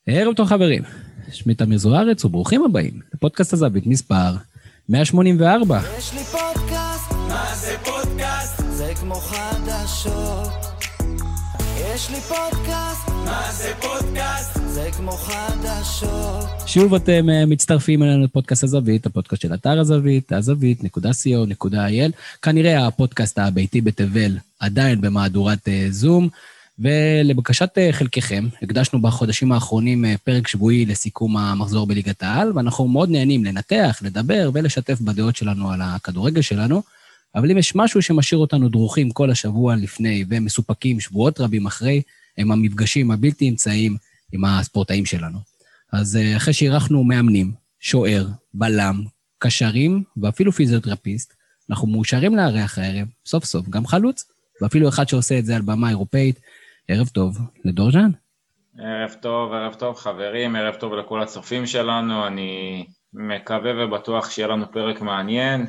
ערב טוב חברים, שמי תמיר זוארץ וברוכים הבאים לפודקאסט הזווית מספר 184. יש לי פודקאסט, מה זה פודקאסט? זה כמו חדשות. יש לי פודקאסט, מה זה פודקאסט? זה כמו חדשות. שוב אתם מצטרפים אלינו לפודקאסט הזווית, הפודקאסט של אתר הזווית, הזווית.co.il. כנראה הפודקאסט הביתי בתבל עדיין במהדורת זום, ולבקשת חלקכם, הקדשנו בחודשים האחרונים פרק שבועי לסיכום המחזור בליגת העל, ואנחנו מאוד נהנים לנתח, לדבר ולשתף בדעות שלנו על הכדורגל שלנו, אבל אם יש משהו שמשאיר אותנו דרוכים כל השבוע לפני ומסופקים שבועות רבים אחרי, הם המפגשים הבלתי אמצעיים עם הספורטאים שלנו. אז אחרי שאירחנו מאמנים, שוער, בלם, קשרים ואפילו פיזיותרפיסט, אנחנו מאושרים לארח הערב, סוף סוף גם חלוץ, ואפילו אחד שעושה את זה על במה אירופאית. ערב טוב לדור ז'אן. ערב טוב חברים, ערב טוב לכל הצופים שלנו, אני מקווה ובטוח שיהיה לנו פרק מעניין,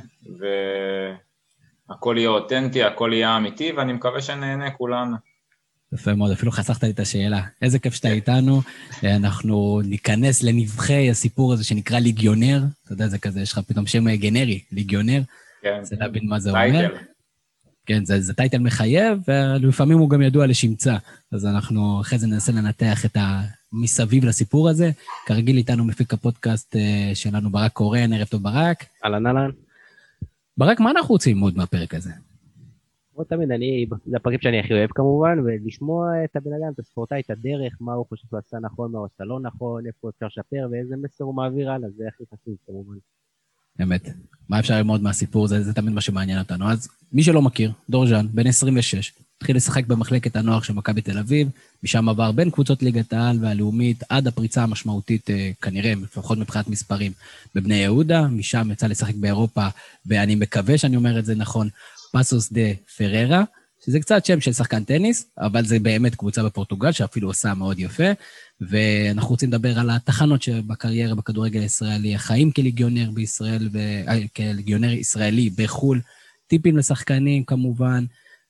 והכל יהיה אותנטי, הכל יהיה אמיתי, ואני מקווה שנהנה כולנו. יפה מאוד, אפילו חסכת לי את השאלה. איזה כיף שאתה איתנו, אנחנו ניכנס לנבחי הסיפור הזה שנקרא ליגיונר, אתה יודע, זה כזה, יש לך פתאום שם גנרי, ליגיונר, כן, זה להבין מה זה טייטל. אומר. כן, זה טייטל מחייב, ולפעמים הוא גם ידוע לשמצה. אז אנחנו אחרי זה ננסה לנתח את המסביב לסיפור הזה. כרגיל איתנו מפיק הפודקאסט שלנו ברק קורן, ערב טוב ברק. אהלן. ברק, מה אנחנו רוצים ללמוד מהפרק הזה? כמו תמיד, זה הפרקים שאני הכי אוהב כמובן, ולשמוע את הבן אדם, את הספורטאי, את הדרך, מה הוא חושב שהוא עשה נכון, מה הוא עשה לא נכון, איפה אפשר לשפר, ואיזה מסר הוא מעביר הלאה, זה הכי חשוב כמובן. באמת, מה אפשר ללמוד מהסיפור? זה תמיד מה שמעניין אותנו. אז מי שלא מכיר, דור ז'אן, בן 26, התחיל לשחק במחלקת הנוער של מכבי תל אביב, משם עבר בין קבוצות ליגת העל והלאומית, עד הפריצה המשמעותית, כנראה, לפחות מבחינת מספרים, בבני יהודה, משם יצא לשחק באירופה, ואני מקווה שאני אומר את זה נכון, פאסוס דה פררה, שזה קצת שם של שחקן טניס, אבל זה באמת קבוצה בפורטוגל, שאפילו עושה מאוד יפה, ואנחנו רוצים לדבר על התחנות שבקריירה בכדורגל הישראלי, החיים כליגיונר בישראל, כליגיונר ישראלי בחול, טיפים לשחקנים כמובן,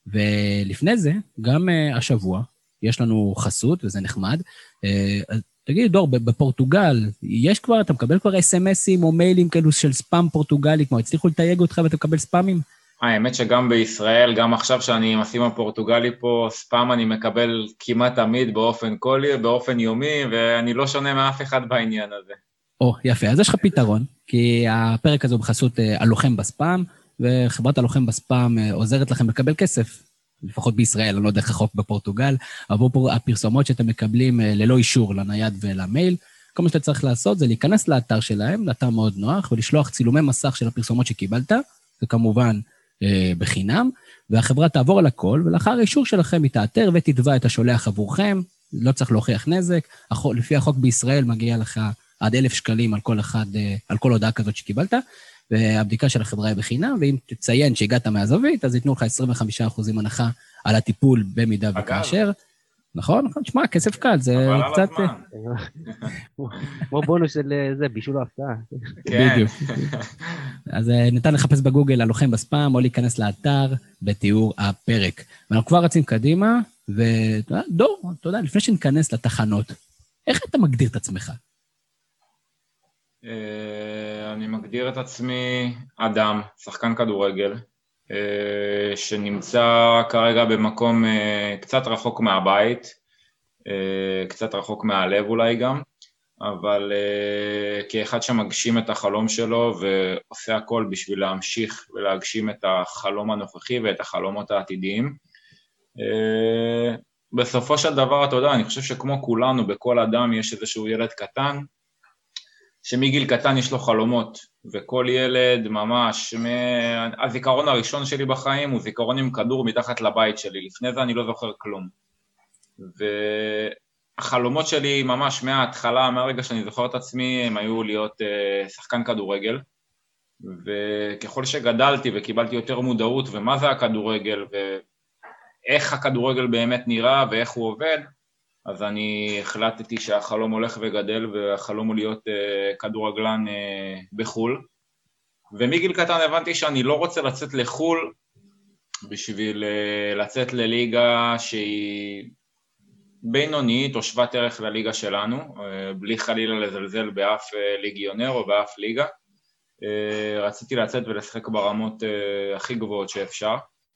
ולפני זה, גם השבוע, יש לנו חסות, וזה נחמד, תגיד, דור, בפורטוגל, יש כבר, אתה מקבל כבר אס-אמסים או מיילים כאלו של ספאם פורטוגלי, כמו הצליחו לתייג אותך ואתה מקבל ספאמים? האמת שגם בישראל, גם עכשיו שאני עם השים הפורטוגלי פה, ספאם אני מקבל כמעט תמיד באופן יומי, ואני לא שונה מאף אחד בעניין הזה. יפה, אז יש לך פתרון, כי הפרק הזה הוא בחסות הלוחם בספאם, וחברת הלוחם בספאם עוזרת לכם לקבל כסף, לפחות בישראל, אני לא יודע איך החוק בפורטוגל, עבור הפרסומות שאתם מקבלים ללא אישור לנייד ולמייל, כל מה שאתה צריך לעשות זה להיכנס לאתר שלהם, לאתר מאוד נוח, ולשלוח צילומי מסך של הפרסומות שקיבלת, זה כמובן בחינם, והחברה תעבור על הכל, ולאחר אישור שלכם היא תאתר ותתבע את השולח עבורכם, לא צריך להוכיח נזק, לפי החוק בישראל מגיע לך עד 1,000 שקלים על כל הודעה כזאת שקיבלת, והבדיקה של החברה היא בחינם, ואם תציין שהגעת מהזווית, אז ייתנו לך 25% הנחה על הטיפול במידה וכאשר. נכון, תשמע, כסף קל, זה קצת... כמו בונוס של זה, בישול ההפתעה. בדיוק. אז ניתן לחפש בגוגל הלוחם בספאם, או להיכנס לאתר בתיאור הפרק. ואנחנו כבר רצים קדימה, ודור, אתה יודע, לפני שניכנס לתחנות, איך אתה מגדיר את עצמך? אני מגדיר את עצמי אדם, שחקן כדורגל, שנמצא כרגע במקום קצת רחוק מהבית, קצת רחוק מהלב אולי גם, אבל כאחד שמגשים את החלום שלו ועושה הכל בשביל להמשיך ולהגשים את החלום הנוכחי ואת החלומות העתידיים. בסופו של דבר, אתה יודע, אני חושב שכמו כולנו, בכל אדם יש איזשהו ילד קטן, שמגיל קטן יש לו חלומות, וכל ילד ממש, הזיכרון הראשון שלי בחיים הוא זיכרון עם כדור מתחת לבית שלי, לפני זה אני לא זוכר כלום. והחלומות שלי ממש מההתחלה, מהרגע שאני זוכר את עצמי, הם היו להיות שחקן כדורגל, וככל שגדלתי וקיבלתי יותר מודעות, ומה זה הכדורגל, ואיך הכדורגל באמת נראה, ואיך הוא עובד, אז אני החלטתי שהחלום הולך וגדל, והחלום הוא להיות כדורגלן בחול. ומגיל קטן הבנתי שאני לא רוצה לצאת לחול, בשביל לצאת לליגה שהיא בינונית או שוות ערך לליגה שלנו, בלי חלילה לזלזל באף ליגיונר או באף ליגה. רציתי לצאת ולשחק ברמות הכי גבוהות שאפשר,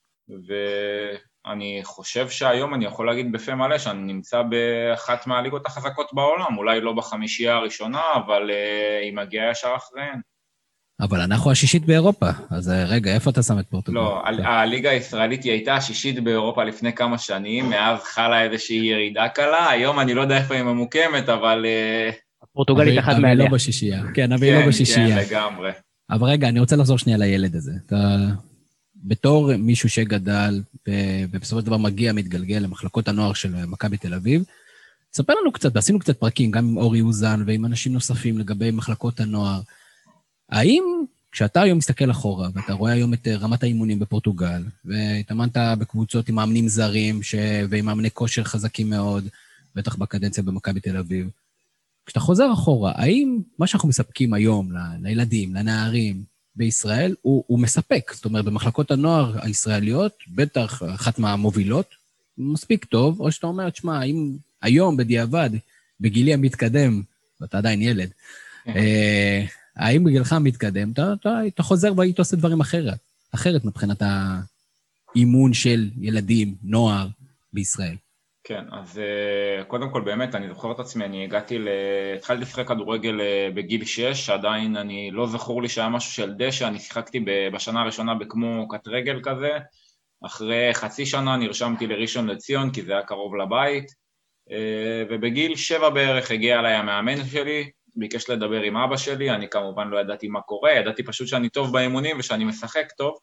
ואני חושב שהיום אני יכול להגיד בפה מלא שאני נמצא באחת מהליגות החזקות בעולם, אולי לא בחמישייה הראשונה, אבל היא מגיעה ישר אחריהן. אבל אנחנו השישית באירופה, אז רגע, איפה אתה שם את פורטוגל? לא, הליגה הישראלית היא הייתה השישית באירופה לפני כמה שנים, מאז חלה איזושהי ירידה קלה, היום אני לא יודע איפה היא ממוקמת, אבל... פורטוגלית אחת מעליה. אבל היא לא בשישייה. כן, אבל היא לא בשישייה. כן, לגמרי. אבל רגע, אני רוצה לחזור שנייה לילד הזה. אתה, בתור מישהו שגדל, ובסופו של דבר מגיע, מתגלגל למחלקות הנוער של מכבי תל אביב, תספר לנו קצת, ועשינו קצת פרקים, גם עם אורי אוזן ועם אנשים נוספים לגבי מחלקות הנוער. האם כשאתה היום מסתכל אחורה, ואתה רואה היום את רמת האימונים בפורטוגל, והתאמנת בקבוצות עם מאמנים זרים, ועם מאמני כושר חזקים מאוד, בטח בקדנציה במכבי תל אביב, כשאתה חוזר אחורה, האם מה שאנחנו מספקים היום לילדים, לנערים בישראל, הוא מספק? זאת אומרת, במחלקות הנוער הישראליות, בטח אחת מהמובילות, מספיק טוב, או שאתה אומר, תשמע, האם היום בדיעבד, בגילי המתקדם, ואתה עדיין ילד, האם בגילך המתקדם, אתה חוזר והיית עושה דברים אחרת מבחינת האימון של ילדים, נוער בישראל? כן, אז קודם כל באמת אני זוכר את עצמי, אני התחלתי לשחק כדורגל בגיל 6, עדיין אני לא זכור לי שהיה משהו של דשא, אני שיחקתי בשנה הראשונה בכמו קט רגל כזה, אחרי חצי שנה נרשמתי לראשון לציון כי זה היה קרוב לבית, ובגיל 7 בערך הגיע אליי המאמן שלי, ביקש לדבר עם אבא שלי, אני כמובן לא ידעתי מה קורה, ידעתי פשוט שאני טוב באימונים ושאני משחק טוב,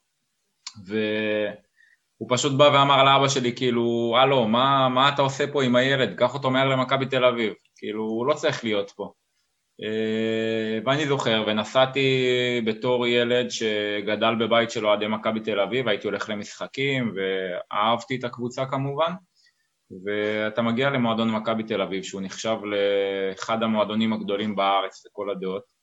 הוא פשוט בא ואמר לאבא שלי, כאילו, הלו, מה אתה עושה פה עם הילד? קח אותו מהר למכבי תל אביב. כאילו, הוא לא צריך להיות פה. ואני זוכר, ונסעתי בתור ילד שגדל בבית שלו עד מכבי תל אביב, הייתי הולך למשחקים, ואהבתי את הקבוצה כמובן, ואתה מגיע למועדון מכבי תל אביב, שהוא נחשב לאחד המועדונים הגדולים בארץ, לכל הדעות,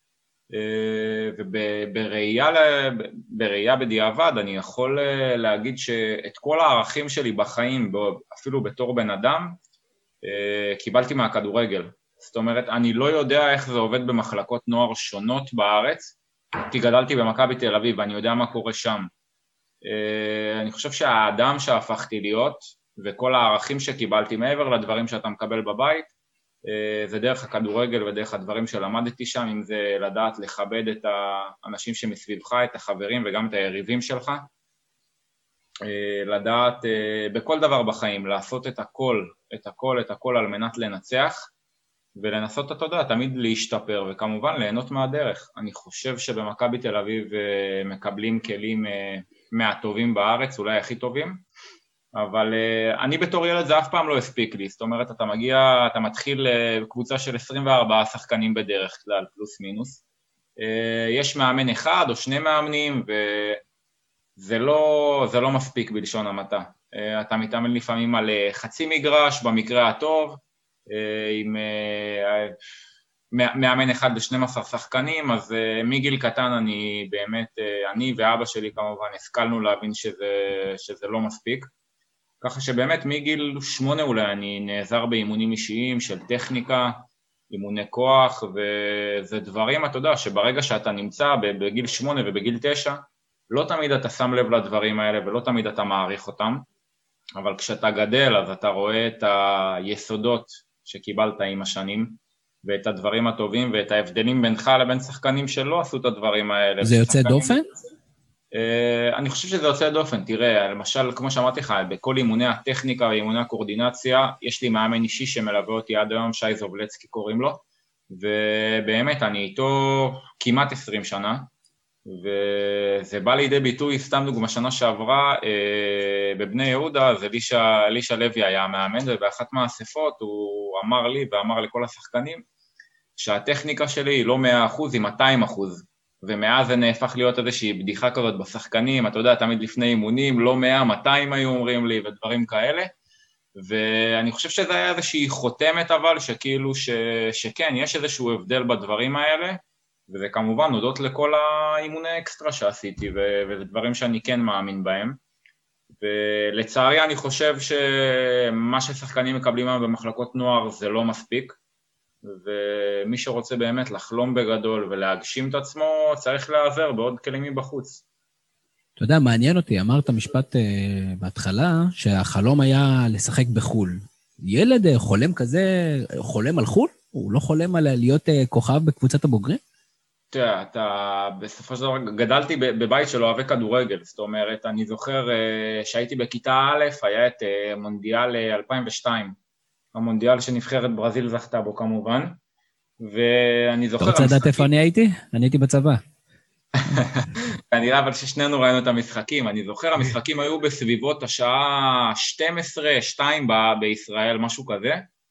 ובראייה בדיעבד אני יכול להגיד שאת כל הערכים שלי בחיים, אפילו בתור בן אדם, קיבלתי מהכדורגל. זאת אומרת, אני לא יודע איך זה עובד במחלקות נוער שונות בארץ, כי גדלתי במכבי תל אביב ואני יודע מה קורה שם. אני חושב שהאדם שהפכתי להיות, וכל הערכים שקיבלתי מעבר לדברים שאתה מקבל בבית, זה דרך הכדורגל ודרך הדברים שלמדתי שם, אם זה לדעת לכבד את האנשים שמסביבך, את החברים וגם את היריבים שלך, לדעת בכל דבר בחיים, לעשות את הכל על מנת לנצח, ולנסות, אתה יודע, תמיד להשתפר, וכמובן ליהנות מהדרך. אני חושב שבמכבי תל אביב מקבלים כלים מהטובים בארץ, אולי הכי טובים, אבל אני בתור ילד זה אף פעם לא הספיק לי, זאת אומרת, אתה מתחיל קבוצה של 24 שחקנים בדרך כלל, פלוס מינוס, יש מאמן אחד או שני מאמנים, וזה לא מספיק בלשון המעטה, אתה מתאמן לפעמים על חצי מגרש, במקרה הטוב, עם מאמן אחד ל-12 שחקנים, אז מגיל קטן אני ואבא שלי כמובן השכלנו להבין שזה לא מספיק, ככה שבאמת מגיל 8 אולי אני נעזר באימונים אישיים של טכניקה, אימוני כוח, וזה דברים, אתה יודע, שברגע שאתה נמצא בגיל 8 ובגיל 9, לא תמיד אתה שם לב לדברים האלה ולא תמיד אתה מעריך אותם, אבל כשאתה גדל אז אתה רואה את היסודות שקיבלת עם השנים, ואת הדברים הטובים ואת ההבדלים בינך לבין שחקנים שלא עשו את הדברים האלה. זה יוצא דופן? אני חושב שזה יוצא דופן, תראה, למשל, כמו שאמרתי לך, בכל אימוני הטכניקה ואימוני הקורדינציה, יש לי מאמן אישי שמלווה אותי עד היום, שי זובלצקי קוראים לו, ובאמת אני איתו כמעט 20 שנה, וזה בא לידי ביטוי, סתם דוגמה שנה שעברה, בבני יהודה, אז אלישע לוי היה המאמן, ובאחת מהאספות הוא אמר לי ואמר לכל השחקנים, שהטכניקה שלי היא לא 100%, היא 200%, ומאז זה נהפך להיות איזושהי בדיחה כזאת בשחקנים, אתה יודע, תמיד לפני אימונים, לא 100, 200 היו אומרים לי, ודברים כאלה, ואני חושב שזה היה איזושהי חותמת אבל, שכאילו שכן, יש איזשהו הבדל בדברים האלה, וזה כמובן הודות לכל האימוני אקסטרה שעשיתי, וזה דברים שאני כן מאמין בהם, ולצערי אני חושב שמה ששחקנים מקבלים היום במחלקות נוער זה לא מספיק, ומי שרוצה באמת לחלום בגדול ולהגשים את עצמו, צריך להיעזר בעוד כלים מבחוץ. אתה יודע, מעניין אותי, אמרת משפט בהתחלה, שהחלום היה לשחק בחול. ילד חולם כזה, חולם על חול? הוא לא חולם על להיות כוכב בקבוצת הבוגרים? תראה, אתה בסופו של דבר, גדלתי בבית של אוהבי כדורגל, זאת אומרת, אני זוכר שהייתי בכיתה א', היה את מונדיאל 2002, המונדיאל שנבחרת ברזיל זכתה בו כמובן, ואני זוכר... אתה רוצה לדעת איפה אני הייתי? אני הייתי בצבא. כנראה אבל ששנינו ראינו את המשחקים, אני זוכר, המשחקים היו בסביבות השעה 12-2 בישראל, משהו כזה,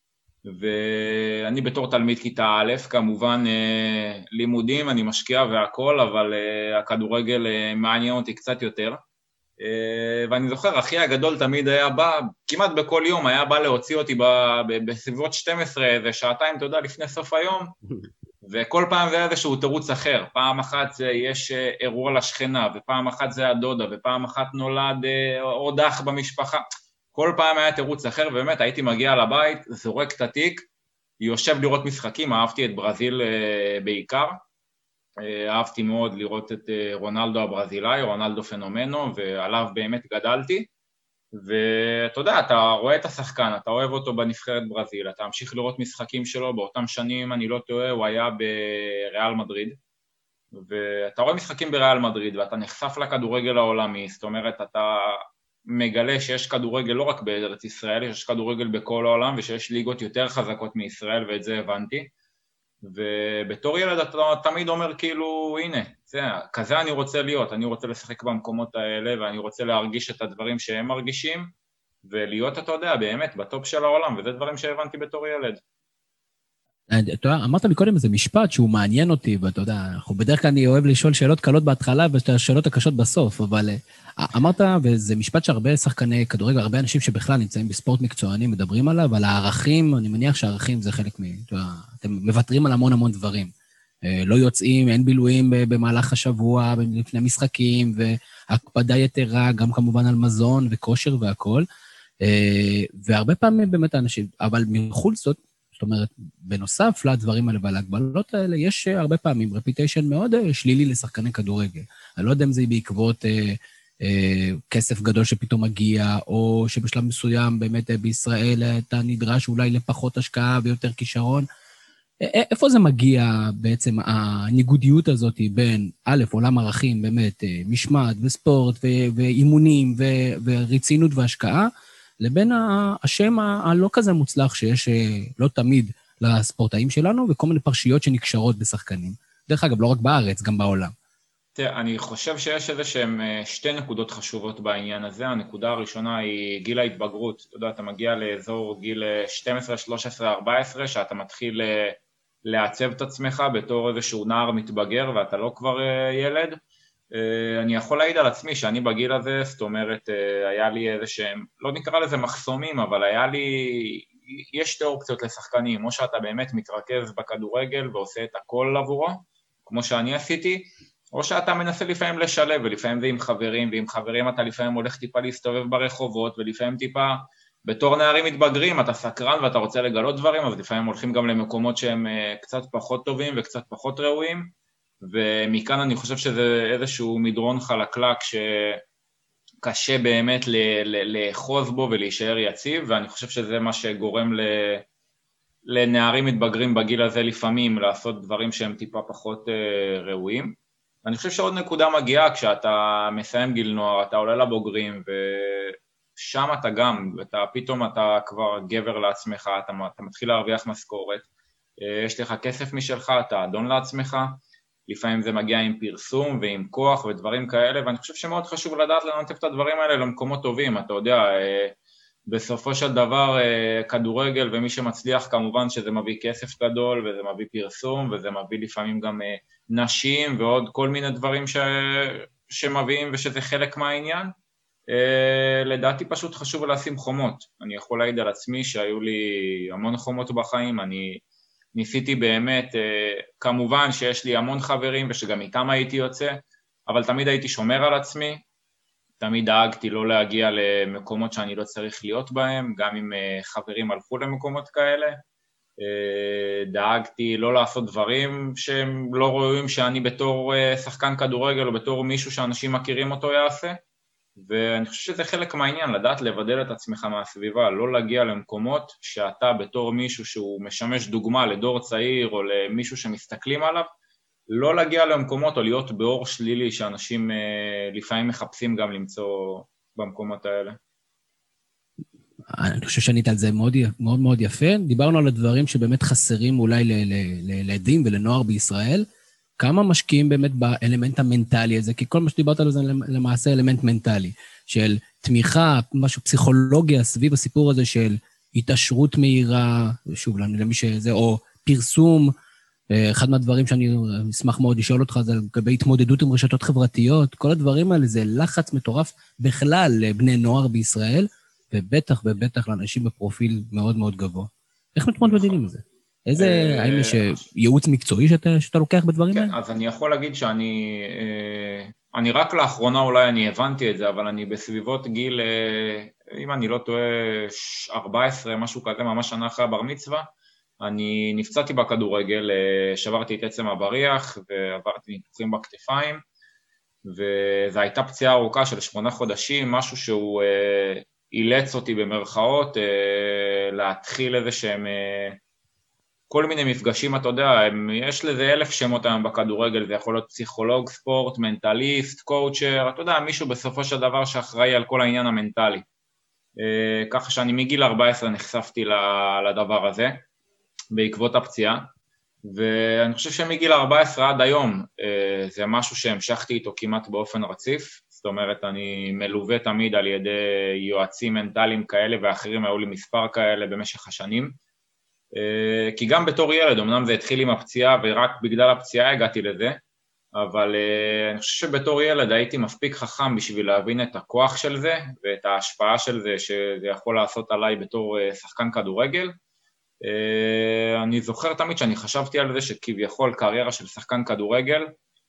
ואני בתור תלמיד כיתה א', כמובן לימודים, אני משקיע והכל, אבל הכדורגל מעניין אותי קצת יותר, ואני זוכר, אחי הגדול תמיד היה בא, כמעט בכל יום היה בא להוציא אותי בסביבות 12, זה שעתיים, אתה יודע, לפני סוף היום, וכל פעם זה היה איזשהו תירוץ אחר, פעם אחת יש אירוע לשכנה, ופעם אחת זה הדודה, ופעם אחת נולד עוד אח במשפחה, כל פעם היה תירוץ אחר, ובאמת הייתי מגיע לבית, זורק את התיק, יושב לראות משחקים, אהבתי את ברזיל בעיקר, אהבתי מאוד לראות את רונלדו הברזילאי, רונלדו פנומנו, ועליו באמת גדלתי, ואתה יודע, אתה רואה את השחקן, אתה אוהב אותו בנבחרת ברזיל, אתה ממשיך לראות משחקים שלו, באותם שנים, אני לא טועה, הוא היה בריאל מדריד, ואתה רואה משחקים בריאל מדריד, ואתה נחשף לכדורגל העולמי, זאת אומרת, אתה מגלה שיש כדורגל לא רק בארץ ישראל, יש כדורגל בכל העולם, ושיש ליגות יותר חזקות מישראל, ואת זה הבנתי, ובתור ילד אתה תמיד אומר כאילו, הנה, זה, כזה אני רוצה להיות, אני רוצה לשחק במקומות האלה, ואני רוצה להרגיש את הדברים שהם מרגישים, ולהיות, אתה יודע, באמת, בטופ של העולם, וזה דברים שהבנתי בתור ילד. אתה יודע, אמרת מקודם איזה משפט שהוא מעניין אותי, ואתה יודע, בדרך כלל אני אוהב לשאול שאלות קלות בהתחלה, והשאלות הקשות בסוף, אבל אמרת, וזה משפט שהרבה שחקני כדורגל, הרבה אנשים שבכלל נמצאים בספורט מקצועני, מדברים עליו, על הערכים, אני מניח שהערכים זה חלק אתם מוותרים על המון דברים. לא יוצאים, אין בילויים במהלך השבוע, לפני משחקים, והקפדה יתרה, גם כמובן על מזון וכושר והכל, והרבה פעמים באמת האנשים, אבל מחוץ זאת אומרת, בנוסף לדברים האלה ועל ההגבלות האלה, יש הרבה פעמים רפיטיישן מאוד שלילי לשחקני כדורגל. אני לא יודע אם זה בעקבות כסף גדול שפתאום מגיע, או שבשלב מסוים באמת בישראל אתה נדרש אולי לפחות השקעה ויותר כישרון. איפה זה מגיע בעצם הניגודיות הזאת בין א', עולם ערכים, באמת, משמעת וספורט ואימונים ורצינות והשקעה, לבין השם הלא כזה מוצלח שיש לא תמיד לספורטאים שלנו, וכל מיני פרשיות שנקשרות בשחקנים. דרך אגב, לא רק בארץ, גם בעולם. תראה, אני חושב שיש איזה שהן שתי נקודות חשובות בעניין הזה. הנקודה הראשונה היא גיל ההתבגרות. אתה יודע, אתה מגיע לאזור גיל 12, 13, 14, שאתה מתחיל לעצב את עצמך בתור איזשהו נער מתבגר, ואתה לא כבר ילד. אני יכול להעיד על עצמי שאני בגיל הזה, זאת אומרת, היה לי איזה שהם, לא נקרא לזה מחסומים, אבל יש שתי אופציות לשחקנים, או שאתה באמת מתרכז בכדורגל ועושה את הכל עבורו, כמו שאני עשיתי, או שאתה מנסה לפעמים לשלב, ולפעמים זה עם חברים, ועם חברים אתה לפעמים הולך טיפה להסתובב ברחובות, ולפעמים טיפה, בתור נערים מתבגרים, אתה סקרן ואתה רוצה לגלות דברים, אז לפעמים הולכים גם למקומות שהם קצת פחות טובים וקצת פחות ראויים, ומכאן אני חושב שזה איזשהו מדרון חלקלק שקשה באמת לאחוז בו ולהישאר יציב, ואני חושב שזה מה שגורם לנערים מתבגרים בגיל הזה לפעמים לעשות דברים שהם טיפה פחות ראויים. ואני חושב שעוד נקודה מגיעה כשאתה מסיים גיל נוער, אתה עולה לבוגרים ושם אתה גם, פתאום אתה כבר גבר לעצמך, אתה מתחיל להרוויח משכורת, יש לך כסף משלך, אתה אדון לעצמך, לפעמים זה מגיע עם פרסום ועם כוח ודברים כאלה, ואני חושב שמאוד חשוב לדעת לנתב את הדברים האלה למקומות טובים, אתה יודע, בסופו של דבר כדורגל ומי שמצליח כמובן שזה מביא כסף גדול וזה מביא פרסום וזה מביא לפעמים גם נשים ועוד כל מיני דברים שמביאים ושזה חלק מהעניין. לדעתי פשוט חשוב לשים חומות, אני יכול להעיד על עצמי שהיו לי המון חומות בחיים, אני ניסיתי באמת, כמובן שיש לי המון חברים ושגם איתם הייתי יוצא, אבל תמיד הייתי שומר על עצמי, תמיד דאגתי לא להגיע למקומות שאני לא צריך להיות בהם, גם אם חברים הלכו למקומות כאלה. דאגתי לא לעשות דברים שהם לא רואים שאני בתור שחקן כדורגל או בתור מישהו שאנשים מכירים אותו יעשה, ואני חושב שזה חלק מהעניין, לדעת לבדל את עצמך מהסביבה, לא להגיע למקומות שאתה בתור מישהו שהוא משמש דוגמה לדור צעיר או למישהו שמסתכלים עליו, לא להגיע למקומות או להיות באור שלילי שאנשים לפעמים מחפשים גם למצוא במקומות האלה. אני חושב שענית על זה מאוד מאוד, מאוד יפה. דיברנו על הדברים שבאמת חסרים אולי לילדים ולנוער בישראל. כמה משקיעים באמת באלמנט המנטלי הזה? כי כל מה שדיברת על זה למעשה אלמנט מנטלי, של תמיכה, משהו פסיכולוגיה סביב הסיפור הזה של התעשרות מהירה, שוב, למי שזה, או פרסום. אחד מהדברים שאני אשמח מאוד לשאול אותך זה לגבי התמודדות עם רשתות חברתיות. כל הדברים האלה זה לחץ מטורף בכלל לבני נוער בישראל, ובטח ובטח לאנשים בפרופיל מאוד מאוד גבוה. איך מתמודדים עם זה? האם יש ייעוץ מקצועי שאתה לוקח בדברים האלה? כן, אז אני יכול להגיד שאני רק לאחרונה אולי אני הבנתי את זה, אבל אני בסביבות גיל, אם אני לא טועה, 14, משהו כזה, ממש שנה אחרי הבר מצווה, אני נפצעתי בכדורגל, שברתי את עצם הבריח, ועברתי ניתוחים בכתפיים, וזו הייתה פציעה ארוכה של 8 חודשים, משהו שהוא אילץ אותי במרכאות, להתחיל איזה שהם, כל מיני מפגשים, אתה יודע, יש לזה 1000 שמות היום בכדורגל, זה יכול להיות פסיכולוג ספורט, מנטליסט, קואוצ'ר, אתה יודע, מישהו בסופו של דבר שאחראי על כל העניין המנטלי. ככה שאני מגיל 14 נחשפתי לדבר הזה, בעקבות הפציעה, ואני חושב שמגיל 14 עד היום, זה משהו שהמשכתי איתו כמעט באופן רציף, זאת אומרת, אני מלווה תמיד על ידי יועצים מנטליים כאלה ואחרים, היו לי מספר כאלה במשך השנים, כי גם בתור ילד, אמנם זה התחיל עם הפציעה ורק בגלל הפציעה הגעתי לזה, אבל אני חושב שבתור ילד הייתי מספיק חכם בשביל להבין את הכוח של זה, ואת ההשפעה של זה שזה יכול לעשות עליי בתור שחקן כדורגל. אני זוכר תמיד שאני חשבתי על זה שכביכול קריירה של שחקן כדורגל,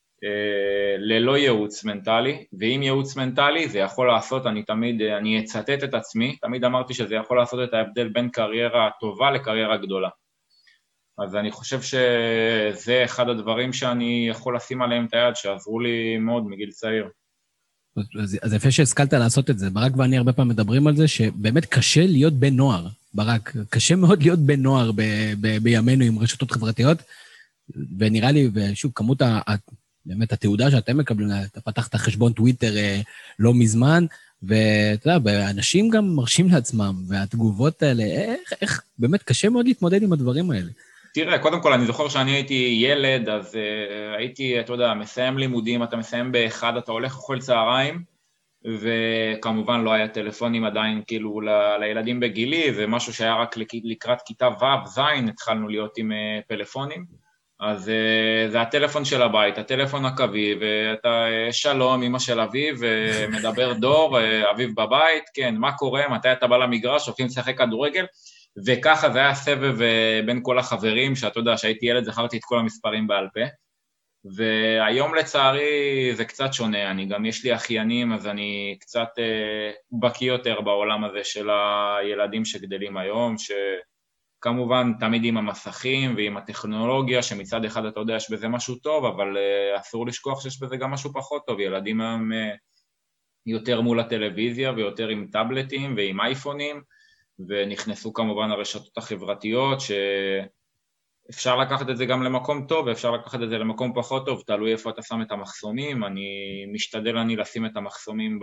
ללא ייעוץ מנטלי, ואם ייעוץ מנטלי זה יכול לעשות, אני אצטט את עצמי, תמיד אמרתי שזה יכול לעשות את ההבדל בין קריירה טובה לקריירה גדולה. אז אני חושב שזה אחד הדברים שאני יכול לשים עליהם את היד, שעזרו לי מאוד מגיל צעיר. אז יפה שהשכלת לעשות את זה. ברק ואני הרבה פעמים מדברים על זה, שבאמת קשה להיות בן נוער. ברק, קשה מאוד להיות בן נוער בימינו עם רשתות חברתיות, ונראה לי, ושוב, כמות באמת התעודה שאתם מקבלים, אתה פתחת חשבון טוויטר לא מזמן, ואתה יודע, אנשים גם מרשים לעצמם, והתגובות האלה, איך באמת קשה מאוד להתמודד עם הדברים האלה. תראה, קודם כל אני זוכר שאני הייתי ילד, אז הייתי, אתה יודע, מסיים לימודים, אתה מסיים באחד, אתה הולך אוכל צהריים, וכמובן לא היה טלפונים עדיין כאילו לילדים בגילי, זה משהו שהיה רק לקראת כיתה ו', ז', התחלנו להיות עם פלאפונים, אז זה הטלפון של הבית, הטלפון הקווי, ואתה שלום, אמא של אביב, מדבר דור, אביב בבית, כן, מה קורה, מתי אתה בא למגרש, הולכים לשחק כדורגל, וככה זה היה סבב בין כל החברים, שאתה יודע, שהייתי ילד, זכרתי את כל המספרים בעל פה, והיום לצערי זה קצת שונה, גם יש לי אחיינים, אז אני קצת בקיא יותר בעולם הזה של הילדים שגדלים היום, שכמובן תמיד עם המסכים ועם הטכנולוגיה, שמצד אחד אתה יודע יש בזה משהו טוב, אבל אסור לשכוח שיש בזה גם משהו פחות טוב, ילדים הם יותר מול הטלוויזיה ויותר עם טאבלטים ועם אייפונים, ונכנסו כמובן הרשתות החברתיות, שאפשר לקחת את זה גם למקום טוב, ואפשר לקחת את זה למקום פחות טוב, תלוי איפה אתה שם את המחסומים, אני משתדל לשים את המחסומים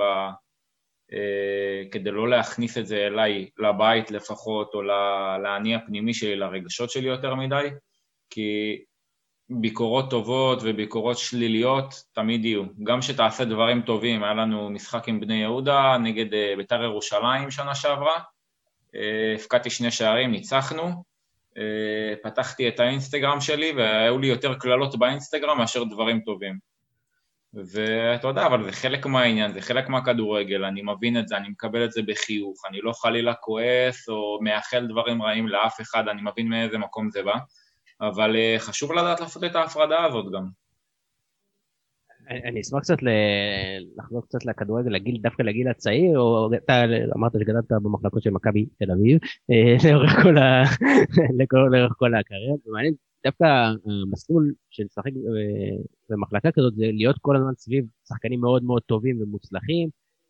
כדי לא להכניס את זה אליי, לבית לפחות, או לעני הפנימי שלי, לרגשות שלי יותר מדי, כי ביקורות טובות וביקורות שליליות תמיד יהיו, גם שתעשה דברים טובים, היה לנו משחק עם בני יהודה, נגד בית"ר ירושלים שנה שעברה, הפקעתי 2 שערים, ניצחנו, פתחתי את האינסטגרם שלי, והיו לי יותר קללות באינסטגרם מאשר דברים טובים. ואתה יודע, אבל זה חלק מהעניין, זה חלק מהכדורגל, אני מבין את זה, אני מקבל את זה בחיוך, אני לא חלילה כועס או מאחל דברים רעים לאף אחד, אני מבין מאיזה מקום זה בא, אבל חשוב לדעת לעשות את ההפרדה הזאת גם. אני אשמח קצת לחזור קצת לכדורגל, דווקא לגיל הצעיר, או אתה אמרת שגדלת במחלקות של מכבי תל אביב, לאורך כל הקריירה, ומעניין, דווקא המסלול של לשחק במחלקה כזאת, זה להיות כל הזמן סביב שחקנים מאוד מאוד טובים ומוצלחים,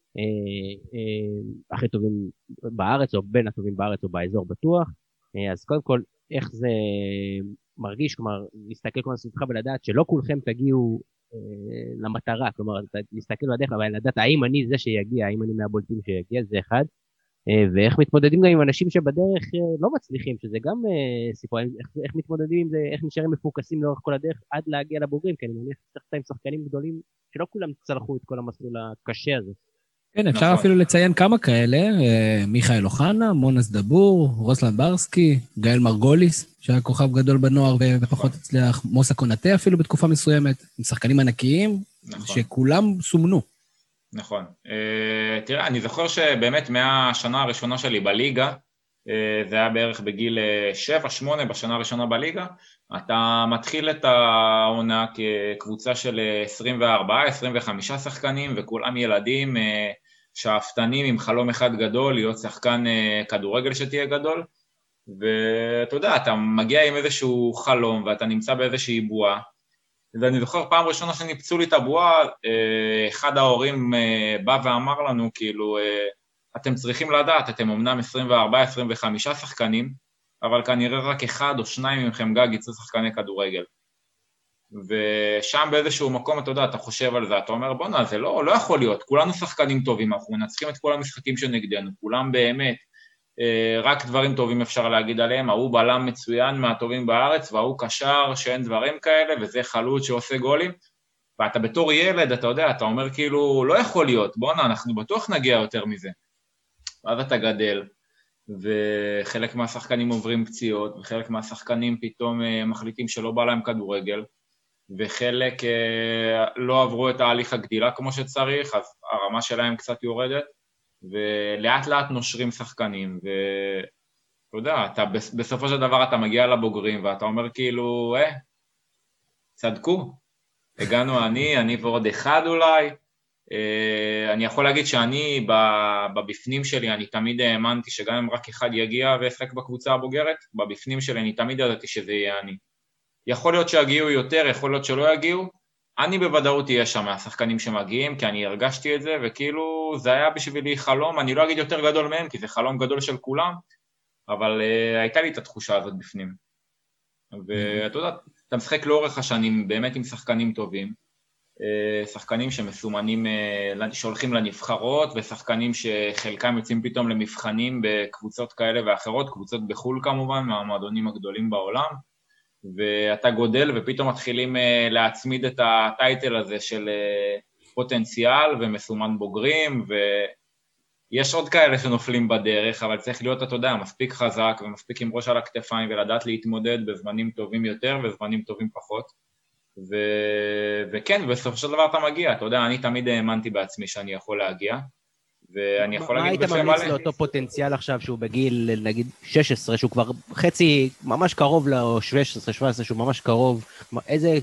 הכי טובים בארץ, או בין הטובים בארץ או באזור בטוח, אז קודם כל, איך זה מרגיש, כלומר, להסתכל כל הזמן סביבך ולדעת שלא כולכם תגיעו למטרה, כלומר, להסתכל בדרך, אבל לדעת האם אני זה שיגיע, האם אני מהבולטים שיגיע, זה אחד, ואיך מתמודדים גם עם אנשים שבדרך לא מצליחים, שזה גם סיפור, איך מתמודדים עם זה, איך נשארים מפוקסים לאורך כל הדרך עד להגיע לבוגרים, כי אני מניח שצריך עם שחקנים גדולים שלא כולם צלחו את כל המסלול הקשה הזה. כן, אפשר אפילו לציין כמה כאלה, מיכאל אוחנה, מונס דבור, רוסלן ברסקי, גאל מרגוליס, שהיה כוכב גדול בנוער ופחות הצליח, מוסה קונטה אפילו בתקופה מסוימת, עם שחקנים ענקיים, שכולם סומנו. נכון. תראה, אני זוכר שבאמת מהשנה הראשונה שלי בליגה, זה היה בערך בגיל 7-8 בשנה הראשונה בליגה, אתה מתחיל את העונה כקבוצה של 24-25 שחקנים, וכולם ילדים שאפתנים עם חלום אחד גדול, להיות שחקן כדורגל שתהיה גדול, ואתה יודע, אתה מגיע עם איזשהו חלום, ואתה נמצא באיזושהי בועה, ואני זוכר פעם ראשונה שניפצו לי את הבועה, אחד ההורים בא ואמר לנו, כאילו, אתם צריכים לדעת, אתם אמנם 24-25 שחקנים, אבל כנראה רק אחד או שניים מכם גג יצאו שחקני כדורגל. ושם באיזשהו מקום, אתה יודע, אתה חושב על זה, אתה אומר, בונה, זה לא יכול להיות, כולנו שחקנים טובים, אנחנו מנצחים את כל המשחקים שנגדנו, כולם באמת, רק דברים טובים אפשר להגיד עליהם, ההוא בלם מצוין מהטובים בארץ, והוא קשר שאין דברים כאלה, וזה חלוץ שעושה גולים, ואתה בתור ילד, אתה יודע, אתה אומר כאילו, לא יכול להיות, בונה, אנחנו בטוח נגיע יותר מזה. ואז אתה גדל, וחלק מהשחקנים עוברים פציעות, וחלק מהשחקנים פתאום מחליטים שלא בא להם כדורגל, וחלק לא עברו את ההליך הגדילה כמו שצריך, אז הרמה שלהם קצת יורדת, ולאט לאט נושרים שחקנים, ואתה יודע, בסופו של דבר אתה מגיע לבוגרים, ואתה אומר כאילו, צדקו, הגענו אני ועוד אחד אולי, אני יכול להגיד שאני בבפנים שלי, אני תמיד האמנתי שגם אם רק אחד יגיע וישחק בקבוצה הבוגרת, בבפנים שלי אני תמיד ידעתי שזה יהיה אני. יכול להיות שיגיעו יותר, יכול להיות שלא יגיעו, אני בוודאות אהיה שם מהשחקנים שמגיעים, כי אני הרגשתי את זה, וכאילו זה היה בשבילי חלום, אני לא אגיד יותר גדול מהם, כי זה חלום גדול של כולם, אבל הייתה לי את התחושה הזאת בפנים. ואתה יודע, אתה משחק לאורך השנים באמת עם שחקנים טובים, שחקנים שמסומנים, שהולכים לנבחרות, ושחקנים שחלקם יוצאים פתאום למבחנים בקבוצות כאלה ואחרות, קבוצות בחול כמובן, מהמועדונים הגדולים בעולם, ואתה גודל ופתאום מתחילים להצמיד את הטייטל הזה של פוטנציאל ומסומן בוגרים, ויש עוד כאלה שנופלים בדרך, אבל צריך להיות, אתה יודע, מספיק חזק ומספיק עם ראש על הכתפיים, ולדעת להתמודד בזמנים טובים יותר וזמנים טובים פחות. וכן, בסופו של דבר אתה מגיע, אתה יודע, אני תמיד האמנתי בעצמי שאני יכול להגיע, ואני יכול להגיד בשם מלא. מה היית ממליץ לאותו פוטנציאל עכשיו שהוא בגיל, נגיד, 16, שהוא כבר חצי ממש קרוב ל-16, 17, שהוא ממש קרוב, איזה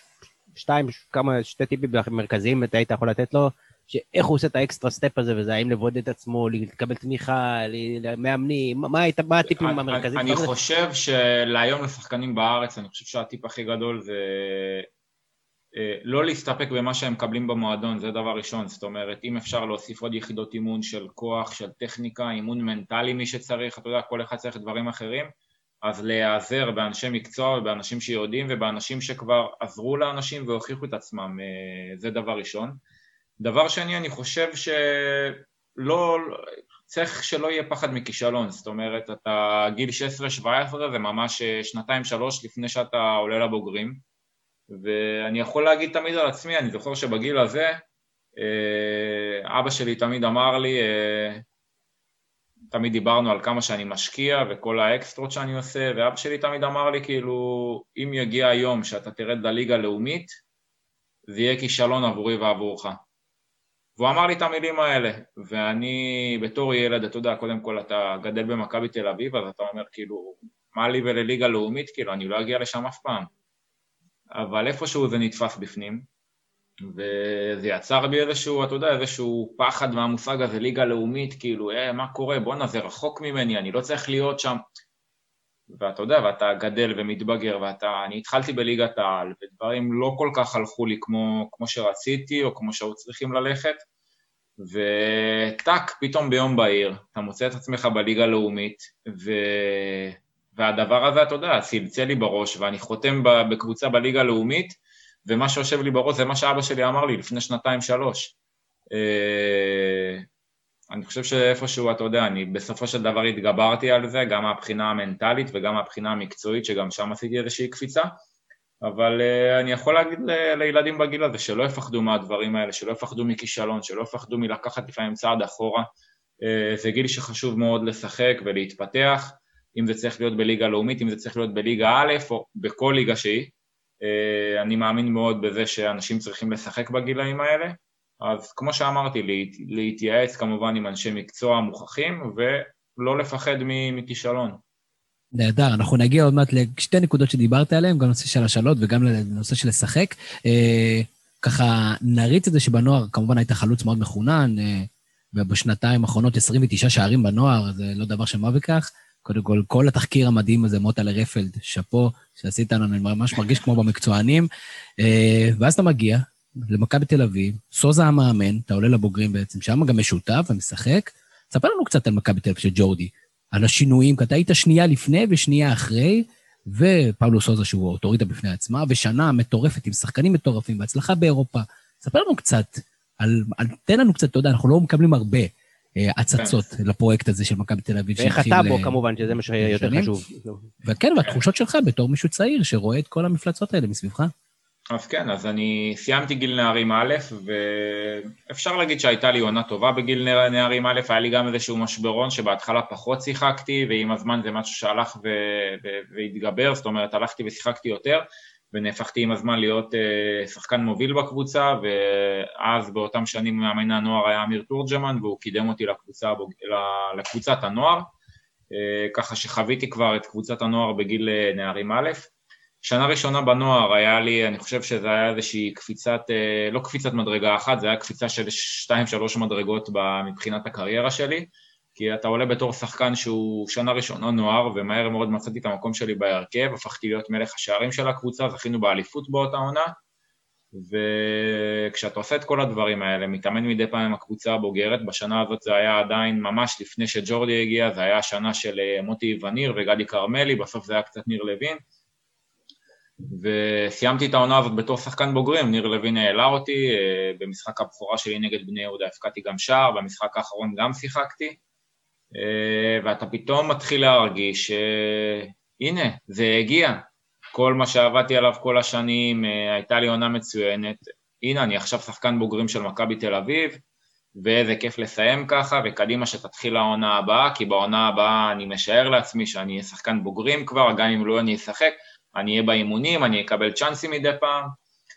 שתי טיפים מרכזיים אתה היית יכול לתת לו, שאיך הוא עושה את האקסטרה סטפ הזה, וזה האם לבודד את עצמו, לקבל תמיכה, למאמנים, מה הטיפים המרכזיים? אני חושב שלהיום לשחקנים בארץ, אני חושב שהטיפ הכי גדול זה לא להסתפק במה שהם מקבלים במועדון, זה דבר ראשון, זאת אומרת, אם אפשר להוסיף עוד יחידות אימון של כוח, של טכניקה, אימון מנטלי מי שצריך, אתה יודע, כל אחד צריך דברים אחרים, אז להיעזר באנשי מקצוע ובאנשים שיודעים ובאנשים שכבר עזרו לאנשים והוכיחו את עצמם, זה דבר ראשון. דבר שני, אני חושב שלא, צריך שלא יהיה פחד מכישלון, זאת אומרת, אתה גיל 16-17, זה ממש 2-3 לפני שאתה עולה לבוגרים, ואני יכול להגיד תמיד על עצמי, אני זוכר שבגיל הזה, אבא שלי תמיד אמר לי, תמיד דיברנו על כמה שאני משקיע וכל האקסטרות שאני עושה, ואבא שלי תמיד אמר לי כאילו, אם יגיע היום שאתה תרד לליגה לאומית, זה יהיה כישלון עבורי ועבורך. והוא אמר לי את המילים האלה, ואני בתור ילד, אתה יודע, קודם כל אתה גדל במכבי תל אביב, אז אתה אומר כאילו, מה לי ולליגה לאומית, כאילו אני לא אגיע לשם אף פעם. אבל איפשהו זה נתפס בפנים, וזה יצר בי איזשהו, אתה יודע, איזשהו פחד מהמושג הזה, ליגה לאומית, כאילו, מה קורה, בוא'נה, זה רחוק ממני, אני לא צריך להיות שם. ואתה יודע, ואתה גדל ומתבגר, אני התחלתי בליגת העל, ודברים לא כל כך הלכו לי כמו שרציתי, או כמו שהיו צריכים ללכת, וטק, פתאום ביום בהיר, אתה מוצא את עצמך בליגה לאומית, והדבר הזה, אתה יודע, צלצל לי בראש, ואני חותם בקבוצה בליגה לאומית, ומה שיושב לי בראש זה מה שאבא שלי אמר לי לפני 2-3. אני חושב שאיפשהו, אתה יודע, אני בסופו של דבר התגברתי על זה, גם מהבחינה המנטלית וגם מהבחינה המקצועית, שגם שם עשיתי איזושהי קפיצה, אבל אני יכול להגיד לילדים בגיל הזה, שלא יפחדו מהדברים האלה, שלא יפחדו מכישלון, שלא יפחדו מלקחת לפעמים צעד אחורה, זה גיל שחשוב מאוד לשחק ולהתפתח, אם זה צריך להיות בליגה לאומית, אם זה צריך להיות בליגה א', או בכל ליגה שהיא, אני מאמין מאוד בזה שאנשים צריכים לשחק בגילאים האלה, אז כמו שאמרתי, להתייעץ כמובן עם אנשי מקצוע מוכחים, ולא לפחד מכישלון. נהדר, אנחנו נגיע עוד מעט לשתי נקודות שדיברת עליהן, גם נושא של השאלות וגם לנושא של לשחק. ככה נריץ את זה שבנוער, כמובן היית חלוץ מאוד מחונן, ובשנתיים האחרונות 29 שערים בנוער, זה לא דבר שמה וכך. קודם כל התחקיר המדהים הזה, מוטה לרפלד, שפו, שעשית לנו, אני ממש מרגיש כמו במקצוענים, ואז אתה מגיע למכבי תל אביב, סוזה המאמן, אתה עולה לבוגרים בעצם, שם גם משותף ומשחק, ספר לנו קצת על מכבי תל אביב של ג'ורדי, על השינויים, כי אתה היית שנייה לפני ושנייה אחרי, ופאולו סוזה שהוא אוטוריטה בפני עצמה, ושנה מטורפת עם שחקנים מטורפים, והצלחה באירופה. ספר לנו קצת, תן לנו קצת, אתה יודע, אנחנו לא מקבלים הרבה הצצות לפרויקט הזה של מכבי תל אביב. ואיך אתה בו כמובן, שזה מה שיותר חשוב. וכן, והתחושות שלך בתור מישהו צעיר, שרואה את כל המפלצות האלה מסביבך. אז כן, אז אני סיימתי גיל נערים א', ואפשר להגיד שהייתה לי עונה טובה בגיל נערים א', היה לי גם איזשהו משברון שבהתחלה פחות שיחקתי, ועם הזמן זה משהו שהלך והתגבר, זאת אומרת, הלכתי ושיחקתי יותר, ונהפכתי עם הזמן להיות שחקן מוביל בקבוצה, ואז באותם שנים מאמן הנוער היה אמיר תורג'מן, והוא קידם אותי לקבוצת הנוער, ככה שחוויתי כבר את קבוצת הנוער בגיל נערים א', שנה ראשונה בנוער היה לי, אני חושב שזה היה איזושהי קפיצת, לא קפיצת מדרגה אחת, זה היה קפיצה של 2-3 מדרגות מבחינת הקריירה שלי, כי אתה עולה בתור שחקן שהוא שנה ראשונה נוער, ומהר מאוד מצאתי את המקום שלי בהרכב, הפכתי להיות מלך השערים של הקבוצה, זכינו באליפות באותה עונה, וכשאתה עושה את כל הדברים האלה, מתאמן מדי פעם עם הקבוצה הבוגרת, בשנה הזאת זה היה עדיין ממש לפני שג'ורדי הגיע, זה היה השנה של מוטי וניר וגדי קרמלי, בסוף זה היה קצת ניר לוין, וסיימתי את העונה הזאת בתור שחקן בוגרים, ניר לוין העלה אותי, במשחק הבכורה שלי נגד בני יהודה הפקעתי גם שער, במשחק האחרון גם שיחקתי, ואתה פתאום מתחיל להרגיש הנה, זה הגיע, כל מה שעבדתי עליו כל השנים, הייתה לי עונה מצוינת, הנה אני עכשיו שחקן בוגרים של מכבי תל אביב, ואיזה כיף לסיים ככה, וקדימה שתתחיל העונה הבאה, כי בעונה הבאה אני משער לעצמי שאני אהיה שחקן בוגרים כבר, גם אם לא אני אשחק, אני אהיה באימונים, אני אקבל צ'אנסים מדי פעם,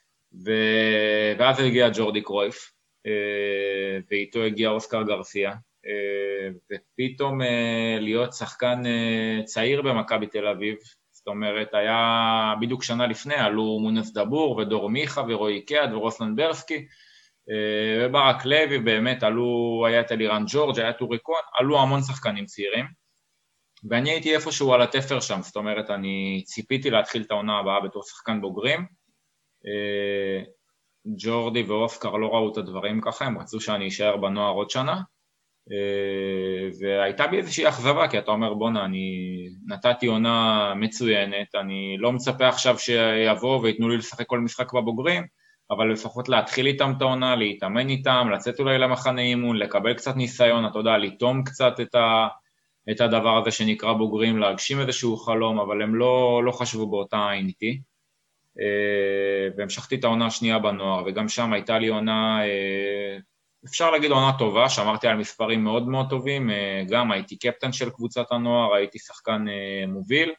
ואז הגיע ג'ורדי קרויף, ואיתו הגיע אוסקר גרסיה, ופתאום להיות שחקן צעיר במכבי תל אביב, זאת אומרת, היה בדיוק שנה לפני, עלו מונס דבור ודור מיכה ורועי קיאד ורוסלן ברסקי, וברק לוי, באמת עלו, היה את אלירן ג'ורג', היה טורי כהן, עלו המון שחקנים צעירים, ואני הייתי איפשהו על התפר שם, זאת אומרת, אני ציפיתי להתחיל את העונה הבאה בתור שחקן בוגרים, ג'ורדי ואוסקר לא ראו את הדברים ככה, הם רצו שאני אשאר בנוער עוד שנה, והייתה בי איזושהי אכזבה, כי אתה אומר, בונה, אני נתתי עונה מצוינת, אני לא מצפה עכשיו שיבוא ויתנו לי לשחק כל משחק בבוגרים, אבל לפחות להתחיל איתם את העונה, להתאמן איתם, לצאת אולי למחנה אימון, לקבל קצת ניסיון, אתה יודע, לטום קצת את הדבר הזה שנקרא בוגרים, להגשים איזשהו חלום, אבל הם לא חשבו באותה עין איתי, והמשכתי את העונה השנייה בנוער, וגם שם הייתה לי עונה, אפשר להגיד עונה טובה, שמרתי על מספרים מאוד מאוד טובים, גם הייתי קפטן של קבוצת הנוער, הייתי שחקן מוביל,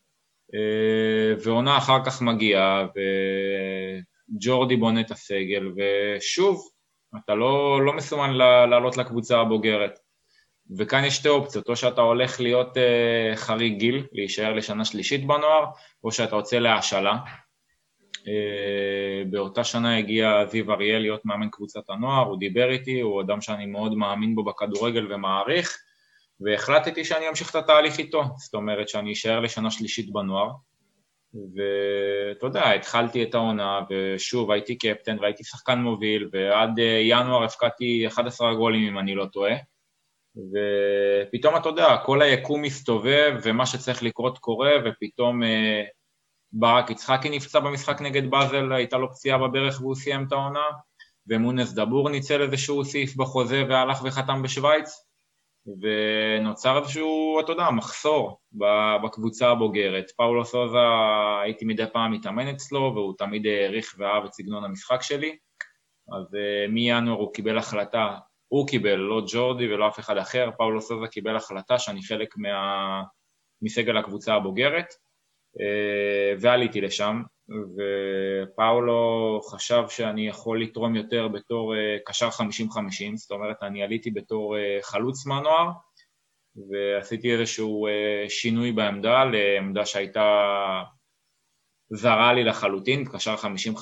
ועונה אחר כך מגיעה, וג'ורדי בונה את הסגל, ושוב, אתה לא מסומן לעלות לקבוצה הבוגרת, וכאן יש שתי אופציות, או שאתה הולך להיות חריג גיל, להישאר לשנה שלישית בנוער, או שאתה יוצא להשאלה. באותה שנה הגיע זיו אריאל להיות מאמן קבוצת הנוער, הוא דיבר איתי, הוא אדם שאני מאוד מאמין בו בכדורגל ומעריך, והחלטתי שאני אמשיך את התהליך איתו, זאת אומרת שאני אשאר לשנה שלישית בנוער, ואתה יודע, התחלתי את העונה, ושוב הייתי קפטן והייתי שחקן מוביל, ועד ינואר הפקדתי 11 גולים אם אני לא טועה, ופתאום אתה יודע, כל היקום מסתובב, ומה שצריך לקרות קורה, ופתאום ברק יצחקי נפצע במשחק נגד באזל, הייתה לו פציעה בברך והוא סיים את העונה, ומונס דבור ניצל איזשהו סעיף בחוזה והלך וחתם בשוויץ, ונוצר איזשהו, אתה יודע, מחסור בקבוצה הבוגרת. פאולו סוזה, הייתי מדי פעם מתאמן אצלו, והוא תמיד העריך ואהב את סגנון המשחק שלי, אז מינואר הוא קיבל החלטה, הוא קיבל, לא ג'ורדי ולא אף אחד אחר, פאולו סוזה קיבל החלטה שאני חלק מסגל הקבוצה הבוגרת, ועליתי לשם, ופאולו חשב שאני יכול לתרום יותר בתור קשר 50-50, זאת אומרת אני עליתי בתור חלוץ מהנוער, ועשיתי איזשהו שינוי בעמדה, לעמדה שהייתה זרה לי לחלוטין, קשר 50-50,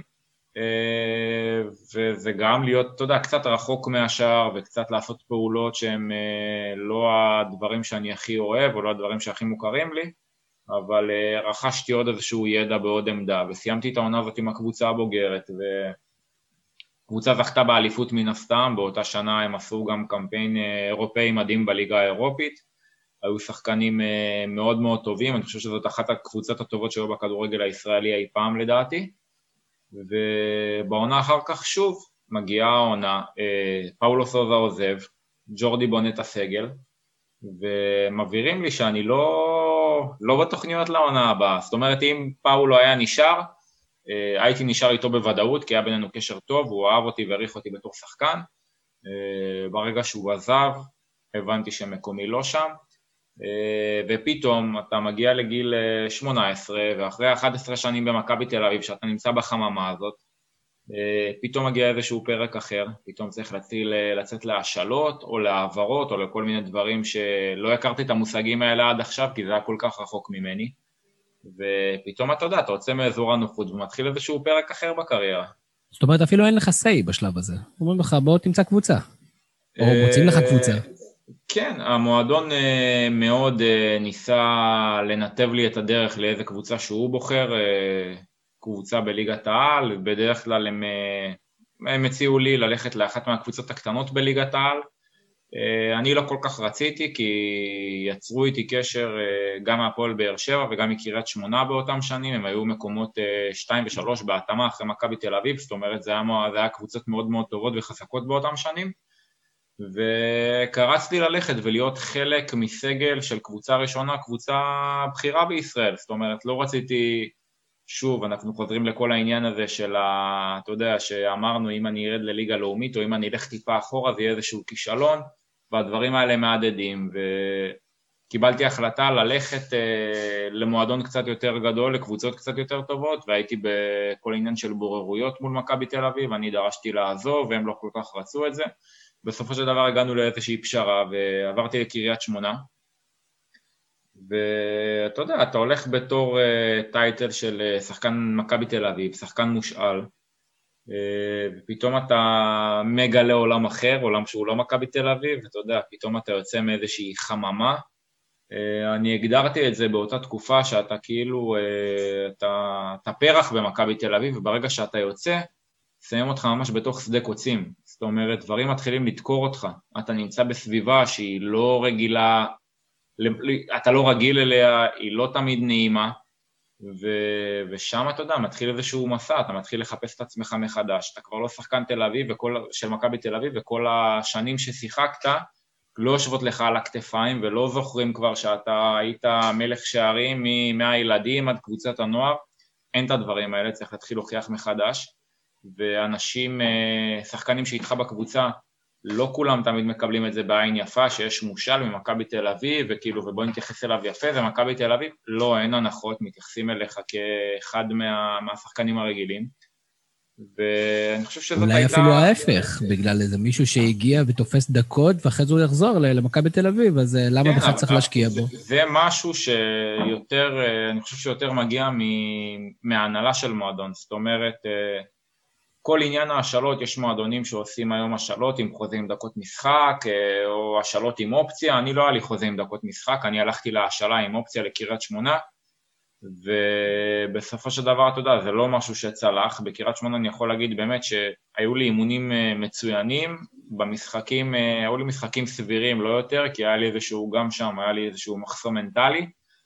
וזה גם להיות, אתה יודע, קצת רחוק מהשאר, וקצת לעשות פעולות שהן לא הדברים שאני הכי אוהב, או לא הדברים שהכי מוכרים לי, אבל רכשתי עוד איזשהו ידע בעוד עמדה, וסיימתי את העונה הזאת עם הקבוצה הבוגרת, וקבוצה זכתה באליפות מן הסתם, באותה שנה הם עשו גם קמפיין אירופאי מדהים בליגה האירופית, היו שחקנים מאוד מאוד טובים, אני חושב שזאת אחת הקבוצות הטובות שהיו בכדורגל הישראלי אי פעם לדעתי, ובעונה אחר כך שוב מגיעה העונה, פאולו סוזה עוזב, ג'ורדי בונה את הסגל, ומבהירים לי שאני לא בתוכניות לעונה הבאה, זאת אומרת אם פאולו היה נשאר, הייתי נשאר איתו בוודאות, כי היה בינינו קשר טוב, הוא אהב אותי והעריך אותי בתור שחקן, ברגע שהוא עזב, הבנתי שמקומי לא שם, ופתאום אתה מגיע לגיל 18, ואחרי 11 שנים במכבי תל אביב, שאתה נמצא בחממה הזאת, פתאום מגיע איזשהו פרק אחר, פתאום צריך לצאת להשאלות, או להעברות, או לכל מיני דברים שלא הכרתי את המושגים האלה עד עכשיו, כי זה היה כל כך רחוק ממני, ופתאום אתה יודע, אתה יוצא מאזור הנוחות, ומתחיל איזשהו פרק אחר בקריירה. זאת אומרת, אפילו אין לך סי בשלב הזה. אומרים לך, בוא תמצא קבוצה. או מוצאים לך קבוצה. כן, המועדון מאוד ניסה לנתב לי את הדרך לאיזה קבוצה שהוא בוחר, קבוצה בליגת העל, בדרך כלל הם הציעו לי ללכת לאחת מהקבוצות הקטנות בליגת העל, אני לא כל כך רציתי כי יצרו איתי קשר גם מהפועל באר שבע וגם מקריית שמונה באותם שנים, הם היו מקומות 2 ו3 בהתאמה אחרי מכבי תל אביב, זאת אומרת זה היה קבוצות מאוד מאוד טובות וחזקות באותם שנים, וקרצתי ללכת ולהיות חלק מסגל של קבוצה ראשונה, קבוצה בחירה בישראל, זאת אומרת לא רציתי, שוב אנחנו חוזרים לכל העניין הזה של אתה יודע שאמרנו אם אני ארד לליגה לאומית או אם אני אלך טיפה אחורה זה יהיה איזשהו כישלון, והדברים האלה מעדדים, וקיבלתי החלטה ללכת למועדון קצת יותר גדול, לקבוצות קצת יותר טובות, והייתי בכל עניין של בוררויות מול מכבי תל אביב, אני דרשתי לעזוב והם לא כל כך רצו את זה, בסופו של דבר הגענו לאיזושהי פשרה ועברתי לקריית שמונה, ואתה יודע, אתה הולך בתור טייטל של שחקן מכבי תל אביב, שחקן מושאל, ופתאום אתה מגלה עולם אחר, עולם שהוא לא מכבי תל אביב, ואתה יודע, פתאום אתה יוצא מאיזושהי חממה, אני הגדרתי את זה באותה תקופה שאתה כאילו, אתה פרח במכבי תל אביב, וברגע שאתה יוצא, שמים אותך ממש בתוך שדה קוצים, זאת אומרת, דברים מתחילים לדקור אותך, אתה נמצא בסביבה שהיא לא רגילה, אתה לא רגיל אליה, היא לא תמיד נעימה, ושם אתה יודע, מתחיל איזשהו מסע, אתה מתחיל לחפש את עצמך מחדש, אתה כבר לא שחקן תל אביב של מכבי תל אביב, וכל השנים ששיחקת לא יושבות לך על הכתפיים, ולא זוכרים כבר שאתה היית מלך שערים מהילדים עד קבוצת הנוער, אין את הדברים האלה, צריך להתחיל להוכיח מחדש, ואנשים, שחקנים שאיתך בקבוצה, לא כולם תמיד מקבלים את זה בעין יפה, שיש מושל ממכבי תל אביב, וכאילו, ובוא נתייחס אליו יפה, זה מכבי תל אביב, לא, אין הנחות, מתייחסים אליך כאחד מהשחקנים הרגילים, ואני חושב שזאת הייתה... אולי אפילו ההפך, בגלל איזה מישהו שהגיע ותופס דקות, ואחרי זה הוא יחזור למכבי בתל אביב, אז למה בכלל צריך להשקיע בו? זה משהו שיותר, אני חושב שיותר מגיע מההנהלה של מועדון, זאת אומרת, כל עניין ההשאלות, יש מועדונים שעושים היום השאלות עם חוזה עם דקות משחק, או השאלות עם אופציה, אני לא היה לי חוזה עם דקות משחק, אני הלכתי להשאלה עם אופציה לקריית שמונה, ובסופו של דבר, אתה יודע, זה לא משהו שצלח, בקריית שמונה אני יכול להגיד באמת שהיו לי אימונים מצוינים, במשחקים, היו לי משחקים סבירים, לא יותר, כי היה לי איזשהו, גם שם היה לי איזשהו מחסום מנטלי,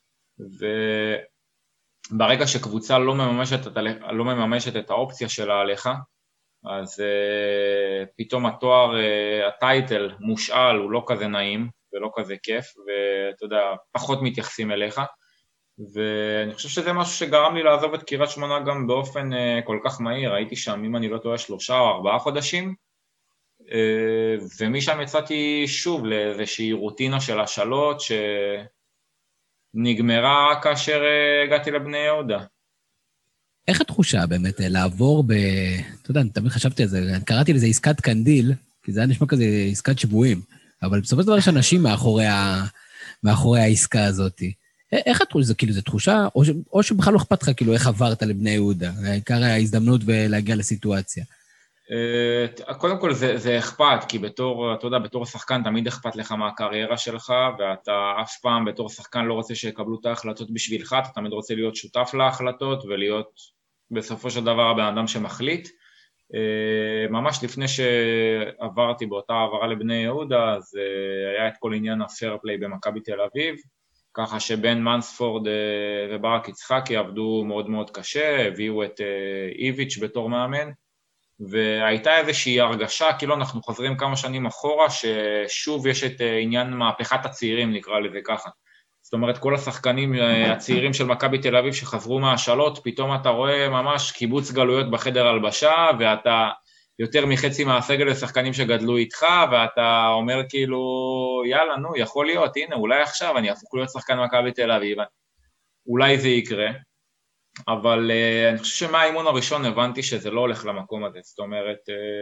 וברגע שקבוצה לא מממשת את האופציה שלה עליך, אז פתאום התואר, הטייטל מושאל, הוא לא כזה נעים, ולא כזה כיף, ואתה יודע, פחות מתייחסים אליך, ואני חושב שזה משהו שגרם לי לעזוב את קריית שמונה גם באופן כל כך מהיר, הייתי שם, אם אני לא טועה, 3 או 4 חודשים, ומשם יצאתי שוב לאיזושהי רוטינה של השאלות, שנגמרה כאשר הגעתי לבני יהודה. איך התחושה באמת לעבור אתה יודע, אני תמיד חשבתי על זה, קראתי לזה עסקת קנדיל, כי זה היה נשמע כזה עסקת שבויים, אבל בסופו של דבר יש אנשים מאחורי העסקה הזאת. איך התחושה? זה כאילו, זה תחושה, או שבכלל לא אכפת לך כאילו איך עברת לבני יהודה, העיקר ההזדמנות ולהגיע לסיטואציה? קודם כל זה אכפת, כי בתור, אתה יודע, בתור שחקן תמיד אכפת לך מהקריירה שלך, ואתה אף פעם בתור שחקן לא רוצה שיקבלו את ההחלטות בשבילך, אתה תמיד רוצה להיות שותף להחלטות, ולהיות בסופו של דבר הבן אדם שמחליט. ממש לפני שעברתי באותה העברה לבני יהודה, אז היה את כל עניין הפייר פליי במכבי תל אביב, ככה שבן מנספורד וברק יצחקי עבדו מאוד מאוד קשה, הביאו את איביץ' בתור מאמן, והייתה איזושהי הרגשה, כאילו אנחנו חוזרים כמה שנים אחורה, ששוב יש את עניין מהפכת הצעירים, נקרא לזה ככה. זאת אומרת, כל השחקנים הצעירים של מכבי תל אביב שחזרו מהשאלות, פתאום אתה רואה ממש קיבוץ גלויות בחדר הלבשה, ואתה יותר מחצי מהסגל לשחקנים שגדלו איתך, ואתה אומר כאילו, יאללה, נו, יכול להיות, הנה, אולי עכשיו אני אהפוך להיות שחקן מכבי תל אביב, אולי זה יקרה. אבל אני חושב שמהאימון הראשון הבנתי שזה לא הולך למקום הזה, זאת אומרת,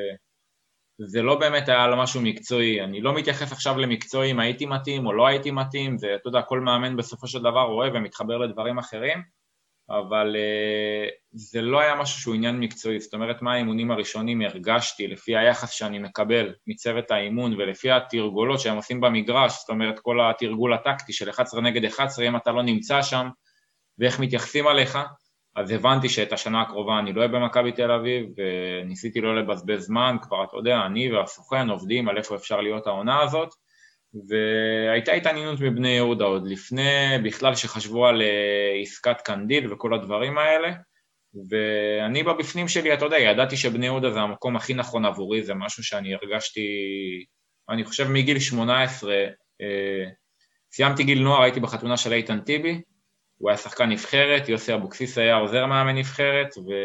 זה לא באמת היה על משהו מקצועי, אני לא מתייחס עכשיו למקצועי אם הייתי מתאים או לא הייתי מתאים, זה, אתה יודע, כל מאמן בסופו של דבר רואה ומתחבר לדברים אחרים, אבל זה לא היה משהו שהוא עניין מקצועי, זאת אומרת, מהאימונים הראשונים הרגשתי לפי היחס שאני מקבל מצוות האימון ולפי התרגולות שהם עושים במגרש, זאת אומרת, כל התרגול הטקטי של 11 נגד 11, אם אתה לא נמצא שם ואיך מתייחסים עליך, אז הבנתי שאת השנה הקרובה אני לא אהיה במכבי תל אביב, וניסיתי לא לבזבז זמן, כבר אתה יודע, אני והסוכן עובדים על איפה אפשר להיות העונה הזאת, והייתה התעניינות מבני יהודה עוד לפני, בכלל שחשבו על עסקת קנדיל וכל הדברים האלה, ואני בבפנים שלי, אתה יודע, ידעתי שבני יהודה זה המקום הכי נכון עבורי, זה משהו שאני הרגשתי, אני חושב מגיל 18, סיימתי גיל נוער, הייתי בחתונה של איתן טיבי, הוא היה שחקן נבחרת, יוסי אבוקסיס היה עוזר מאמן נבחרת,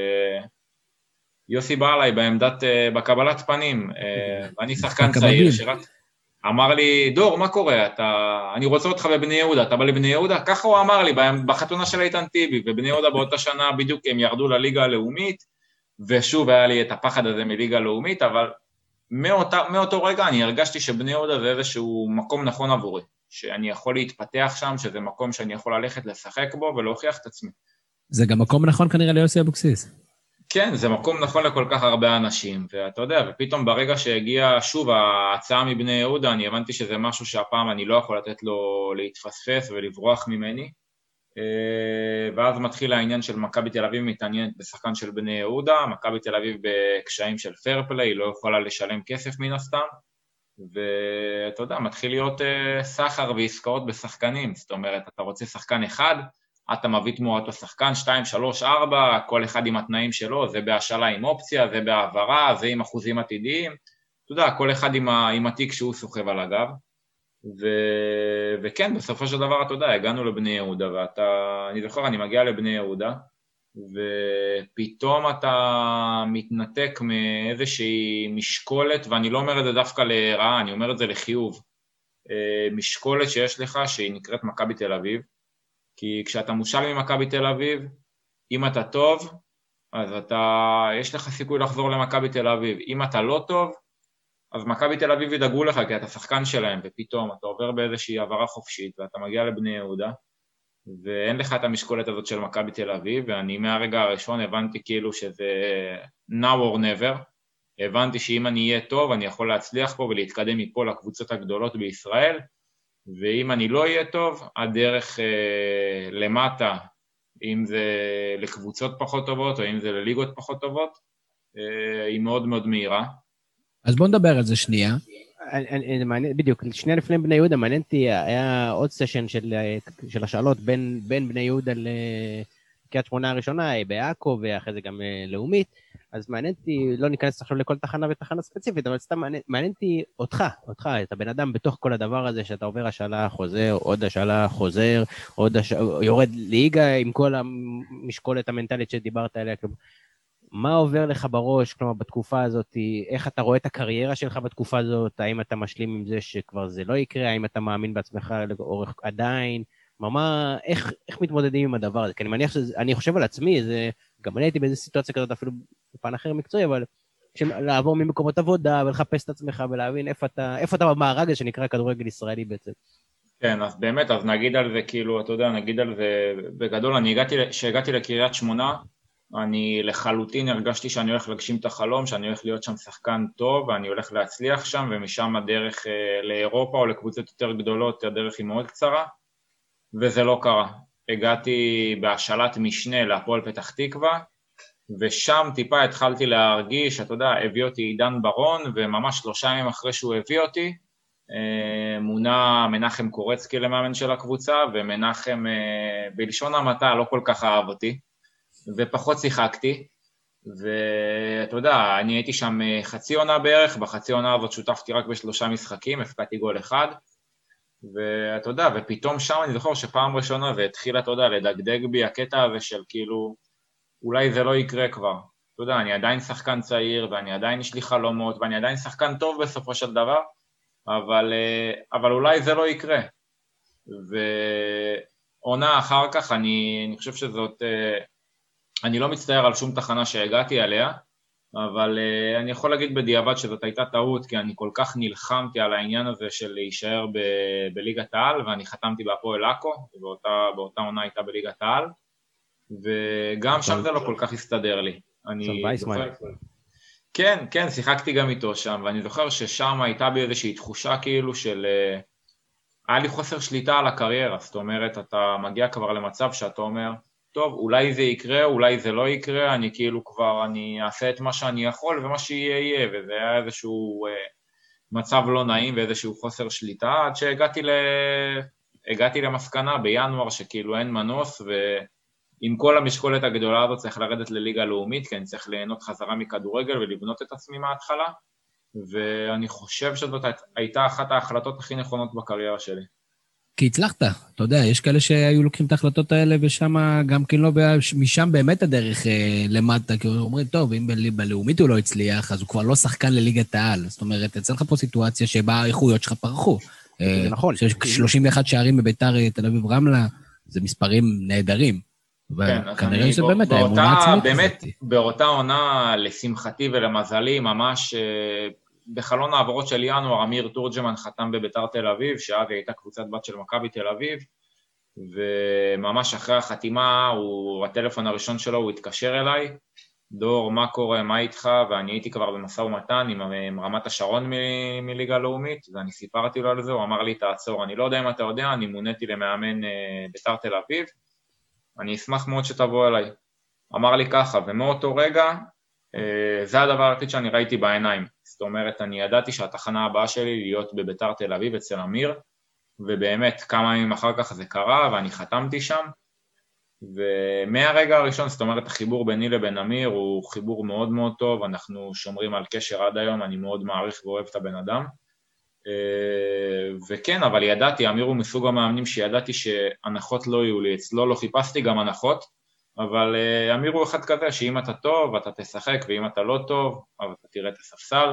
ויוסי בא עליי בקבלת פנים, ואני שחקן צעיר, אמר לי, דור, מה קורה? אני רוצה אותך בבני יהודה, אתה בא לבני יהודה? ככה הוא אמר לי, בחתונה של איתן טיבי, ובני יהודה באותה שנה בדיוק הם ירדו לליגה הלאומית, ושוב היה לי את הפחד הזה מליגה הלאומית, אבל מאותו רגע אני הרגשתי שבני יהודה זה איזשהו מקום נכון עבורי. שאני יכול להתפתח שם, שזה מקום שאני יכול ללכת לשחק בו ולהוכיח את עצמי. זה גם מקום נכון כנראה ליוסי אבוקסיס. כן, זה מקום נכון לכל כך הרבה אנשים, ואתה יודע, ופתאום ברגע שהגיעה שוב ההצעה מבני יהודה, אני הבנתי שזה משהו שהפעם אני לא יכול לתת לו להתפספס ולברוח ממני, ואז מתחיל העניין של מכבי תל אביב מתעניינת בשחקן של בני יהודה, מכבי תל אביב בקשיים של פייר פליי, היא לא יכולה לשלם כסף מן הסתם, ואתה יודע, מתחיל להיות סחר ועסקאות בשחקנים, זאת אומרת, אתה רוצה שחקן אחד, אתה מביא תמורת לשחקן, 2, 3, 4, כל אחד עם התנאים שלו, זה בהשאלה עם אופציה, זה בהעברה, זה עם אחוזים עתידיים, אתה יודע, כל אחד עם התיק שהוא סוחב על הגב, וכן, בסופו של דבר, אתה יודע, הגענו לבני יהודה, אני זוכר, אני מגיע לבני יהודה, ופתאום אתה מתנתק מאיזושהי משקולת, ואני לא אומר את זה דווקא לרעה, אני אומר את זה לחיוב, משקולת שיש לך שהיא נקראת מכבי תל אביב, כי כשאתה מושל ממכבי תל אביב, אם אתה טוב, אז יש לך סיכוי לחזור למכבי תל אביב. אם אתה לא טוב, אז מכבי תל אביב ידאגו לך, כי אתה שחקן שלהם, ופתאום אתה עובר באיזושהי העברה חופשית, ואתה מגיע לבני יהודה, ואין לך את המשקולת הזאת של מכבי תל אביב, ואני מהרגע הראשון הבנתי כאילו שזה now or never, הבנתי שאם אני אהיה טוב, אני יכול להצליח פה ולהתקדם מפה לקבוצות הגדולות בישראל, ואם אני לא אהיה טוב, הדרך למטה, אם זה לקבוצות פחות טובות, או אם זה לליגות פחות טובות, היא מאוד מאוד מהירה. אז בוא נדבר על זה שנייה. בדיוק, שנייה לפני בני יהודה, מעניין אותי, היה עוד סשן של השאלות בין בני יהודה לקריית שמונה הראשונה, בעכו, ואחרי זה גם לאומית, אז מעניין אותי, לא ניכנס עכשיו לכל תחנה ותחנה ספציפית, אבל סתם מעניין אותי אותך, את הבן אדם בתוך כל הדבר הזה, שאתה עובר השאלה, חוזר, עוד השאלה, חוזר, יורד ליגה עם כל המשקולת המנטלית שדיברת עליה, מה עובר לך בראש, כלומר, בתקופה הזאת, איך אתה רואה את הקריירה שלך בתקופה הזאת, האם אתה משלים עם זה שכבר זה לא יקרה, האם אתה מאמין בעצמך לאורך עדיין, איך מתמודדים עם הדבר הזה? כי אני מניח אני חושב על עצמי, גם אני הייתי באיזו סיטואציה כזאת, אפילו בפן אחר מקצועי, אבל לעבור ממקומות עבודה ולחפש את עצמך ולהבין איפה אתה במארג הזה שנקרא כדורגל ישראלי בעצם. כן, אז באמת, אז נגיד על זה, כאילו, אתה יודע, נגיד על זה בגדול, כשהגעתי לקריית שמונה, אני לחלוטין הרגשתי שאני הולך להגשים את החלום, שאני הולך להיות שם שחקן טוב, ואני הולך להצליח שם, ומשם הדרך לאירופה או לקבוצות יותר גדולות, הדרך היא מאוד קצרה, וזה לא קרה. הגעתי בהשאלת משנה להפועל פתח תקווה, ושם טיפה התחלתי להרגיש, אתה יודע, הביא אותי עידן ברון, וממש 3 ימים אחרי שהוא הביא אותי, מונה מנחם קורצקי למאמן של הקבוצה, ומנחם בלשון המעטה לא כל כך אהב אותי, ופחות שיחקתי, ואתה יודע, אני הייתי שם חצי עונה בערך, בחצי עונה הזאת שותפתי רק ב3 משחקים, הפקעתי גול אחד, ואתה יודע, ופתאום שם אני זוכר שפעם ראשונה זה התחיל, אתה יודע, לדגדג בי הקטע הזה של כאילו, אולי זה לא יקרה כבר. אתה יודע, אני עדיין שחקן צעיר, ואני עדיין יש לי חלומות, ואני עדיין שחקן טוב בסופו של דבר, אבל אולי זה לא יקרה. ועונה אחר כך, אני חושב שזאת, אני לא מצטער על שום תחנה שהגעתי עליה, אבל אני יכול להגיד בדיעבד שזאת הייתה טעות, כי אני כל כך נלחמתי על העניין הזה של להישאר בליגת העל, ואני חתמתי בהפועל עכו, ובאותה עונה הייתה בליגת העל, וגם שם זה לא כל כך הסתדר לי. כן, שיחקתי גם איתו שם, ואני זוכר ששם הייתה בי איזושהי תחושה כאילו של, היה לי חוסר שליטה על הקריירה, זאת אומרת, אתה מגיע כבר למצב שאתה אומר, טוב, אולי זה יקרה, אולי זה לא יקרה, אני כאילו כבר, אני אעשה את מה שאני יכול, ומה שיהיה יהיה, וזה היה איזשהו מצב לא נעים, ואיזשהו חוסר שליטה, עד שהגעתי למסקנה בינואר, שכאילו אין מנוס, ועם כל המשקולת הגדולה הזאת צריך לרדת לליגה לאומית, כי אני צריך ליהנות חזרה מכדורגל, ולבנות את עצמי מההתחלה, ואני חושב שזאת הייתה אחת ההחלטות הכי נכונות בקריירה שלי. כי הצלחת, אתה יודע, יש כאלה שהיו לוקחים את ההחלטות האלה, ושם גם כן לא, משם באמת הדרך למטה, כי אומרים, טוב, אם בלאומית הוא לא הצליח, אז הוא כבר לא שחקן לליגת העל, זאת אומרת, אצל לך פה סיטואציה שבה האיכויות שלך פרחו. זה נכון. 31 שערים בביתר תל אביב רמלה, זה מספרים נהדרים. וכנראה שזה באמת האמונה עצמית. באמת, באותה עונה, לשמחתי ולמזלי, ממש בחלון העברות של ינואר, אמיר תורג'מן חתם בביתר תל אביב, שאז הייתה קבוצת בת של מכבי תל אביב, וממש אחרי החתימה, הטלפון הראשון שלו, הוא התקשר אליי, דור, מה קורה, מה איתך? ואני הייתי כבר במשא ומתן עם רמת השרון מליגה לאומית, ואני סיפרתי לו על זה, הוא אמר לי, תעצור, אני לא יודע אם אתה יודע, אני מוניתי למאמן ביתר תל אביב, אני אשמח מאוד שתבוא אליי. אמר לי ככה, ומאותו רגע, זה הדבר היחיד שאני ראיתי בעיניים. זאת אומרת, אני ידעתי שהתחנה הבאה שלי להיות בביתר תל אביב אצל אמיר, ובאמת כמה ימים אחר כך זה קרה, ואני חתמתי שם, ומהרגע הראשון, זאת אומרת, החיבור ביני לבין אמיר הוא חיבור מאוד מאוד טוב, אנחנו שומרים על קשר עד היום, אני מאוד מעריך ואוהב את הבן אדם, וכן, אבל ידעתי, אמיר הוא מסוג המאמנים שידעתי שהנחות לא יהיו לי, אצלו לא חיפשתי גם הנחות, אבל אמיר הוא אחד כזה שאם אתה טוב אתה תשחק, ואם אתה לא טוב אז אתה תראה את הספסל,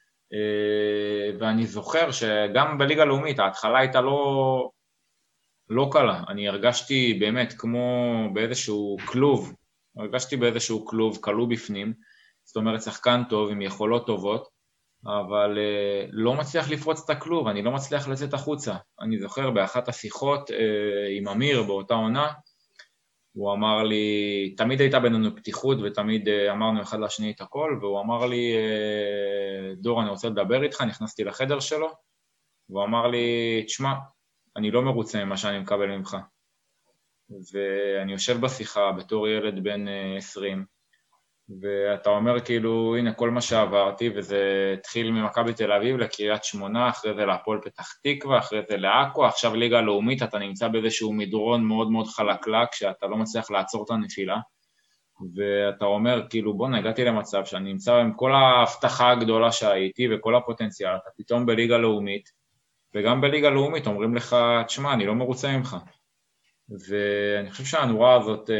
ואני זוכר שגם בליגה לאומית ההתחלה הייתה לא קלה, אני הרגשתי באמת כמו באיזשהו כלוב, הרגשתי באיזשהו כלוב, כלוא בפנים, זאת אומרת שחקן טוב עם יכולות טובות, אבל לא מצליח לפרוץ את הכלוב, אני לא מצליח לצאת החוצה. אני זוכר באחת השיחות עם אמיר באותה עונה, הוא אמר לי, תמיד הייתה בינינו פתיחות ותמיד אמרנו אחד לשני את הכל, והוא אמר לי, דור, אני רוצה לדבר איתך, נכנסתי לחדר שלו, והוא אמר לי, תשמע, אני לא מרוצה ממה שאני מקבל ממך. ואני יושב בשיחה בתור ילד בן 20, ואתה אומר כאילו, הנה כל מה שעברתי, וזה התחיל ממכבי תל אביב לקריית שמונה, אחרי זה להפועל פתח תקווה, אחרי זה לעכו, עכשיו ליגה לאומית, אתה נמצא באיזשהו מדרון מאוד מאוד חלקלק, שאתה לא מצליח לעצור את הנפילה, ואתה אומר כאילו, בוא הגעתי למצב שאני נמצא עם כל ההבטחה הגדולה שהייתי, וכל הפוטנציאל, אתה פתאום בליגה לאומית, וגם בליגה לאומית אומרים לך, תשמע, אני לא מרוצה ממך. ואני חושב שהנורה הזאת,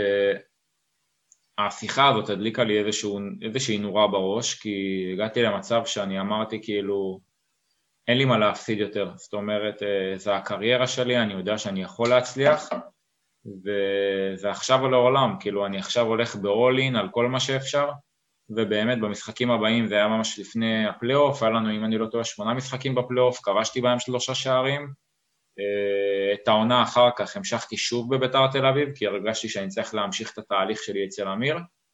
השיחה הזאת הדליקה לי איזושהי נורה בראש, כי הגעתי למצב שאני אמרתי כאילו, אין לי מה להפסיד יותר, זאת אומרת, זה הקריירה שלי, אני יודע שאני יכול להצליח, וזה עכשיו או לעולם, כאילו אני עכשיו הולך ברולין על כל מה שאפשר, ובאמת במשחקים הבאים זה היה ממש לפני הפלייאוף, היה לנו אם אני לא טועה 8 משחקים בפלייאוף, כבשתי בהם 3 שערים, את העונה אחר כך המשכתי שוב בביתר תל אביב, כי הרגשתי שאני צריך להמשיך את התהליך שלי אצל אמיר,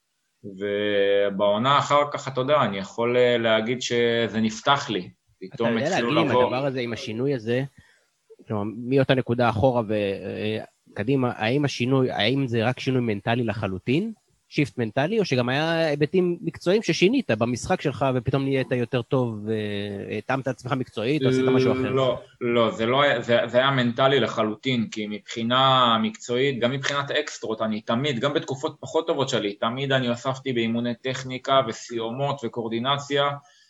ובעונה אחר כך, אתה יודע, אני יכול להגיד שזה נפתח לי. אתה יודע להגיד עם הדבר הזה, עם השינוי הזה, כלומר, מאותה נקודה אחורה וקדימה, האם זה רק שינוי מנטלי לחלוטין, שיפט מנטלי, או שגם היה היבטים מקצועיים ששינית במשחק שלך, ופתאום נהיית יותר טוב, והתאמת עצמך מקצועית, או עשית משהו אחר? לא, זה היה מנטלי לחלוטין, כי מבחינה מקצועית, גם מבחינת אקסטרות, אני תמיד, גם בתקופות פחות טובות שלי, תמיד אני אספתי באימוני טכניקה, וסיומות, וקורדינציה,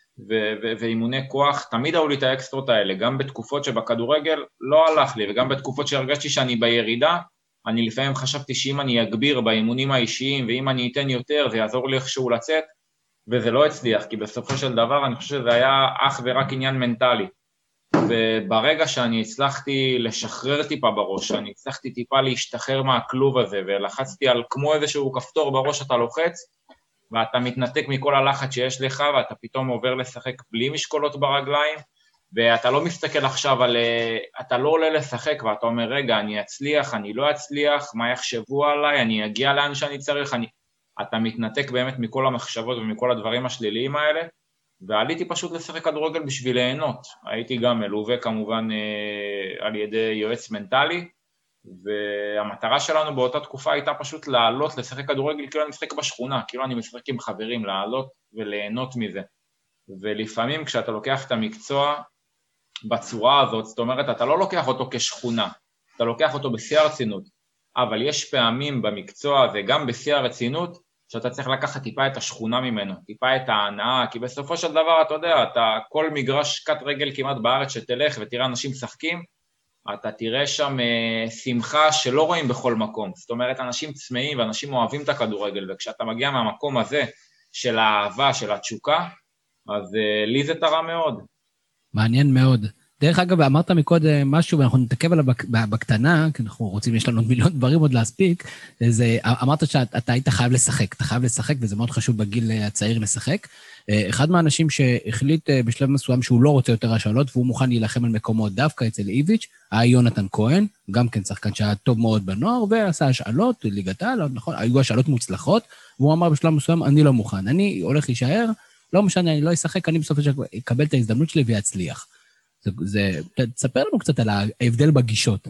ואימוני כוח, תמיד היו לי את האקסטרות האלה, גם בתקופות שבכדורגל לא הלך לי, וגם בתקופות שהרגשתי שאני בירידה, אני לפעמים חשבתי שאם אני אגביר באימונים האישיים, ואם אני אתן יותר, זה יעזור לי איכשהו לצאת, וזה לא הצליח, כי בסופו של דבר אני חושב שזה היה אך ורק עניין מנטלי. וברגע שאני הצלחתי לשחרר טיפה בראש, אני הצלחתי טיפה להשתחרר מהכלוב הזה, ולחצתי על כמו איזשהו כפתור בראש אתה לוחץ, ואתה מתנתק מכל הלחץ שיש לך, ואתה פתאום עובר לשחק בלי משקולות ברגליים, ואתה לא מסתכל עכשיו על, אתה לא עולה לשחק, ואתה אומר, רגע, אני אצליח, אני לא אצליח, מה יחשבו עליי, אני אגיע לאן שאני צריך, אתה מתנתק באמת מכל המחשבות ומכל הדברים השליליים האלה, ועליתי פשוט לשחק כדורגל בשביל ליהנות. הייתי גם מלווה כמובן על ידי יועץ מנטלי, והמטרה שלנו באותה תקופה הייתה פשוט לעלות לשחק כדורגל, כאילו אני משחק בשכונה, כאילו אני משחק עם חברים, לעלות וליהנות מזה. ולפעמים כשאתה לוקח את המקצוע בצורה הזאת, זאת אומרת, אתה לא לוקח אותו כשכונה, אתה לוקח אותו בשיא הרצינות, אבל יש פעמים במקצוע הזה, גם בשיא הרצינות, שאתה צריך לקחת טיפה את השכונה ממנו, טיפה את ההנאה, כי בסופו של דבר, אתה יודע, כל מגרש קט רגל כמעט בארץ שתלך ותראה אנשים משחקים, אתה תראה שם שמחה שלא רואים בכל מקום, זאת אומרת, אנשים צמאים ואנשים אוהבים את הכדורגל, וכשאתה מגיע מהמקום הזה של האהבה, של התשוקה, אז לי זה תרם מאוד. מעניין מאוד. דרך אגב, אמרת מקודם משהו, ואנחנו נתעכב עליו בקטנה, כי אנחנו רוצים, יש לנו מיליון דברים עוד להספיק, אמרת שאתה היית חייב לשחק, אתה חייב לשחק, וזה מאוד חשוב בגיל הצעיר לשחק. אחד מהאנשים שהחליט בשלב מסוים שהוא לא רוצה יותר השאלות, והוא מוכן להילחם על מקומות דווקא אצל איביץ', היה יונתן כהן, גם כן שחקן שהיה טוב מאוד בנוער, ועשה השאלות, ליגת העל, נכון, היו השאלות מוצלחות, והוא אמר בשלב מסוים, אני לא מוכן, אני הולך להישאר, לא משנה, אני לא אשחק, אני בסוף אקבל את ההזדמנות שלי ויצליח. תספר לנו קצת על ההבדל בגישות.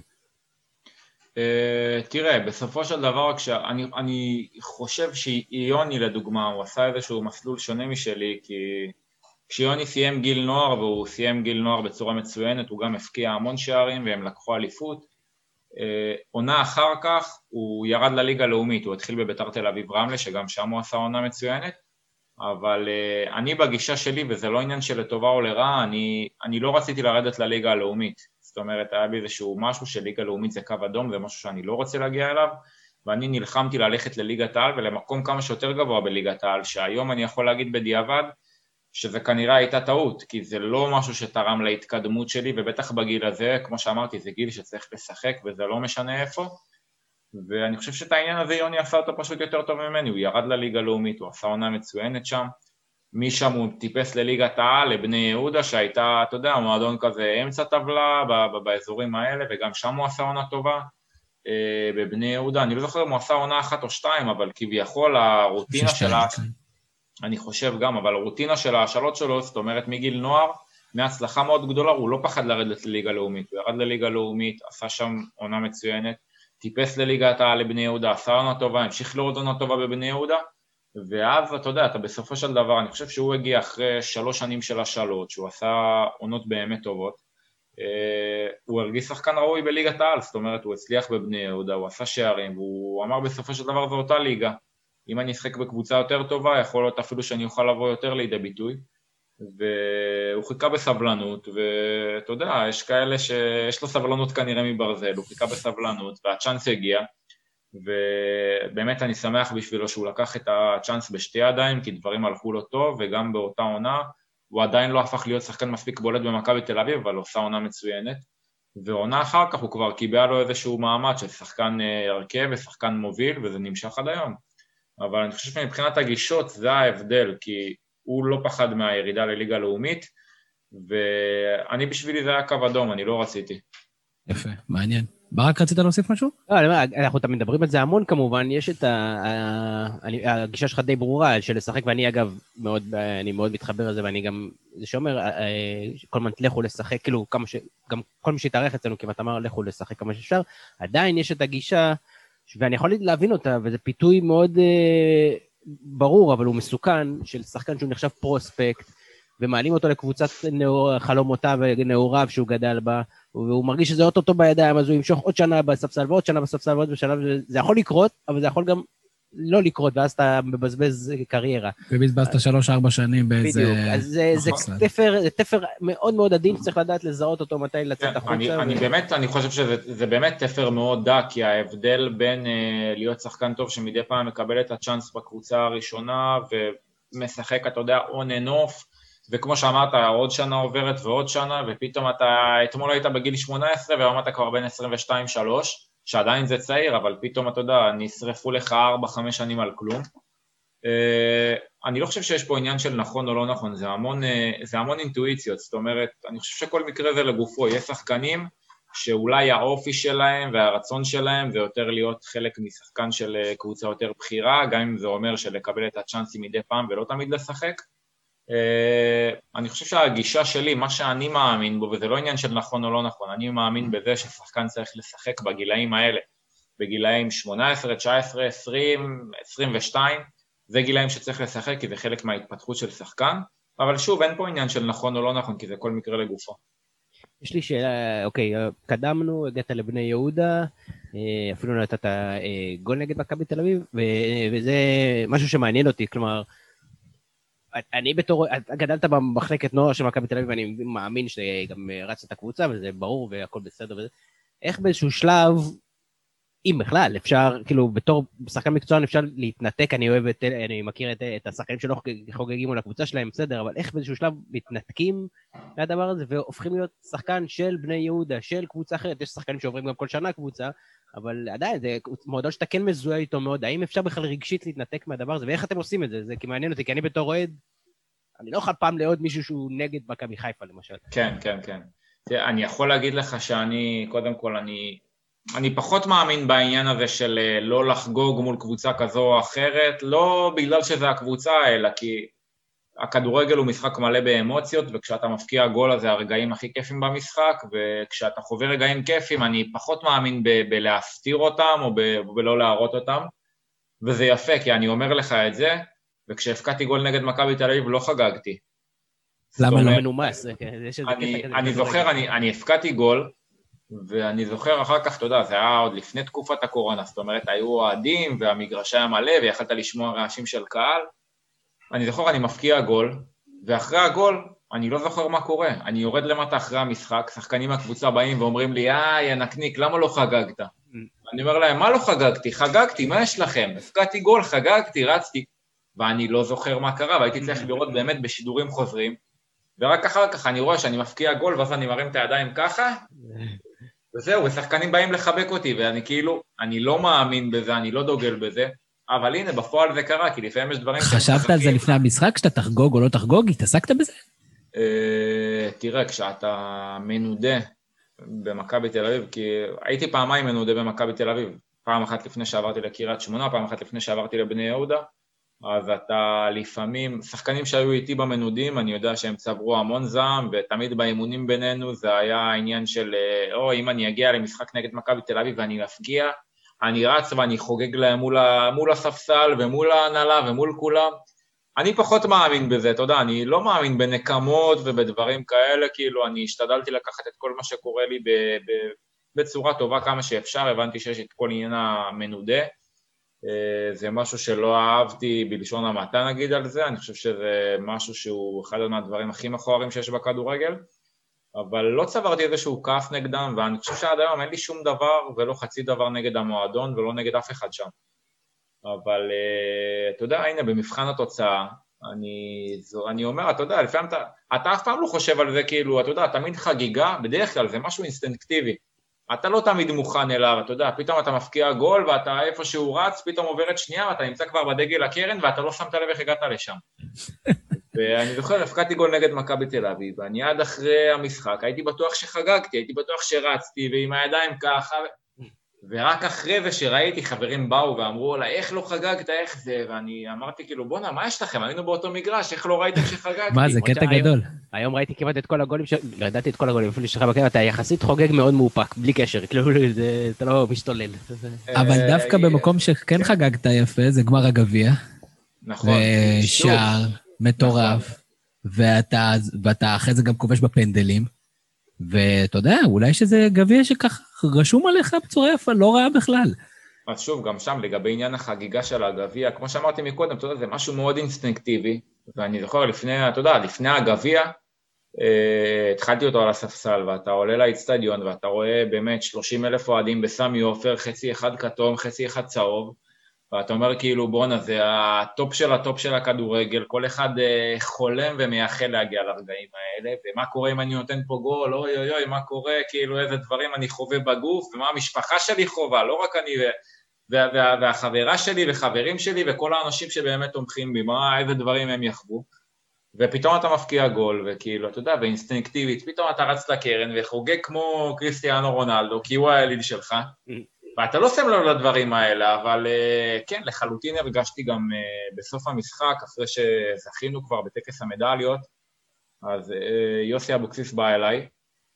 תראה, בסופו של דבר, אני חושב שיוני לדוגמה, הוא עשה איזשהו מסלול שונה משלי, כי כשיוני סיים גיל נוער, והוא סיים גיל נוער בצורה מצוינת, הוא גם הפקיע המון שערים, והם לקחו אליפות. עונה אחר כך, הוא ירד לליגה הלאומית, הוא התחיל בביתר תל אביב רמלה, שגם שם הוא עשה עונה מצוינת, אבל אני בגישה שלי, וזה לא עניין של לטובה או לרע, אני לא רציתי לרדת לליגה הלאומית. זאת אומרת, היה בי איזשהו משהו שליגה לאומית זה קו אדום, זה משהו שאני לא רוצה להגיע אליו, ואני נלחמתי ללכת לליגת העל ולמקום כמה שיותר גבוה בליגת העל, שהיום אני יכול להגיד בדיעבד, שזה כנראה הייתה טעות, כי זה לא משהו שתרם להתקדמות שלי, ובטח בגיל הזה, כמו שאמרתי, זה גיל שצריך לשחק, וזה לא משנה איפה, ואני חושב שאת העניין הזה יוני עשה אותו פשוט יותר טוב ממני, הוא ירד לליגה הלאומית, הוא עשה עונה מצוינת שם, משם הוא טיפס לליגת העל, לבני יהודה, שהייתה, אתה יודע, מועדון כזה אמצע טבלה באזורים האלה, וגם שם הוא עשה עונה טובה, בבני יהודה, אני לא זוכר אם הוא עשה עונה 1 או 2, אבל כביכול הרוטינה שלה, אני חושב גם, אבל הרוטינה של ההשאלות שלו, זאת אומרת מגיל נוער, מהצלחה מאוד גדולה, הוא לא פחד לרדת לליגה לאומית, הוא ירד לליגה לאומית, עשה שם עונה מצוינת, טיפס לליגת העל לבני יהודה, עשה עונה טובה, המשיך לראות עונה טובה בבני יהודה, ואז אתה יודע, אתה בסופו של דבר, אני חושב שהוא הגיע אחרי 3 שנים של השאלות, שהוא עשה עונות באמת טובות, הוא הרגיש שחקן ראוי בליגת העל, זאת אומרת, הוא הצליח בבני יהודה, הוא עשה שערים, והוא אמר בסופו של דבר זו אותה ליגה, אם אני אשחק בקבוצה יותר טובה, יכול להיות אפילו שאני אוכל לבוא יותר לידי ביטוי, והוא חיכה בסבלנות, ואתה יודע, יש כאלה שיש לו סבלנות כנראה מברזל, הוא חיכה בסבלנות, והצ'אנס הגיע, ובאמת אני שמח בשבילו שהוא לקח את הצ'אנס בשתי ידיים, כי דברים הלכו לו טוב, וגם באותה עונה, הוא עדיין לא הפך להיות שחקן מספיק בולט במכבי תל אביב, אבל עושה עונה מצוינת, ועונה אחר כך הוא כבר קיבל לו איזשהו מעמד של שחקן הרכב ושחקן מוביל, וזה נמשך עד היום. אבל אני חושב שמבחינת הגישות זה ההבדל, כי הוא לא פחד מהירידה לליגה לאומית, ואני בשבילי זה היה קו אדום, אני לא רציתי. יפה, מעניין. ברק, רצית להוסיף משהו? לא, אנחנו תמיד מדברים על זה המון כמובן, יש את הגישה שלך די ברורה של לשחק, ואני אגב אני מאוד מתחבר לזה, ואני גם, זה שאומר, כל הזמן לכו לשחק, כאילו גם כל מי שהתארח אצלנו כמעט אמר לכו לשחק כמה שאפשר, עדיין יש את הגישה, ואני יכול להבין אותה, וזה פיתוי מאוד ברור, אבל הוא מסוכן, של שחקן שהוא נחשב פרוספקט, ומעלים אותו לקבוצת חלומותיו ונעוריו שהוא גדל בה, והוא מרגיש שזה אוטוטו בידיים, אז הוא ימשוך עוד שנה בספסל ועוד שנה בספסל ועוד בשלב, זה יכול לקרות, אבל זה יכול גם לא לקרות, ואז אתה מבזבז קריירה. ובזבזת 3-4 שנים באיזה... בדיוק, אז זה תפר מאוד מאוד עדין, שצריך לדעת לזהות אותו מתי לצאת החוצה. אני חושב שזה באמת תפר מאוד דק, כי ההבדל בין להיות שחקן טוב שמדי פעם מקבל את הצ'אנס בקבוצה הראשונה, ומשחק, אתה יודע, on and off, וכמו שאמרת, עוד שנה עוברת ועוד שנה, ופתאום אתמול היית בגיל 18, והיום אתה כבר בין 22-3, שעדיין זה צעיר, אבל פתאום, אתה יודע, נשרפו לך 4-5 שנים על כלום. אני לא חושב שיש פה עניין של נכון או לא נכון, זה המון אינטואיציות, זאת אומרת, אני חושב שכל מקרה זה לגופו, יש שחקנים שאולי האופי שלהם והרצון שלהם, זה יותר להיות חלק משחקן של קבוצה יותר בחירה, גם אם זה אומר שלקבל את הצ'אנסים מדי פעם ולא תמיד לשחק. אני חושב שהגישה שלי, מה שאני מאמין בו, וזה לא עניין של נכון או לא נכון, אני מאמין בזה ששחקן צריך לשחק בגילאים האלה, בגילאים 18, 19, 20, 22, זה גילאים שצריך לשחק, כי זה חלק מההתפתחות של שחקן, אבל שוב, אין פה עניין של נכון או לא נכון, כי זה כל מקרה לגופו. יש לי שאלה, אוקיי, קדמנו, הגעת לבני יהודה, אפילו נתת גול נגד מכבי תל אביב, וזה משהו שמעניין אותי, כלומר, אני בתור, גדלת במחלקת נוער של מכבי תל אביב, ואני מאמין שגם רץ את הקבוצה, וזה ברור, והכל בסדר וזה. איך באיזשהו שלב, אם בכלל, אפשר, כאילו, בתור שחקן מקצוען אפשר להתנתק, אני מכיר את השחקנים שלא חוגגים על הקבוצה שלהם, בסדר, אבל איך באיזשהו שלב מתנתקים מהדבר הזה, והופכים להיות שחקן של בני יהודה, של קבוצה אחרת, יש שחקנים שעוברים גם כל שנה קבוצה, אבל עדיין, זה מועדון שאתה כן מזוהה איתו מאוד, האם אפשר בכלל רגשית להתנתק מהדבר הזה, ואיך אתם עושים את זה? זה כי מעניין אותי, כי אני בתור אוהד, אני לא אוכל פעם לעוד מישהו שהוא נגד מכבי חיפה, למשל. כן. אני יכול להגיד לך שאני, קודם כל, אני פחות מאמין בעניין הזה של לא לחגוג מול קבוצה כזו או אחרת, לא בגלל שזה הקבוצה, אלא כי הכדורגל הוא משחק מלא באמוציות, וכשאתה מפקיע גול הזה הרגעים הכי כיפים במשחק, וכשאתה חווה רגעים כיפים, אני פחות מאמין בלהסתיר אותם, או בלא להראות אותם, וזה יפה, כי אני אומר לך את זה, וכשהפקעתי גול נגד מכבי תל אביב לא חגגתי. למה לא מנומס? אני זוכר, אני הפקעתי גול, ואני זוכר אחר כך, אתה יודע, זה היה עוד לפני תקופת הקורונה, זאת אומרת, היו אוהדים, והמגרש היה מלא, ויכלת לשמוע רעשים של קהל. אני זוכר, אני מפקיע גול, ואחרי הגול, אני לא זוכר מה קורה. אני יורד למטה אחרי המשחק, שחקנים מהקבוצה באים ואומרים לי, ינקניק, למה לא חגגת? אני אומר להם, מה לא חגגתי? חגגתי, מה יש לכם? הפקעתי גול, חגגתי, רצתי, ואני לא זוכר מה קרה, והייתי צריך לראות באמת בשידורים חוזרים, ורק אחר כך אני רואה שאני מפקיע גול, ואז אני מרים את הידיים ככה, וזהו, ושחקנים באים לחבק אותי, ואני כאילו, אני לא מאמין בזה, אני לא דוגל בזה, אבל הנה, בפועל זה קרה, כי לפעמים יש דברים... חשבת על זה לפני המשחק, שאתה תחגוג או לא תחגוג? התעסקת בזה? תראה, כשאתה מנודה במכבי תל אביב, כי הייתי פעמיים מנודה במכבי תל אביב, פעם אחת לפני שעברתי לקריית שמונה, פעם אחת לפני שעברתי לבני יהודה, אז אתה לפעמים, שחקנים שהיו איתי במנודים, אני יודע שהם צברו המון זעם, ותמיד באימונים בינינו זה היה העניין של, אם אני אגיע למשחק נגד מכבי תל אביב ואני אפגיע, אני רץ ואני חוגג להם מול הספסל ומול ההנהלה ומול כולם. אני פחות מאמין בזה, אתה יודע, אני לא מאמין בנקמות ובדברים כאלה, כאילו אני השתדלתי לקחת את כל מה שקורה לי בצורה טובה כמה שאפשר, הבנתי שיש את כל עניין המנודה, זה משהו שלא אהבתי בלשון המעטה נגיד על זה, אני חושב שזה משהו שהוא אחד מהדברים הכי מכוערים שיש בכדורגל, אבל לא צברתי איזשהו כעס נגדם, ואני חושב שעד היום אין לי שום דבר ולא חצי דבר נגד המועדון ולא נגד אף אחד שם. אבל אתה יודע, הנה, במבחן התוצאה, אני אומר, אתה יודע, לפעמים אתה אף פעם לא חושב על זה, כאילו, אתה יודע, תמיד חגיגה, בדרך כלל זה משהו אינסטינקטיבי. אתה לא תמיד מוכן אליו, אתה יודע, פתאום אתה מפקיע גול, ואתה איפה שהוא רץ, פתאום עוברת שנייה, ואתה נמצא כבר בדגל הקרן, ואתה לא שמת לב איך הגעת לשם. ואני זוכר, הפקעתי גול נגד מכבי תל אביב, ואני עד אחרי המשחק, הייתי בטוח שחגגתי, הייתי בטוח שרצתי, ועם הידיים ככה, ורק אחרי זה שראיתי, חברים באו ואמרו לה, איך לא חגגת, איך זה, ואני אמרתי כאילו, בונה, מה יש לכם? היינו באותו מגרש, איך לא ראיתם שחגגתי? מה זה, קטע גדול. היום ראיתי כמעט את כל הגולים, לא ידעתי את כל הגולים, אפילו שלך בקרב, אתה יחסית חוגג מאוד מאופק, בלי קשר, כאילו, אתה לא משתולל. אבל דווקא במקום שכן חגגת יפה, זה גמר הגביע. נכון. ושער מטורף, ואתה אחרי זה גם כובש בפנדלים, ואתה יודע, אולי שזה גביע שכך רשום עליך בצורה יפה, לא רעה בכלל. אז שוב, גם שם, לגבי עניין החגיגה של הגביע, כמו שאמרתי מקודם, אתה יודע, זה משהו מאוד אינסטינקטיבי, ואני זוכר לפני, אתה יודע, לפני הגביע, התחלתי אותו על הספסל, ואתה עולה לאצטדיון, ואתה רואה באמת 30,000 אוהדים בסמי עופר, חצי אחד כתום, חצי אחד צהוב, ואתה אומר כאילו בונה, זה הטופ של הכדורגל, כל אחד חולם ומייחל להגיע לרגעים האלה, ומה קורה אם אני נותן פה גול, אוי אוי אוי, מה קורה, כאילו איזה דברים אני חווה בגוף, ומה המשפחה שלי חווה, לא רק אני והחברה שלי וחברים שלי, וכל האנשים שבאמת תומכים בי, איזה דברים הם יחוו, ופתאום אתה מפקיע גול, וכאילו, אתה יודע, ואינסטינקטיבית, פתאום אתה רץ לקרן וחוגג כמו קריסטיאנו רונלדו, כי הוא האליל שלך, ואתה לא שם לב לדברים האלה, אבל כן, לחלוטין הרגשתי גם בסוף המשחק, אחרי שזכינו כבר בטקס המדליות, אז יוסי אבוקסיס בא אליי,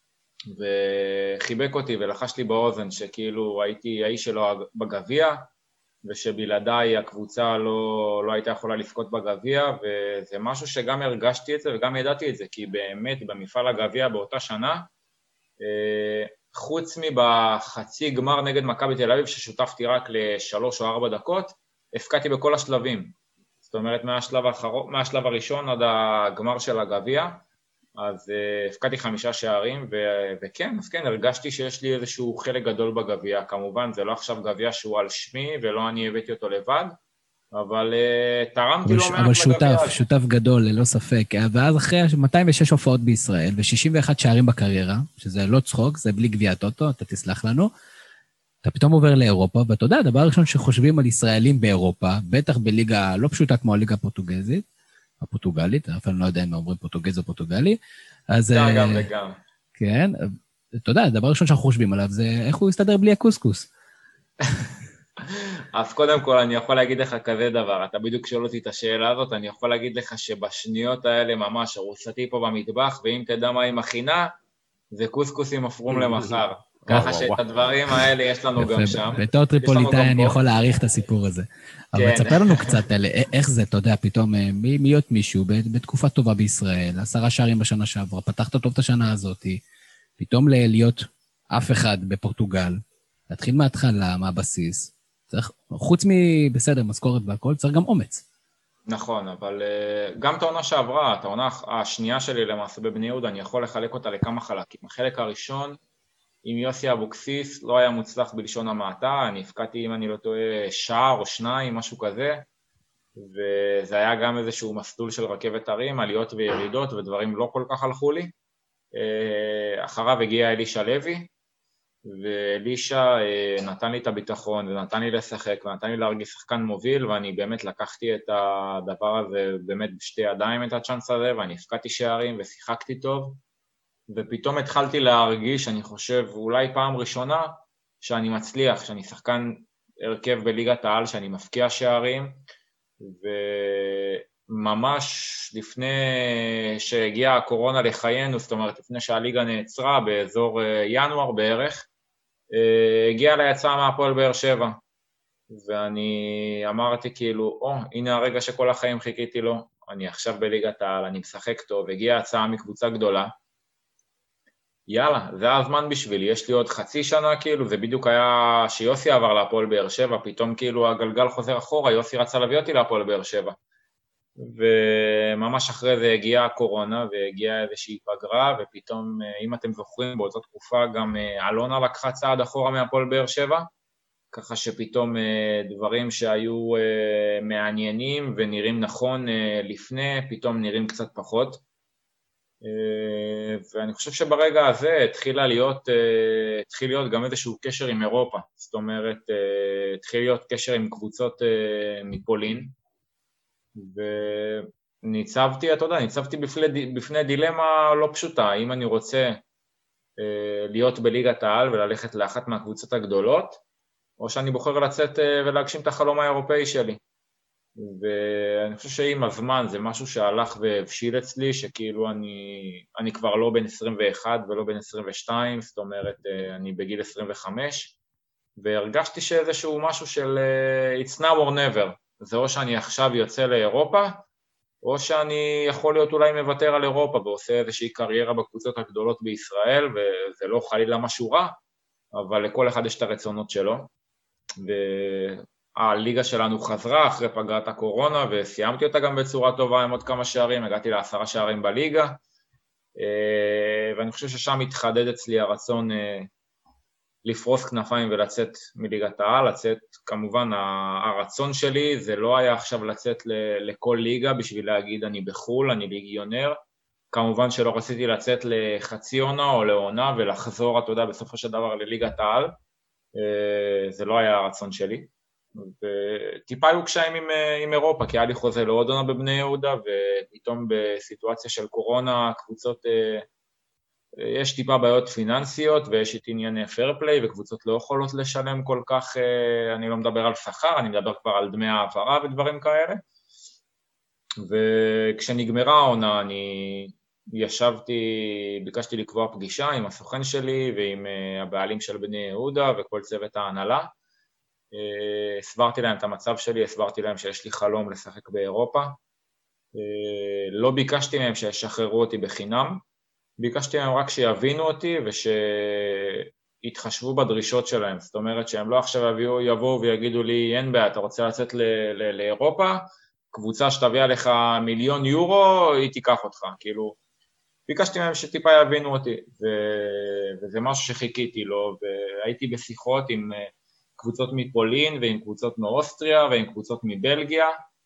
וחיבק אותי ולחש לי באוזן שכאילו הייתי האיש שלו בגביע, ושבלעדיי הקבוצה לא הייתה יכולה לזכות בגביע, וזה משהו שגם הרגשתי את זה וגם ידעתי את זה, כי באמת במפעל הגביע באותה שנה, חוץ מבחצי גמר נגד מכבי תל אביב, ששותפתי רק ל3 או 4 דקות, הפקעתי בכל השלבים. זאת אומרת, מהשלב הראשון עד הגמר של הגביע, אז הפקעתי 5 שערים, וכן, אז כן, הרגשתי שיש לי איזשהו חלק גדול בגביע. כמובן, זה לא עכשיו גביע שהוא על שמי, ולא אני הבאתי אותו לבד, אבל תרמתי לא מעט לגביע. אבל שותף גדול, ללא ספק. ואז אחרי 206 הופעות בישראל, ו61 שערים בקריירה, שזה לא צחוק, זה בלי גביע טוטו, אתה תסלח לנו, אתה פתאום עובר לאירופה, ואתה יודע, הדבר הראשון שחושבים על ישראלים באירופה, בטח בליגה לא פשוטה כמו הליגה הפורטוגלית, אף אני לא יודע אם אומרים פורטוגז או פורטוגלי, אז... גם וגם. כן, אתה יודע, הדבר הראשון שאנחנו חושבים עליו זה איך הוא יסתדר בלי הקוסקוס. אז קודם כל אני יכול להגיד לך כזה דבר, אתה בדיוק שואל אותי את השאלה הזאת, אני יכול להגיד לך שבשניות האלה ממש ארוסתי פה במטבח, ואם תדע מה היא מכינה, זה קוסקוסים מפרום למחר. ככה שאת הדברים האלה יש לנו גם שם. בתור טריפוליטאי אני יכול להעריך את הסיפור הזה. אבל תספר לנו קצת על איך זה, אתה יודע, פתאום להיות מישהו בתקופה טובה בישראל, 10 שערים בשנה שעברה, פתחת טוב את השנה הזאת, פתאום להיות אף אחד בפורטוגל, להתחיל מההתחלה, מהבסיס, צריך, חוץ מבסדר, משכורת והכל, צריך גם אומץ. נכון, אבל גם את העונה שעברה, את העונה השנייה שלי למעשה בבני יהודה, אני יכול לחלק אותה לכמה חלקים. החלק הראשון, עם יוסי אבוקסיס, לא היה מוצלח בלשון המעטה, אני הפקעתי, אם אני לא טועה, שער או 2, משהו כזה, וזה היה גם איזשהו מסלול של רכבת הרים, עליות וירידות, ודברים לא כל כך הלכו לי. אחריו הגיע אלישע לוי, ואלישה נתן לי את הביטחון, ונתן לי לשחק, ונתן לי להרגיש שחקן מוביל, ואני באמת לקחתי את הדבר הזה, באמת בשתי ידיים את הצ'אנס הזה, ואני הפקעתי שערים ושיחקתי טוב, ופתאום התחלתי להרגיש, אני חושב, אולי פעם ראשונה, שאני מצליח, שאני שחקן הרכב בליגת העל, שאני מפקיע שערים, וממש לפני שהגיעה הקורונה לחיינו, זאת אומרת, לפני שהליגה נעצרה, באזור ינואר בערך, הגיעה ליצאה מהפועל באר שבע, ואני אמרתי כאילו, הנה הרגע שכל החיים חיכיתי לו, אני עכשיו בליגת העל, אני משחק טוב, הגיעה הצעה מקבוצה גדולה, יאללה, זה הזמן בשבילי, יש לי עוד חצי שנה כאילו, זה בדיוק היה שיוסי עבר להפועל באר שבע, פתאום כאילו הגלגל חוזר אחורה, יוסי רצה להביא אותי להפועל באר שבע, וממש אחרי זה הגיעה הקורונה, והגיעה איזושהי פגרה, ופתאום, אם אתם זוכרים, באותה תקופה גם אלונה לקחה צעד אחורה מהפועל באר שבע, ככה שפתאום דברים שהיו מעניינים ונראים נכון לפני, פתאום נראים קצת פחות, ואני חושב שברגע הזה התחיל להיות גם איזשהו קשר עם אירופה, זאת אומרת, התחיל להיות קשר עם קבוצות מפולין, וניצבתי, אתה יודע, ניצבתי בפני דילמה לא פשוטה, אם אני רוצה להיות בליגת העל וללכת לאחת מהקבוצות הגדולות, או שאני בוחר לצאת ולהגשים את החלום האירופאי שלי. ואני חושב שעם הזמן זה משהו שהלך והבשיל אצלי, שכאילו אני כבר לא בן 21 ולא בן 22, זאת אומרת, אני בגיל 25, והרגשתי שאיזשהו משהו של it's now or never, זה או שאני עכשיו יוצא לאירופה, או שאני יכול להיות אולי מוותר על אירופה, ועושה איזושהי קריירה בקבוצות הגדולות בישראל, וזה לא חלילה משהו רע, אבל לכל אחד יש את הרצונות שלו, הליגה שלנו חזרה אחרי פגרת הקורונה, וסיימתי אותה גם בצורה טובה עם עוד כמה שערים, הגעתי ל10 שערים בליגה, ואני חושב ששם התחדד אצלי הרצון לפרוס כנפיים ולצאת מליגת העל, לצאת, כמובן הרצון שלי זה לא היה עכשיו לצאת לכל ליגה בשביל להגיד אני בחול, אני ליגיונר, כמובן שלא רציתי לצאת לחצי עונה או לעונה ולחזור, אתה יודע, בסופו של דבר לליגת העל, זה לא היה הרצון שלי. וטיפה היו קשיים עם אירופה, כי היה לי חוזה לעוד עונה בבני יהודה, ופתאום בסיטואציה של קורונה, קבוצות, יש טיפה בעיות פיננסיות, ויש את עניין פייר פליי, וקבוצות לא יכולות לשלם כל כך, אני לא מדבר על שכר, אני מדבר כבר על דמי העברה ודברים כאלה, וכשנגמרה העונה, אני ביקשתי לקבוע פגישה עם הסוכן שלי, ועם הבעלים של בני יהודה, וכל צוות ההנהלה, הסברתי להם את המצב שלי, הסברתי להם שיש לי חלום לשחק באירופה, לא ביקשתי להם שישחררו אותי בחינם, ביקשתי להם רק שיבינו אותי ושיתחשבו בדרישות שלהם, זאת אומרת שהם לא עכשיו יבואו ויגידו לי, אין בעיה, אתה רוצה לצאת לאירופה, קבוצה שתביא לך 1,000,000 יורו, היא תיקח אותך, כאילו, ביקשתי להם שטיפה יבינו אותי, וזה משהו שחיכיתי לו, והייתי בשיחות עם קבוצות מפולין, ועם קבוצות מאוסטריה, ועם קבוצות מבלגיה,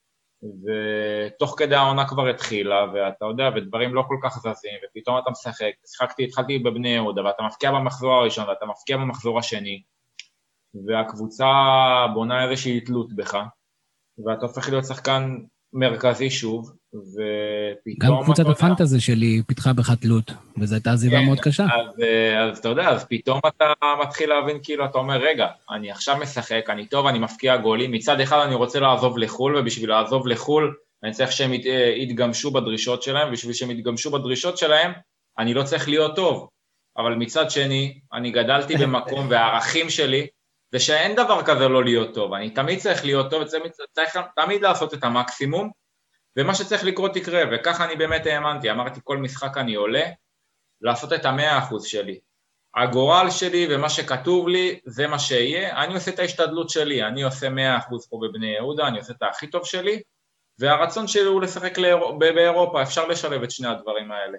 ותוך כדי העונה כבר התחילה, ואתה יודע, ודברים לא כל כך זזים, ופתאום אתה משחק, התחלתי בבני יהודה, ואתה מפקיע במחזור הראשון, ואתה מפקיע במחזור השני, והקבוצה בונה איזושהי תלות בך, ואתה הופך להיות שחקן מרכזי שוב, ופתאום... גם קבוצת הפנטזי שלי פיתחה בך תלות, וזו הייתה עזיבה מאוד קשה. אז אתה יודע, אז פתאום אתה מתחיל להבין, כאילו, אתה אומר, רגע, אני עכשיו משחק, אני טוב, אני מפקיע גולים, מצד אחד אני רוצה לעזוב לחול, ובשביל לעזוב לחול, אני צריך שהם יתגמשו בדרישות שלהם, ובשביל שהם יתגמשו בדרישות שלהם, אני לא צריך להיות טוב. אבל מצד שני, אני גדלתי במקום, והערכים שלי, זה שאין דבר כזה לא להיות טוב, אני תמיד צריך להיות טוב, צריך תמיד לעשות את המקסימום, ומה שצריך לקרות יקרה, וככה אני באמת האמנתי, אמרתי כל משחק אני עולה, לעשות את 100% שלי, הגורל שלי ומה שכתוב לי, זה מה שיהיה, אני עושה את ההשתדלות שלי, אני עושה 100% פה בבני יהודה, אני עושה את הכי טוב שלי, והרצון שלי הוא לשחק באירופה, אפשר לשלב את שני הדברים האלה.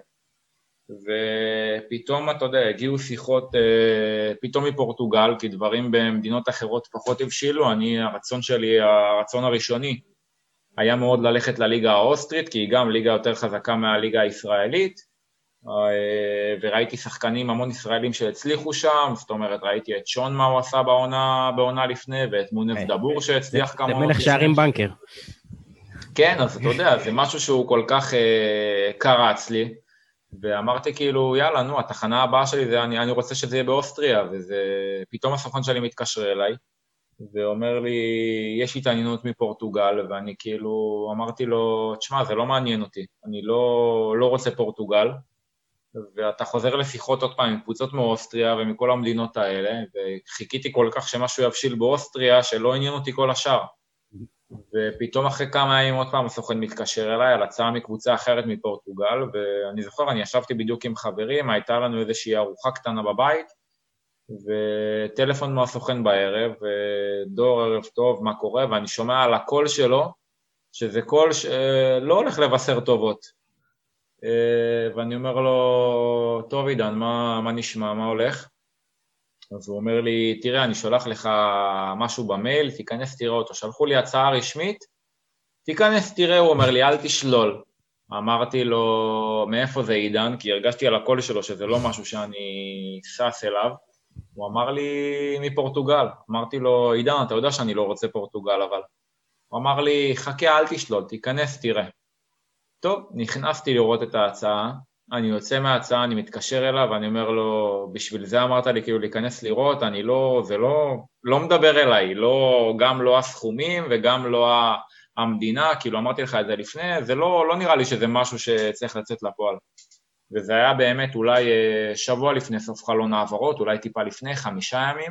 ופתאום, אתה יודע, הגיעו שיחות פתאום מפורטוגל, כי דברים במדינות אחרות פחות הבשילו, הרצון הראשוני היה מאוד ללכת לליגה האוסטרית, כי היא גם ליגה יותר חזקה מהליגה הישראלית, וראיתי שחקנים, המון ישראלים שהצליחו שם, זאת אומרת, ראיתי את שון מה הוא עשה בעונה לפני, ואת מונף דבור שהצליח כמה... זה מלך שערים בנקר. כן, אז אתה יודע, זה משהו שהוא כל כך קרץ לי, ואמרתי כאילו, יאללה, נו, התחנה הבאה שלי זה, אני רוצה שזה יהיה באוסטריה, וזה, פתאום הסוכן שלי מתקשר אליי, ואומר לי, יש התעניינות מפורטוגל, ואני כאילו, אמרתי לו, תשמע, זה לא מעניין אותי, אני לא רוצה פורטוגל, ואתה חוזר לשיחות עוד פעם עם קבוצות מאוסטריה ומכל המדינות האלה, וחיכיתי כל כך שמשהו יבשיל באוסטריה, שלא עניין אותי כל השאר. ופתאום אחרי כמה ימים עוד פעם הסוכן מתקשר אליי על הצעה מקבוצה אחרת מפורטוגל, ואני זוכר, אני ישבתי בדיוק עם חברים, הייתה לנו איזושהי ארוחה קטנה בבית, וטלפון מהסוכן בערב, דור ערב טוב, מה קורה, ואני שומע על הקול שלו, שזה קול שלא הולך לבשר טובות. ואני אומר לו, טוב עידן, מה נשמע, מה הולך? אז הוא אומר לי, תראה, אני שולח לך משהו במייל, תיכנס תראה אותו. שלחו לי הצעה רשמית, תיכנס תראה, הוא אומר לי, אל תשלול. אמרתי לו, מאיפה זה עידן? כי הרגשתי על הקול שלו שזה לא משהו שאני סס אליו. הוא אמר לי, מפורטוגל. אמרתי לו, עידן, אתה יודע שאני לא רוצה פורטוגל, אבל... הוא אמר לי, חכה, אל תשלול, תיכנס תראה. טוב, נכנסתי לראות את ההצעה, אני יוצא מההצעה, אני מתקשר אליו, ואני אומר לו, בשביל זה אמרת לי כאילו להיכנס לראות, זה לא מדבר אליי, גם לא הסכומים וגם לא המדינה, כאילו אמרתי לך את זה לפני, זה לא נראה לי שזה משהו שצריך לצאת לפועל. וזה היה באמת אולי שבוע לפני סוף חלון העברות, אולי טיפה לפני 5 ימים,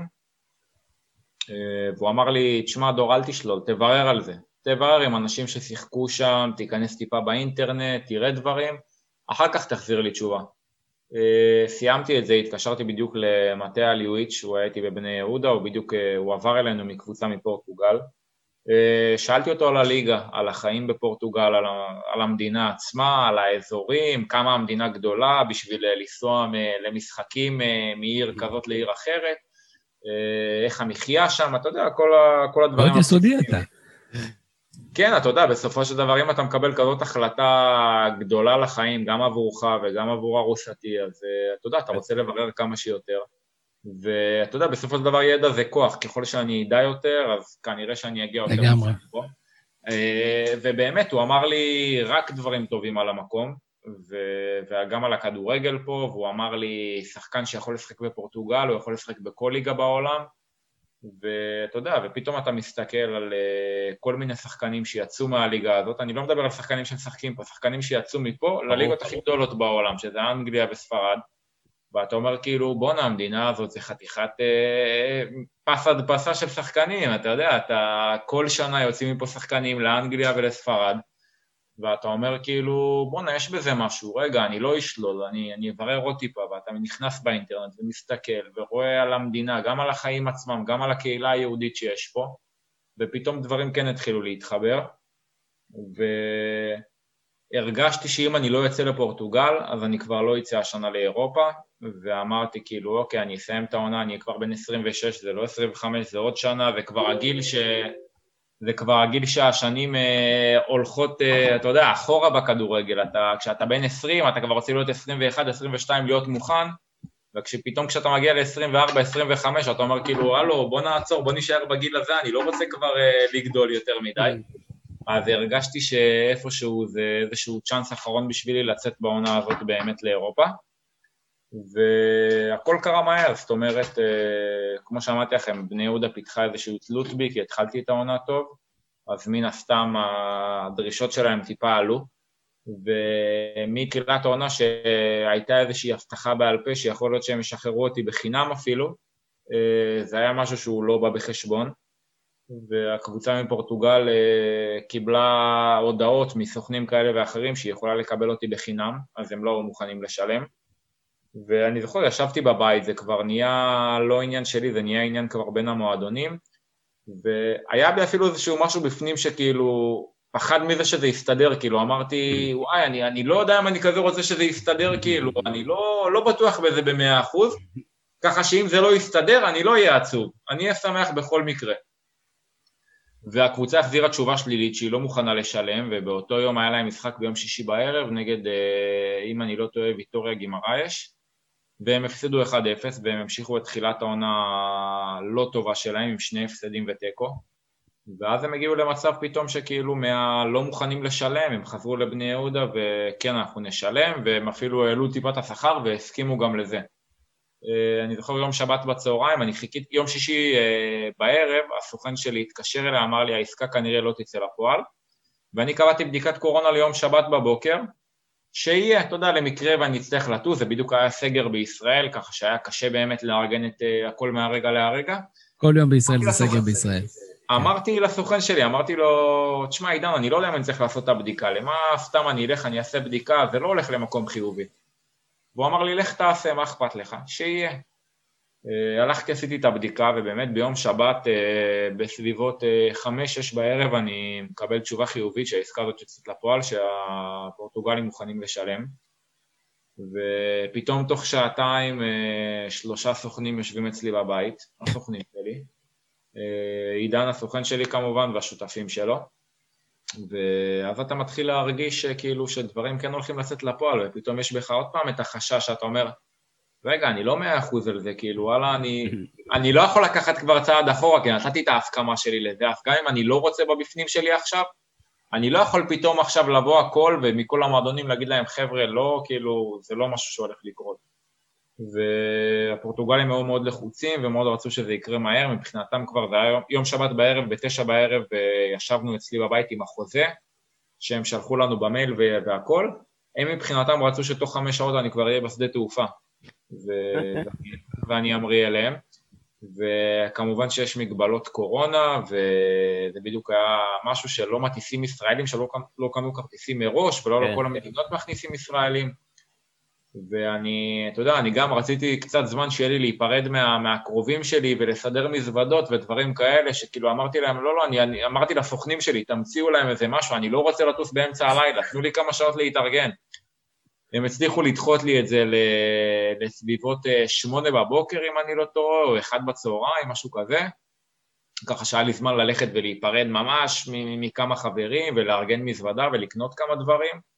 והוא אמר לי, תשמע דור, אל תשלול, תברר על זה. תברר עם אנשים ששיחקו שם, תיכנס טיפה באינטרנט, תראה דברים, אחר כך תחזיר לי תשובה. סיימתי את זה, התקשרתי בדיוק למטה אליוויץ', הוא הייתי בבני יהודה, הוא עבר אלינו מקבוצה מפורטוגל. שאלתי אותו על הליגה, על החיים בפורטוגל, על המדינה עצמה, על האזורים, כמה המדינה גדולה בשביל לנסוע למשחקים מעיר כזאת לעיר אחרת, איך המחיה שם, אתה יודע, כל הדברים. מאוד יסודי אתה. כן, אתה יודע, בסופו של דבר, אם אתה מקבל כזאת החלטה גדולה לחיים, גם עבורך וגם עבור ארוסתי, אז אתה יודע, אתה רוצה לברר כמה שיותר, ואתה יודע, בסופו של דבר ידע זה כוח, ככל שאני אדע יותר, אז כנראה שאני אגיע יותר. לגמרי. ובאמת, הוא אמר לי רק דברים טובים על המקום, וגם על הכדורגל פה, והוא אמר לי, שחקן שיכול לשחק בפורטוגל, הוא יכול לשחק בכל ליגה בעולם, ואתה יודע, ופתאום אתה מסתכל על כל מיני שחקנים שיצאו מהליגה הזאת, אני לא מדבר על שחקנים שמשחקים פה, שחקנים שיצאו מפה לליגות הכי גדולות בעולם, שזה אנגליה וספרד, ואתה אומר כאילו, בונה, המדינה הזאת זה חתיכת פס הדפסה של שחקנים, אתה יודע, כל שנה יוצאים מפה שחקנים לאנגליה ולספרד, ואתה אומר כאילו, בונה, יש בזה משהו, רגע, אני לא אשלול, אני אברר עוד טיפה, ואתה נכנס באינטרנט ומסתכל ורואה על המדינה, גם על החיים עצמם, גם על הקהילה היהודית שיש פה, ופתאום דברים כן התחילו להתחבר, והרגשתי שאם אני לא יוצא לפורטוגל, אז אני כבר לא יצא השנה לאירופה, ואמרתי כאילו, אוקיי, אני אסיים את העונה, אני כבר בן 26, זה לא 25, זה עוד שנה, זה כבר הגיל שהשנים הולכות, אתה יודע, אחורה בכדורגל, כשאתה בן 20, אתה כבר רוצה להיות 21, 22, להיות מוכן, וכשפתאום כשאתה מגיע ל-24, 25, אתה אומר כאילו, הלו, בוא נעצור, בוא נשאר בגיל הזה, אני לא רוצה כבר לגדול יותר מדי. אז הרגשתי שאיפשהו זה איזשהו צ'אנס אחרון בשבילי לצאת בעונה הזאת באמת לאירופה, והכל קרה מהר, זאת אומרת, כמו שאמרתי לכם, בני יהודה פיתחה איזשהו תלות בי, כי התחלתי את העונה טוב, אז מן הסתם הדרישות שלהם טיפה עלו, ומתחילת העונה שהייתה איזושהי הבטחה בעל פה, שיכול להיות שהם ישחררו אותי בחינם אפילו, זה היה משהו שהוא לא בא בחשבון, והקבוצה מפורטוגל קיבלה הודעות מסוכנים כאלה ואחרים, שהיא יכולה לקבל אותי בחינם, אז הם לא מוכנים לשלם, ואני זוכר, ישבתי בבית, זה כבר נהיה לא עניין שלי, זה נהיה עניין כבר בין המועדונים, והיה בי אפילו איזשהו משהו בפנים שכאילו, פחד מזה שזה יסתדר, כאילו אמרתי, וואי, אני לא יודע אם אני כזה רוצה שזה יסתדר, כאילו, אני לא בטוח בזה ב100%, ככה שאם זה לא יסתדר, אני לא אהיה עצוב, אני אהיה שמח בכל מקרה. והקבוצה החזירה תשובה שלילית שהיא לא מוכנה לשלם, ובאותו יום היה להם משחק ביום שישי בערב נגד, אם אני לא טועה, ויטוריה גימרייש, והם הפסידו 1-0, והם המשיכו את תחילת העונה לא טובה שלהם עם 2 הפסדים וטקו, ואז הם הגיעו למצב פתאום שכאילו לא מוכנים לשלם, הם חזרו לבני יהודה וכן אנחנו נשלם, והם אפילו העלו טיפת השכר והסכימו גם לזה. אני זוכר יום שבת בצהריים, אני חיכיתי, יום שישי בערב, הסוכן שלי התקשר אליה, אמר לי, העסקה כנראה לא תצא לפועל, ואני קבעתי בדיקת קורונה ליום שבת בבוקר, שיהיה, אתה יודע, למקרה ואני אצטרך לטוס, זה בדיוק היה סגר בישראל, ככה שהיה קשה באמת לארגן את הכל מהרגע להרגע. כל יום בישראל זה סגר בישראל. אמרתי לסוכן שלי, אמרתי לו, תשמע עידן, אני לא יודע אם אני צריך לעשות את הבדיקה, למה סתם אני אלך, אני אעשה בדיקה, זה לא הולך למקום חיובי. והוא אמר לי, לך תעשה, מה אכפת לך? שיהיה. הלכתי, עשיתי את הבדיקה, ובאמת ביום שבת, בסביבות 5-6 בערב, אני מקבל תשובה חיובית שהעסקה הזאת יוצאת לפועל, שהפורטוגלים מוכנים לשלם. ופתאום תוך שעתיים, 3 סוכנים יושבים אצלי בבית, הסוכנים שלי. עידן הסוכן שלי כמובן, והשותפים שלו. ואז אתה מתחיל להרגיש כאילו שדברים כן הולכים לצאת לפועל, ופתאום יש בך עוד פעם את החשש שאתה אומר, רגע, אני לא 100% על זה, כאילו, וואלה, אני לא יכול לקחת כבר צעד אחורה, כי נתתי את ההסכמה שלי לזה, אז גם אם אני לא רוצה בבפנים שלי עכשיו, אני לא יכול פתאום עכשיו לבוא הכל, ומכל המועדונים להגיד להם, חבר'ה, לא, כאילו, זה לא משהו שהולך לקרות. והפורטוגלים מאוד מאוד לחוצים, ומאוד רצו שזה יקרה מהר, מבחינתם כבר זה היה יום שבת בערב, ב9 בערב, וישבנו אצלי בבית עם החוזה, שהם שלחו לנו במייל והכל, הם מבחינתם רצו שתוך 5 שעות אני כבר אהיה בשדה תעופה, ואני אמריא אליהם, וכמובן שיש מגבלות קורונה, וזה בדיוק היה משהו שלא מטיסים ישראלים, שלא קנו כרטיסים מראש, ולא לכל המדינות מכניסים ישראלים, ואני, אתה יודע, אני גם רציתי קצת זמן שיהיה לי להיפרד מהקרובים שלי ולסדר מזוודות ודברים כאלה, שכאילו אמרתי להם, לא, אני אמרתי לסוכנים שלי, תמציאו להם איזה משהו, אני לא רוצה לטוס באמצע הלילה, תנו לי כמה שעות להתארגן. הם הצליחו לדחות לי את זה לסביבות 8 בבוקר, אם אני לא טועה, או 1 בצהריים, משהו כזה, ככה שהיה לי זמן ללכת ולהיפרד ממש מכמה חברים, ולארגן מזוודה ולקנות כמה דברים.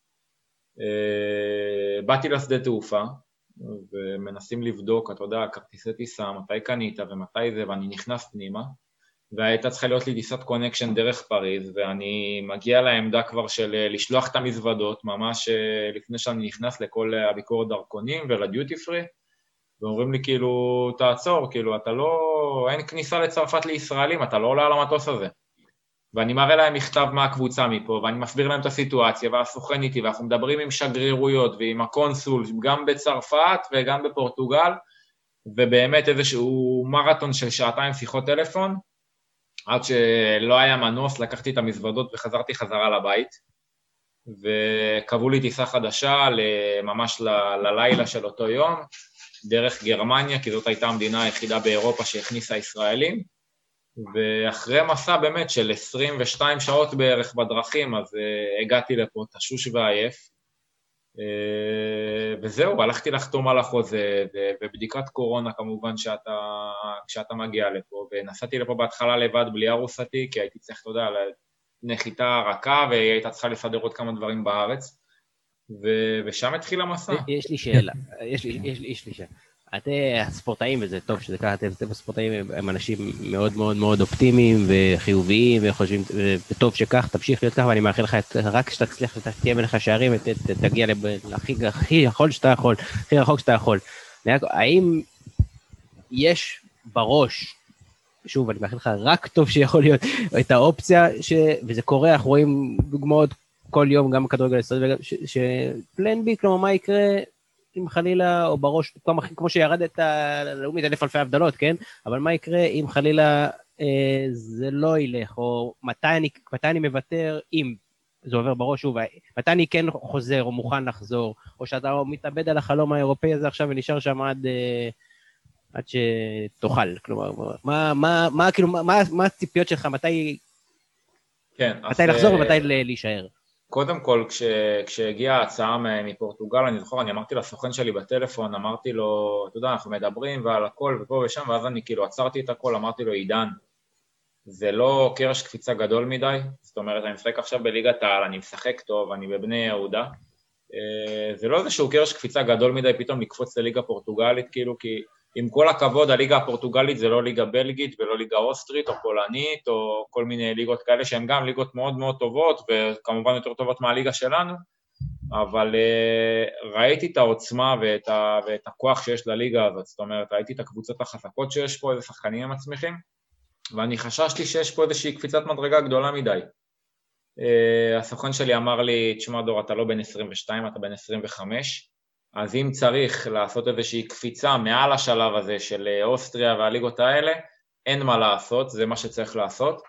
באתי לשדה תעופה, ומנסים לבדוק, אתה יודע, כרטיסי טיסה, מתי קנית ומתי זה, ואני נכנס פנימה, והייתה צריכה להיות לי טיסת קונקשן דרך פריז, ואני מגיע לעמדה כבר של לשלוח את המזוודות, ממש לפני שאני נכנס לכל הביקורת דרכונים ולדיוטי פרי, ואומרים לי כאילו, תעצור, כאילו, אתה לא, אין כניסה לצרפת לישראלים, אתה לא עולה על המטוס הזה. ואני מראה להם מכתב מהקבוצה מפה, ואני מסביר להם את הסיטואציה, והסוכן איתי, ואנחנו מדברים עם שגרירויות ועם הקונסול, גם בצרפת וגם בפורטוגל, ובאמת איזשהו מרתון של 2 שיחות טלפון, עד שלא היה מנוס, לקחתי את המזוודות וחזרתי חזרה לבית, וקבעו לי טיסה חדשה ממש ללילה של אותו יום, דרך גרמניה, כי זאת הייתה המדינה היחידה באירופה שהכניסה ישראלים, ואחרי מסע באמת של 22 שעות בערך בדרכים, אז הגעתי לפה תשוש ועייף, וזהו, הלכתי לחתום על החוזה, ובדיקת קורונה כמובן כשאתה מגיע לפה, ונסעתי לפה בהתחלה לבד בלי ארוסתי, כי הייתי צריך, אתה יודע, נחיתה רכה, והיא הייתה צריכה לסדר עוד כמה דברים בארץ, ושם התחיל המסע. יש לי שאלה, יש לי שאלה. אתם הספורטאים, וזה טוב שזה ככה, אתם הספורטאים הם אנשים מאוד מאוד מאוד אופטימיים וחיוביים, וחושבים, וטוב שכך, תמשיך להיות ככה, ואני מאחל לך רק שתצליח, תהיה מלך שערים, ותגיע הכי יכול שאתה יכול, הכי רחוק שאתה יכול. האם יש בראש, שוב, אני מאחל לך רק טוב שיכול להיות, את האופציה, וזה קורה, אנחנו רואים דוגמאות כל יום, גם בכדורגל הישראלי, שפלן בי, כלומר, מה יקרה, אם חלילה, או בראש, כמו שירדת ללאומית, 1,000 אלפי הבדלות, כן? אבל מה יקרה אם חלילה זה לא ילך, או מתי אני מוותר, אם זה עובר בראש, מתי אני כן חוזר, או מוכן לחזור, או שאתה מתאבד על החלום האירופאי הזה עכשיו, ונשאר שם עד שתאכל, כלומר, מה הציפיות שלך, מתי לחזור ומתי להישאר? קודם כל, כשהגיעה ההצעה מפורטוגל, אני זוכר, אני אמרתי לסוכן שלי בטלפון, אמרתי לו, אתה יודע, אנחנו מדברים ועל הכל ופה ושם, ואז אני כאילו עצרתי את הכל, אמרתי לו, עידן, זה לא קרש קפיצה גדול מדי, זאת אומרת, אני משחק עכשיו בליגת העל, אני משחק טוב, אני בבני יהודה, זה לא איזשהו קרש קפיצה גדול מדי פתאום לקפוץ לליגה פורטוגלית, כאילו, כי עם כל הכבוד, הליגה הפורטוגלית זה לא ליגה בלגית ולא ליגה אוסטרית או פולנית או כל מיני ליגות כאלה שהן גם ליגות מאוד מאוד טובות וכמובן יותר טובות מהליגה שלנו, אבל ראיתי את העוצמה ואת הכוח שיש לליגה הזאת, זאת אומרת, ראיתי את הקבוצות החזקות שיש פה, איזה שחקנים הם מצמיחים, ואני חששתי שיש פה איזושהי קפיצת מדרגה גדולה מדי. הסוכן שלי אמר לי, תשמע דור, אתה לא בן 22, אתה בן 25, אז אם צריך לעשות איזושהי קפיצה מעל השלב הזה של אוסטריה והליגות האלה, אין מה לעשות, זה מה שצריך לעשות,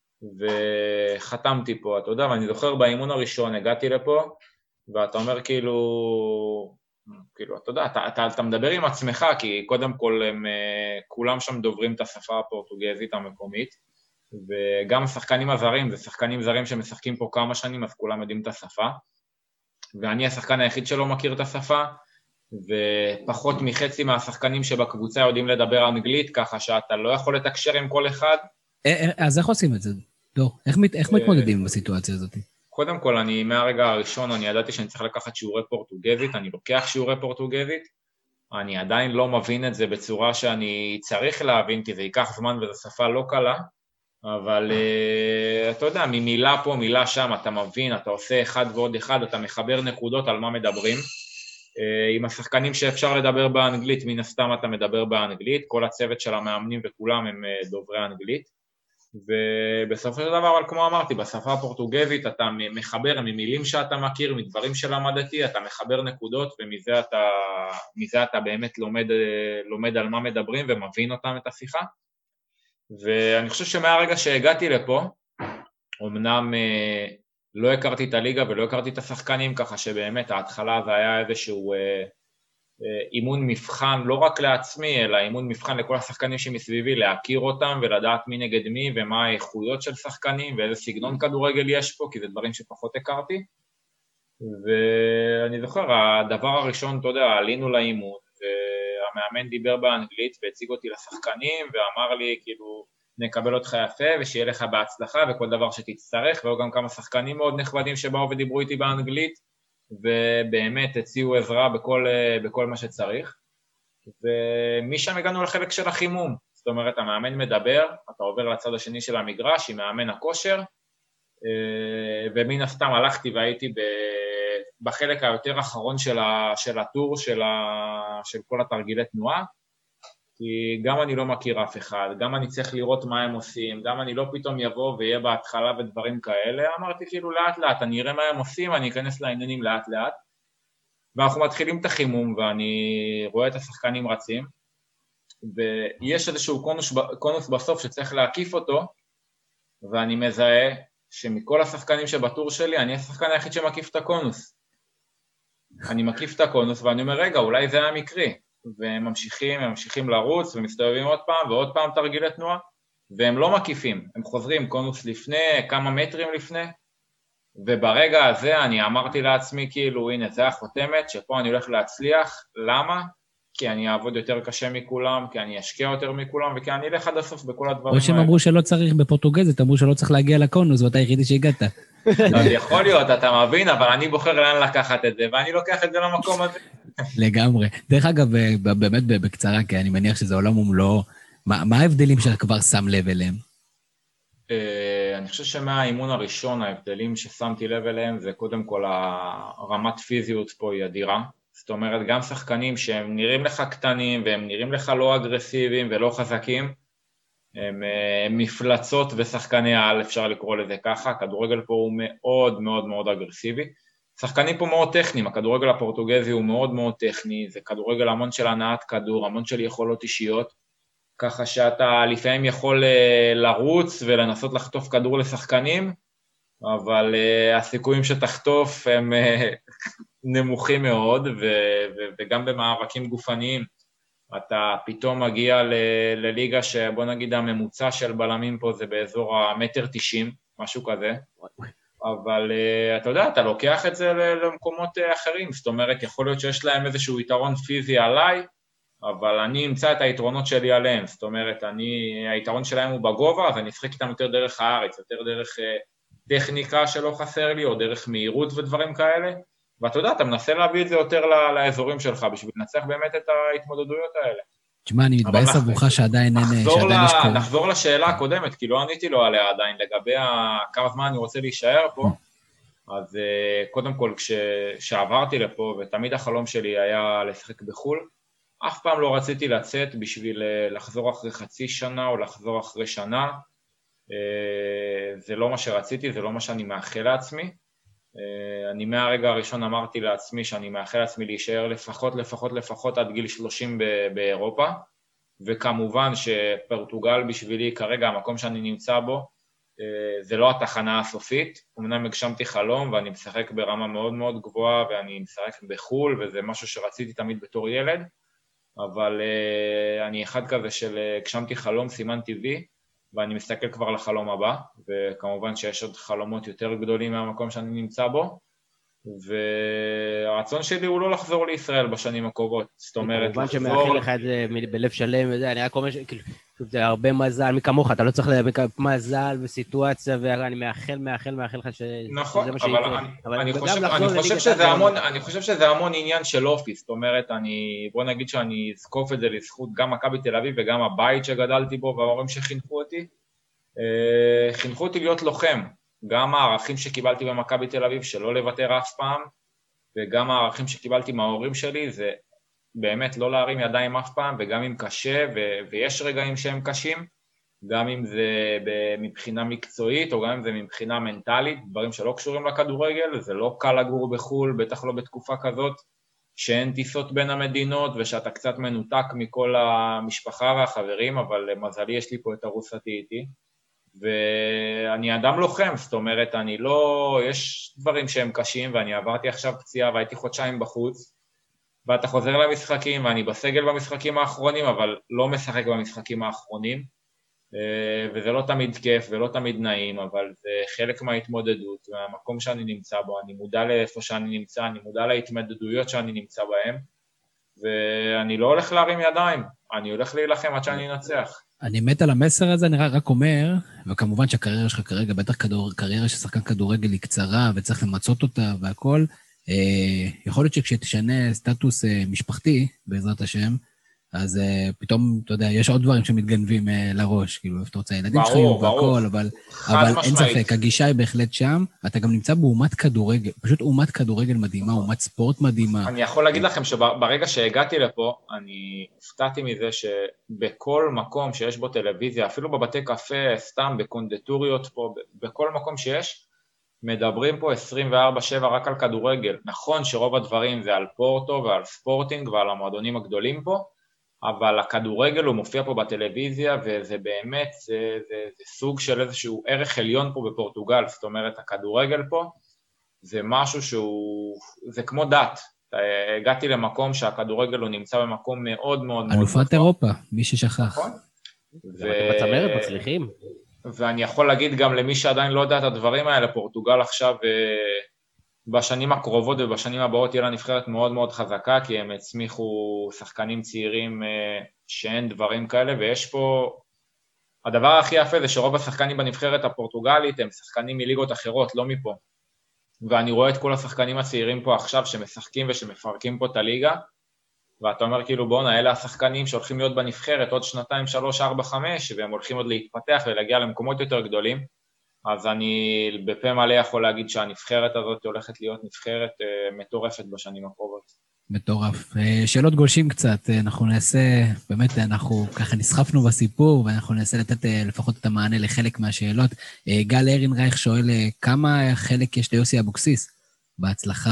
וחתמתי פה, אתה יודע, ואני זוכר באימון הראשון, הגעתי לפה, ואתה אומר כאילו, אתה יודע, אתה מדבר עם עצמך, כי קודם כל הם כולם שם דוברים את השפה הפורטוגזית המקומית, וגם השחקנים הזרים, זה שחקנים זרים שמשחקים פה כמה שנים, אז כולם יודעים את השפה, ואני השחקן היחיד שלא מכיר את השפה, ופחות מחצי מהשחקנים שבקבוצה יודעים לדבר אנגלית, ככה שאתה לא יכול לתקשר עם כל אחד. אז איך עושים את זה? דור, איך מתמודדים בסיטואציה הזאת? קודם כל, מהרגע הראשון אני ידעתי שאני צריך לקחת שיעורי פורטוגזית, אני לוקח שיעורי פורטוגזית, אני עדיין לא מבין את זה בצורה שאני צריך להבין, כי זה ייקח זמן וזו שפה לא קלה, אבל אתה יודע, ממילה פה, מילה שם, אתה מבין, אתה עושה אחד ועוד אחד, אתה מחבר נקודות על מה מדברים, עם השחקנים שאפשר לדבר באנגלית, מן הסתם אתה מדבר באנגלית, כל הצוות של המאמנים וכולם הם דוברי אנגלית, ובסופו של דבר, אבל כמו אמרתי, בשפה הפורטוגזית אתה מחבר ממילים שאתה מכיר, מדברים שלמדתי, אתה מחבר נקודות, ומזה אתה באמת לומד על מה מדברים ומבין אותם את השיחה, ואני חושב שמהרגע שהגעתי לפה, אמנם לא הכרתי את הליגה ולא הכרתי את השחקנים, ככה שבאמת ההתחלה זה היה איזשהו אימון מבחן, לא רק לעצמי, אלא אימון מבחן לכל השחקנים שמסביבי, להכיר אותם ולדעת מי נגד מי ומה האיכויות של שחקנים ואיזה סגנון כדורגל יש פה, כי זה דברים שפחות הכרתי. ואני זוכר, הדבר הראשון, אתה יודע, עלינו לאימון, והמאמן דיבר באנגלית והציג אותי לשחקנים ואמר לי, כאילו, נקבל אותך יפה ושיהיה לך בהצלחה וכל דבר שתצטרך, והיו גם כמה שחקנים מאוד נכבדים שבאו ודיברו איתי באנגלית, ובאמת הציעו עזרה בכל מה שצריך, ומשם הגענו לחלק של החימום, זאת אומרת, המאמן מדבר, אתה עובר לצד השני של המגרש עם מאמן הכושר, ומן הסתם הלכתי והייתי בחלק היותר אחרון של הטור של כל התרגילי תנועה, כי גם אני לא מכיר אף אחד, גם אני צריך לראות מה הם עושים, גם אני לא פתאום יבוא ויהיה בהתחלה ודברים כאלה, אמרתי כאילו לאט לאט, אני אראה מה הם עושים, אני אכנס לעניינים לאט לאט, ואנחנו מתחילים את החימום ואני רואה את השחקנים רצים, ויש איזשהו קונוס בסוף שצריך להקיף אותו, ואני מזהה שמכל השחקנים שבטור שלי, אני השחקן היחיד שמקיף את הקונוס. אני מקיף את הקונוס ואני אומר, רגע, אולי זה היה מקרי. והם ממשיכים לרוץ ומסתובבים עוד פעם ועוד פעם תרגילי תנועה, והם לא מקיפים, הם חוזרים קונוס לפני, כמה מטרים לפני, וברגע הזה אני אמרתי לעצמי כאילו, הנה זה החותמת, שפה אני הולך להצליח, למה? כי אני אעבוד יותר קשה מכולם, כי אני אשקיע יותר מכולם, וכי אני אלך עד הסוף בכל הדברים האלה. או שהם אמרו שלא צריך בפורטוגזית, אמרו שלא צריך להגיע לקונוס, ואתה היחידי שהגעת. אז יכול להיות, אתה מבין, אבל אני בוחר לאן לקחת את זה, ואני לוקח את זה למקום הזה. לגמרי. דרך אגב, באמת בקצרה, כי אני מניח שזה עולם ומלואו, מה ההבדלים שאתה כבר שם לב אליהם? אני חושב שמהאימון הראשון, ההבדלים ששמתי לב אליהם, זה קודם כל הרמת פיזיות פה היא אדירה. זאת אומרת, גם שחקנים שהם נראים לך קטנים, והם נראים לך לא אגרסיביים ולא חזקים, הם מפלצות ושחקני העל, אפשר לקרוא לזה ככה, הכדורגל פה הוא מאוד מאוד מאוד אגרסיבי, שחקנים פה מאוד טכניים, הכדורגל הפורטוגזי הוא מאוד מאוד טכני, זה כדורגל המון של הנעת כדור, המון של יכולות אישיות, ככה שאתה לפעמים יכול לרוץ ולנסות לחטוף כדור לשחקנים, אבל הסיכויים שתחטוף הם נמוכים מאוד, וגם במאבקים גופניים, אתה פתאום מגיע לליגה שבוא נגיד הממוצע של בלמים פה זה באזור המטר 90, משהו כזה, אבל אתה יודע, אתה לוקח את זה למקומות אחרים, זאת אומרת, יכול להיות שיש להם איזשהו יתרון פיזי עליי, אבל אני אמצא את היתרונות שלי עליהם, זאת אומרת, היתרון שלהם הוא בגובה, אז אני אשחק איתם יותר דרך הארץ, יותר דרך טכניקה שלא חסר לי, או דרך מהירות ודברים כאלה, ואתה יודע, אתה מנסה להביא את זה יותר לאזורים שלך, בשביל לנצח באמת את ההתמודדויות האלה. תשמע, אני מתבאס עבורך שעדיין יש קורונה. נחזור לשאלה הקודמת, כי לא עניתי לו עליה עדיין, לגבי כמה זמן אני רוצה להישאר פה, אז קודם כל, כשעברתי לפה, ותמיד החלום שלי היה לשחק בחול, אף פעם לא רציתי לצאת בשביל לחזור אחרי חצי שנה או לחזור אחרי שנה. זה לא מה שרציתי, זה לא מה שאני מאחל לעצמי. אני מהרגע הראשון אמרתי לעצמי שאני מאחל לעצמי להישאר לפחות עד גיל 30 באירופה, וכמובן שפורטוגל בשבילי כרגע המקום שאני נמצא בו, זה לא התחנה הסופית, אמנם הגשמתי חלום ואני משחק ברמה מאוד מאוד גבוהה ואני משחק בחול וזה משהו שרציתי תמיד בתור ילד, אבל אני אחד כזה של הגשמתי חלום סימן טבעי ואני מסתכל כבר לחלום הבא, וכמובן שיש עוד חלומות יותר גדולים מהמקום שאני נמצא בו, והרצון שלי הוא לא לחזור לישראל בשנים הקרובות, זאת אומרת, כמובן שמאחל לך את זה בלב שלם וזה, אני רק אומר שכאילו, זה הרבה מזל, מי כמוך, אתה לא צריך מזל וסיטואציה, ואני מאחל לך שזה מה שיקרה. נכון, אבל אני חושב שזה המון עניין של אופי, זאת אומרת, בוא נגיד שאני אזקוף את זה לזכות גם מכבי תל אביב וגם הבית שגדלתי בו, וההורים שחינכו אותי להיות לוחם, גם הערכים שקיבלתי במכבי תל אביב שלא לוותר אף פעם, וגם הערכים שקיבלתי מההורים שלי זה באמת לא להרים ידיים אף פעם, וגם אם קשה, ויש רגעים שהם קשים, גם אם זה מבחינה מקצועית, או גם אם זה מבחינה מנטלית, דברים שלא קשורים לכדורגל, זה לא קל לגור בחול, בטח לא בתקופה כזאת, שאין טיסות בין המדינות, ושאתה קצת מנותק מכל המשפחה והחברים, אבל מזלי יש לי פה את הרוסתי איתי, ואני אדם לוחם, זאת אומרת, יש דברים שהם קשים, ואני עברתי עכשיו פציעה, והייתי חודשיים בחוץ, ואתה חוזר למשחקים, ואני בסגל במשחקים האחרונים, אבל לא משחק במשחקים האחרונים, וזה לא תמיד כיף ולא תמיד נעים, אבל זה חלק מההתמודדות, והמקום שאני נמצא בו, אני מודע לאיפה שאני נמצא, אני מודע להתמודדויות שאני נמצא בהם, ואני לא הולך להרים ידיים, אני הולך להילחם עד שאני אנצח. אני מת על המסר הזה, אני רק אומר, וכמובן שהקריירה שלך כרגע, בטח קריירה של שחקן כדורגל היא קצרה, וצריך למצות אותה והכל, יכול להיות שכשתשנה סטטוס משפחתי, בעזרת השם, אז פתאום, אתה יודע, יש עוד דברים שמתגנבים לראש, כאילו, איפה אתה רוצה, ילדים שלך יהיו והכל, אבל אין ספק, הגישה היא בהחלט שם, אתה גם נמצא באומת כדורגל, פשוט אומת כדורגל מדהימה, אומת ספורט מדהימה. אני יכול להגיד לכם שברגע שהגעתי לפה, אני הופתעתי מזה שבכל מקום שיש בו טלוויזיה, אפילו בבתי קפה, סתם בקונדטוריות פה, בכל מקום שיש, מדברים פה 24/7 רק על כדורגל. נכון שרוב הדברים זה על פורטו ועל ספורטינג ועל המועדונים הגדולים פה, אבל הכדורגל הוא מופיע פה בטלוויזיה, וזה באמת, זה סוג של איזשהו ערך עליון פה בפורטוגל, זאת אומרת, הכדורגל פה זה משהו זה כמו דת. הגעתי למקום שהכדורגל הוא נמצא במקום מאוד מאוד מאוד... אלופת אירופה, מי ששכח. נכון. בצמרת מצליחים. ואני יכול להגיד גם למי שעדיין לא יודע את הדברים האלה, פורטוגל עכשיו בשנים הקרובות ובשנים הבאות תהיה לה נבחרת מאוד מאוד חזקה, כי הם הצמיחו שחקנים צעירים שאין דברים כאלה, ויש פה, הדבר הכי יפה זה שרוב השחקנים בנבחרת הפורטוגלית הם שחקנים מליגות אחרות, לא מפה. ואני רואה את כל השחקנים הצעירים פה עכשיו שמשחקים ושמפרקים פה את הליגה, ואתה אומר כאילו בונה, אלה השחקנים שהולכים להיות בנבחרת עוד 2, 3, 4, 5, והם הולכים עוד להתפתח ולהגיע למקומות יותר גדולים, אז אני בפה מלא יכול להגיד שהנבחרת הזאת הולכת להיות נבחרת מטורפת בשנים הקרובות. מטורף. שאלות גולשים קצת, אנחנו נעשה, באמת אנחנו ככה נסחפנו בסיפור, ואנחנו נעשה לתת לפחות את המענה לחלק מהשאלות. גל ארינרייך שואל, כמה חלק יש ליוסי אבוקסיס בהצלחה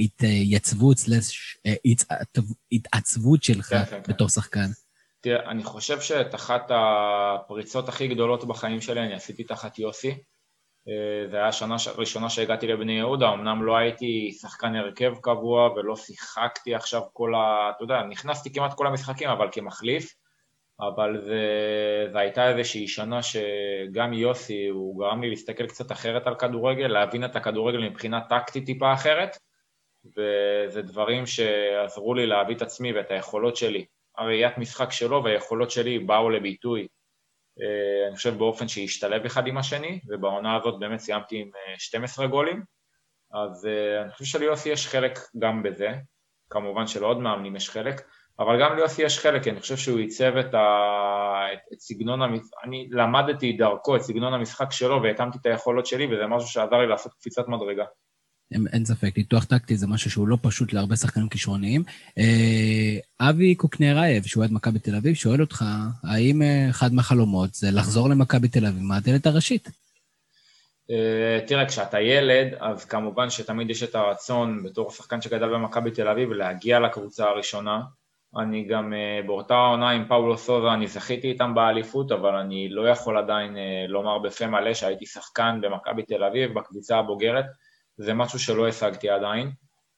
וההתעצבות שלך בתור שחקן? תראה, אני חושב שאת אחת הפריצות הכי גדולות בחיים שלי, אני עשיתי תחת יוסי. זה היה השנה הראשונה שהגעתי לבני יהודה, אמנם לא הייתי שחקן הרכב קבוע ולא שיחקתי עכשיו אתה יודע, נכנסתי כמעט כל המשחקים, אבל כמחליף, אבל זה הייתה איזושהי שנה שגם יוסי, הוא גרם לי להסתכל קצת אחרת על כדורגל, להבין את הכדורגל מבחינה טקטית טיפה אחרת, וזה דברים שעזרו לי להביא את עצמי ואת היכולות שלי הראיית משחק שלו והיכולות שלי באו לביטוי, אני חושב באופן שהשתלב אחד עם השני, ובעונה הזאת באמת סיימתי עם 12 גולים, אז אני חושב שליוסי יש חלק גם בזה, כמובן שלעוד מאמנים יש חלק, אבל גם ליוסי יש חלק, כי אני חושב שהוא ייצב את סגנון המשחק, אני למדתי דרכו את סגנון המשחק שלו, והתאמתי את היכולות שלי, וזה משהו שעזר לי לעשות קפיצת מדרגה. אין ספק, ניתוח טקטי זה משהו שהוא לא פשוט להרבה שחקנים כישרוניים. אבי קוקנרייב, שהוא עד מכבי תל אביב, שואל אותך, האם אחד מהחלומות זה לחזור למכבי תל אביב מהדלת הראשית? תראה, כשאתה ילד, אז כמובן שתמיד יש את הרצון, בתור שחקן שגדל במכבי תל אביב, להגיע לקבוצה הראשונה. אני גם באותה עונה עם פאולו סוזה, אני זכיתי איתם באליפות, אבל אני לא יכול עדיין לומר בפה מלא שהייתי שחקן במכבי תל אביב, בקבוצה הבוגרת. זה משהו שלא השגתי עדיין.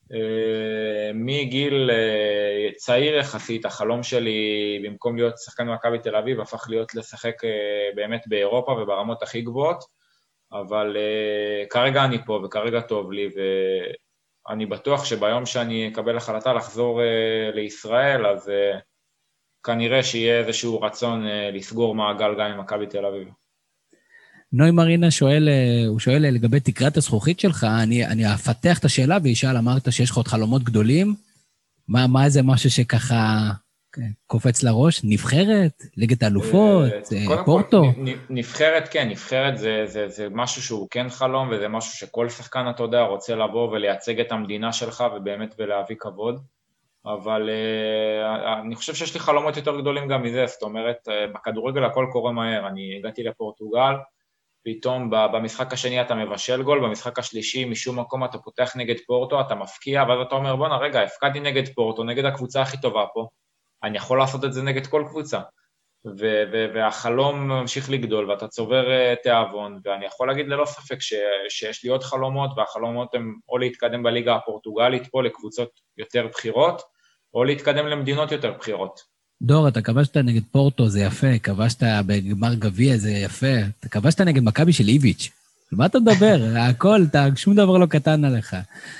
מגיל צעיר יחסית, החלום שלי במקום להיות שחקן במכבי תל אביב, הפך להיות לשחק באמת באירופה וברמות הכי גבוהות, אבל כרגע אני פה וכרגע טוב לי, ואני בטוח שביום שאני אקבל החלטה לחזור לישראל, אז כנראה שיהיה איזשהו רצון לסגור מעגל גם עם מכבי תל אביב. נוי מרינה שואל, הוא שואל לגבי תקרת הזכוכית שלך, אני אפתח את השאלה וישאל, אמרת שיש לך עוד חלומות גדולים, מה זה משהו שככה קופץ לראש? נבחרת? ליגת האלופות? פורטו? נבחרת, כן, נבחרת זה משהו שהוא כן חלום, וזה משהו שכל שחקן, אתה יודע, רוצה לבוא ולייצג את המדינה שלך, ובאמת ולהביא כבוד, אבל אני חושב שיש לי חלומות יותר גדולים גם מזה, זאת אומרת, בכדורגל הכל קורה מהר, אני הגעתי לפורטוגל, פתאום במשחק השני אתה מבשל גול, במשחק השלישי משום מקום אתה פותח נגד פורטו, אתה מפקיע, ואז אתה אומר, בוא רגע, הפקדתי נגד פורטו, נגד הקבוצה הכי טובה פה, אני יכול לעשות את זה נגד כל קבוצה, והחלום ממשיך לגדול, ואתה צובר תיאבון, ואני יכול להגיד ללא ספק שיש לי עוד חלומות, והחלומות הם או להתקדם בליגה הפורטוגלית פה לקבוצות יותר בחירות, או להתקדם למדינות יותר בחירות. דור, אתה כבשת נגד פורטו, זה יפה, כבשת בגמר גביע, זה יפה, אתה כבשת נגד מכבי של איביץ', על מה אתה מדבר? הכל, שום דבר לא קטן עליך.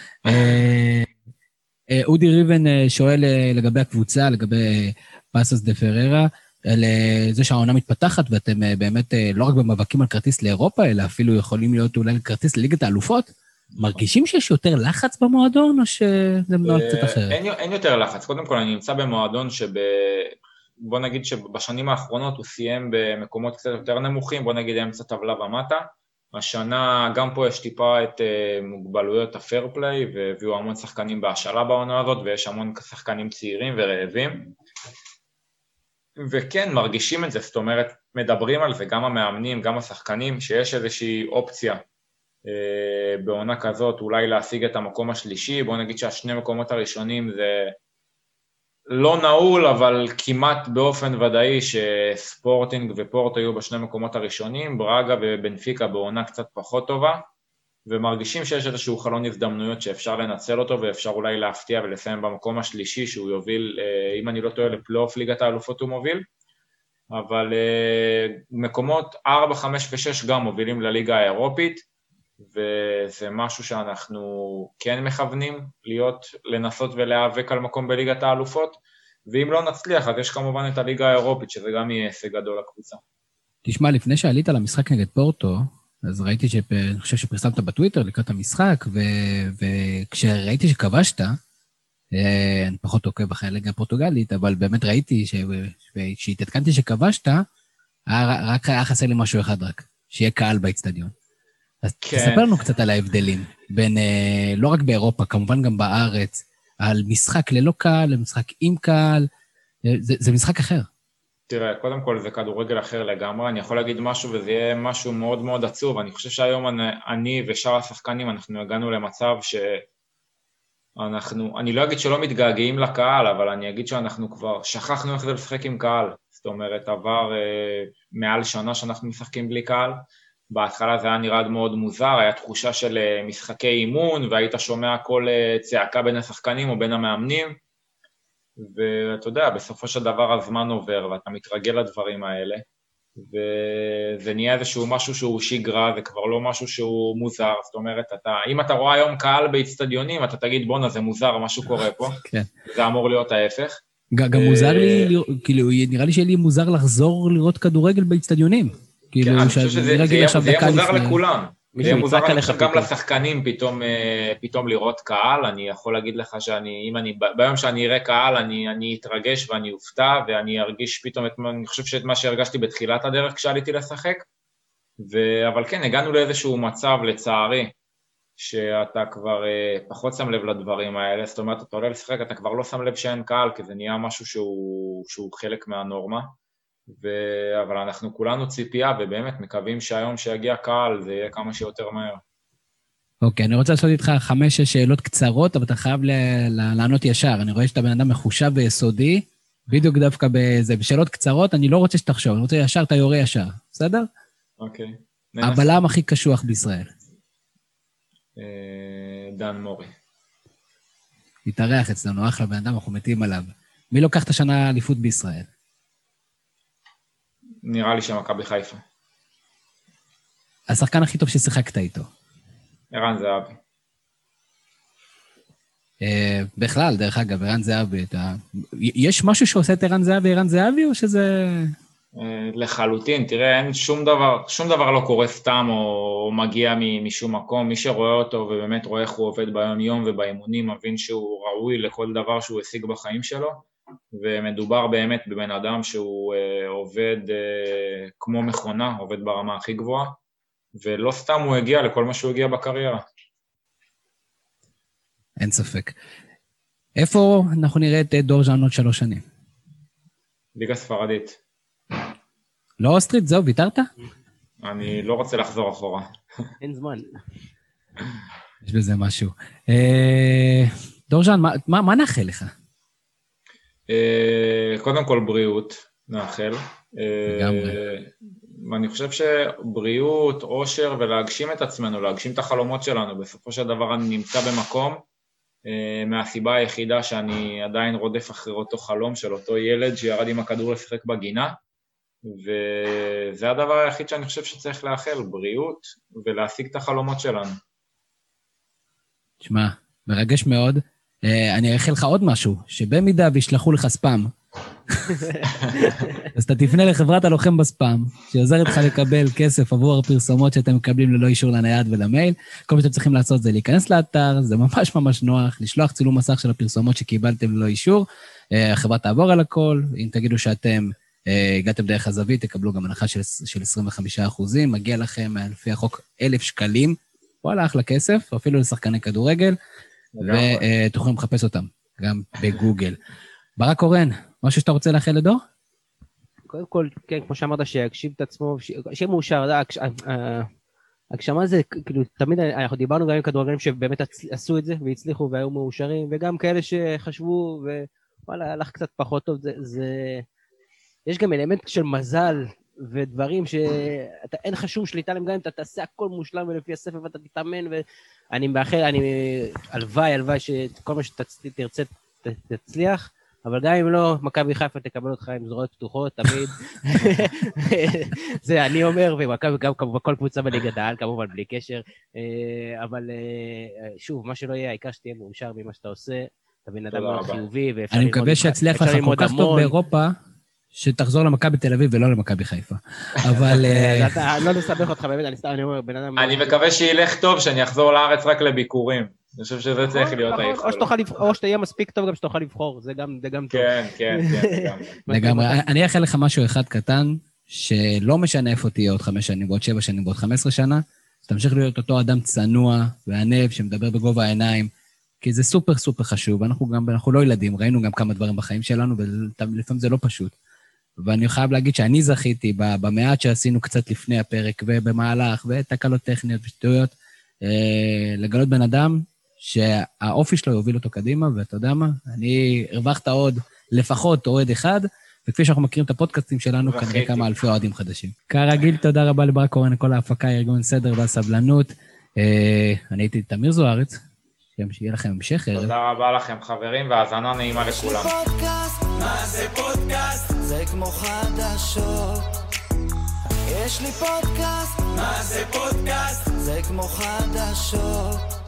אודי ריבן שואל לגבי הקבוצה, לגבי פאסוס דה פררה, זה שהעונה מתפתחת, ואתם באמת לא רק במאבקים על כרטיס לאירופה, אלא אפילו יכולים להיות אולי כרטיס לליגת האלופות, מרגישים שיש יותר לחץ במועדון, או שזה מנוהל קצת אחרת? אין יותר לחץ. קודם כל, אני נמצא במועדון בוא נגיד שבשנים האחרונות הוא סיים במקומות קצת יותר נמוכים, בוא נגיד אמצע טבלה ומטה. השנה גם פה יש טיפה את מוגבלויות הפייר פליי, והביאו המון שחקנים בהשאלה בעונה הזאת, ויש המון שחקנים צעירים ורעבים. וכן, מרגישים את זה, זאת אומרת, מדברים על זה, גם המאמנים, גם השחקנים, שיש איזושהי אופציה בעונה כזאת, אולי להשיג את המקום השלישי, בוא נגיד שהשני מקומות הראשונים זה לא נעול, אבל כמעט באופן ודאי שספורטינג ופורטו יהיו בשני מקומות הראשונים, ברגה ובנפיקה בעונה קצת פחות טובה, ומרגישים שיש איזשהו חלון הזדמנויות שאפשר לנצל אותו, ואפשר אולי להפתיע ולסיים במקום השלישי, שהוא יוביל, אם אני לא טועה, לפלייאוף ליגת האלופות הוא מוביל, אבל מקומות 4, 5 ו-6 גם מובילים לליגה האירופית, וזה משהו שאנחנו כן מכוונים לנסות ולהיאבק על מקום בליגת האלופות, ואם לא נצליח, אז יש כמובן את הליגה האירופית, שזה גם יהיה הישג גדול לקבוצה. תשמע, לפני שעלית למשחק נגד פורטו, אז ראיתי אני חושב שפרסמת בטוויטר לקראת המשחק, וכשראיתי שכבשת, אני פחות עוקב אחרי הליגה הפורטוגלית, אבל באמת ראיתי שהתעדכנתי שכבשת, היה חסר לי משהו אחד רק, שיהיה קהל באצטדיון. אז תספר לנו קצת על ההבדלים, בין, לא רק באירופה, כמובן גם בארץ, על משחק ללא קהל, למשחק עם קהל, זה משחק אחר. תראה, קודם כל זה כדורגל אחר לגמרי, אני יכול להגיד משהו וזה יהיה משהו מאוד מאוד עצוב, אני חושב שהיום אני ושאר השחקנים, אנחנו הגענו למצב אני לא אגיד שלא מתגעגעים לקהל, אבל אני אגיד שאנחנו כבר שכחנו איך זה לשחק עם קהל, זאת אומרת, עבר מעל שנה שאנחנו משחקים בלי קהל, בהתחלה זה היה נראה מאוד מוזר, היה תחושה של משחקי אימון, והיית שומע כל צעקה בין השחקנים או בין המאמנים, ואתה יודע, בסופו של דבר הזמן עובר, ואתה מתרגל לדברים האלה, וזה נהיה איזשהו משהו שהוא שגרה, זה כבר לא משהו שהוא מוזר, זאת אומרת, אם אתה רואה היום קהל באצטדיונים, אתה תגיד, בונה, זה מוזר, משהו קורה פה, זה אמור להיות ההפך, גם מוזר לי, כאילו, נראה לי שיהיה לי מוזר לחזור לראות כדורגל באצטדיונים. כן, אני חושב שזה יהיה מוזר לכולם. זה יהיה מוזר גם לשחקנים פתאום לראות קהל. אני יכול להגיד לך ביום שאני אראה קהל, אני אתרגש ואני אופתע, ואני ארגיש פתאום, אני חושב שאת מה שהרגשתי בתחילת הדרך כשעליתי לשחק, אבל כן, הגענו לאיזשהו מצב, לצערי, שאתה כבר פחות שם לב לדברים האלה, זאת אומרת, אתה עולה לשחק, אתה כבר לא שם לב שאין קהל, כי זה נהיה משהו שהוא חלק מהנורמה, אבל אנחנו כולנו ציפייה, ובאמת מקווים שהיום שיגיע קהל, זה יהיה כמה שיותר מהר. אוקיי, אני רוצה לעשות איתך 5-6 שאלות קצרות, אבל אתה חייב לענות ישר. אני רואה שאתה בן אדם מחושב ויסודי, בדיוק דווקא בשאלות קצרות, אני לא רוצה שתחשוב, אני רוצה ישר, אתה יורה ישר, בסדר? אוקיי. הבלם הכי קשוח בישראל. דן מורי. התארח אצלנו, אחלה בן אדם, אנחנו מתים עליו. מי לוקח את השנה האליפות בישראל? נראה לי שמכבי חיפה. השחקן הכי טוב ששיחקת איתו? ערן זהבי. בכלל, דרך אגב, ערן זהבי, יש משהו שעושה את ערן זהבי, או שזה... לחלוטין, תראה, אין שום דבר לא קורה סתם או מגיע משום מקום. מי שרואה אותו ובאמת רואה איך הוא עובד ביום יום ובאימונים, מבין שהוא ראוי לכל דבר שהוא השיג בחיים שלו, ומדובר באמת בבן אדם שהוא עובד כמו מכונה, עובד ברמה הכי גבוהה, ולא סתם הוא הגיע לכל מה שהוא הגיע בקריירה. אין ספק. איפה אנחנו נראה את דור ז'אן עוד 3 שנים? ליגה ספרדית. לא אוסטרית, זהו, ויתרת? אני לא רוצה לחזור אחורה. אין זמן. יש בזה משהו. דור ז'אן, מה נאחל לך? קודם כל בריאות, נאחל. לגמרי. ואני חושב שבריאות, אושר ולהגשים את עצמנו, להגשים את החלומות שלנו. בסופו של דבר אני נמצא במקום, מהסיבה היחידה שאני עדיין רודף אחרי אותו חלום של אותו ילד שירד עם הכדור לשחק בגינה, וזה הדבר היחיד שאני חושב שצריך לאחל, בריאות ולהשיג את החלומות שלנו. תשמע, מרגש מאוד. אני אאחל לך עוד משהו, שבמידה וישלחו לך ספאם, אז אתה תפנה לחברת הלוחם בספאם, שעוזרת לך לקבל כסף עבור הפרסומות שאתם מקבלים ללא אישור לנייד ולמייל. כל מה שאתם צריכים לעשות זה להיכנס לאתר, זה ממש ממש נוח, לשלוח צילום מסך של הפרסומות שקיבלתם ללא אישור, החברה תעבור על הכל, אם תגידו שאתם הגעתם דרך הזווית, תקבלו גם הנחה של 25%, מגיע לכם לפי החוק 1,000 שקלים, וואלה, אחלה כסף, אפילו לשחקני כדורגל, ותוכלו לחפש אותם, גם בגוגל. ברק קורן, משהו שאתה רוצה לאחל לדור? קודם כל, כן, כמו שאמרת, שיגשים את עצמו, שיהיה מאושר, הגשמה זה, כאילו, תמיד אנחנו דיברנו גם עם כדורגלים שבאמת עשו את זה, והצליחו והיו מאושרים, וגם כאלה שחשבו, ווואלה, הלך קצת פחות טוב, יש גם אלמנט של מזל, ודברים שאין לך שום שליטה להם, גם אם אתה תעשה הכל מושלם ולפי הספר ואתה תתאמן, ואני מאחל, הלוואי שכל מה שתרצה תצליח, אבל גם אם לא, מכבי חיפה תקבל אותך עם זרועות פתוחות, תמיד. זה אני אומר, ומכבי גם בכל קבוצה בליגת העל, כמובן בלי קשר, אבל שוב, מה שלא יהיה, העיקר שתהיה מאושר ממה שאתה עושה, אתה בן אדם מאוד חיובי, אני מקווה שיצליח לך כל כך טוב באירופה, שתחזור למכבי תל אביב ולא למכבי חיפה. אבל... לא נסבך אותך באמת, אני אומר, בן אדם... אני מקווה שילך טוב, שאני אחזור לארץ רק לביקורים. אני חושב שזה צריך להיות היכולת. או שתהיה מספיק טוב גם שתוכל לבחור, זה גם טוב. כן, לגמרי. אני אאחל לך משהו אחד קטן, שלא משנה איפה תהיה עוד 5 שנים, בעוד 7 שנים, בעוד 15 שנה, תמשיך להיות אותו אדם צנוע וענב, שמדבר בגובה העיניים, כי זה סופר סופר חשוב, אנחנו לא ילדים, ראינו גם כמה דברים בחיים שלנו, ולפעמים זה לא פשוט. ואני חייב להגיד שאני זכיתי במעט שעשינו קצת לפני הפרק, ובמהלך, ותקלות טכניות ושטויות, לגלות בן אדם שהאופי שלו יוביל אותו קדימה, ואתה יודע מה? אני הרווחת עוד, לפחות אוהד אחד, וכפי שאנחנו מכירים את הפודקאסטים שלנו, כנראה כמה אלפי אוהדים חדשים. כרגיל, תודה רבה לברק קורן, כל ההפקה, ארגון סדר והסבלנות. אני הייתי תמיר זוארץ, שיהיה לכם המשך. תודה רבה לכם חברים, והאזנה נעימה לכולם. מה זה פודקאסט? זה כמו חדשות. יש לי פודקאסט. מה זה פודקאסט? זה כמו חדשות.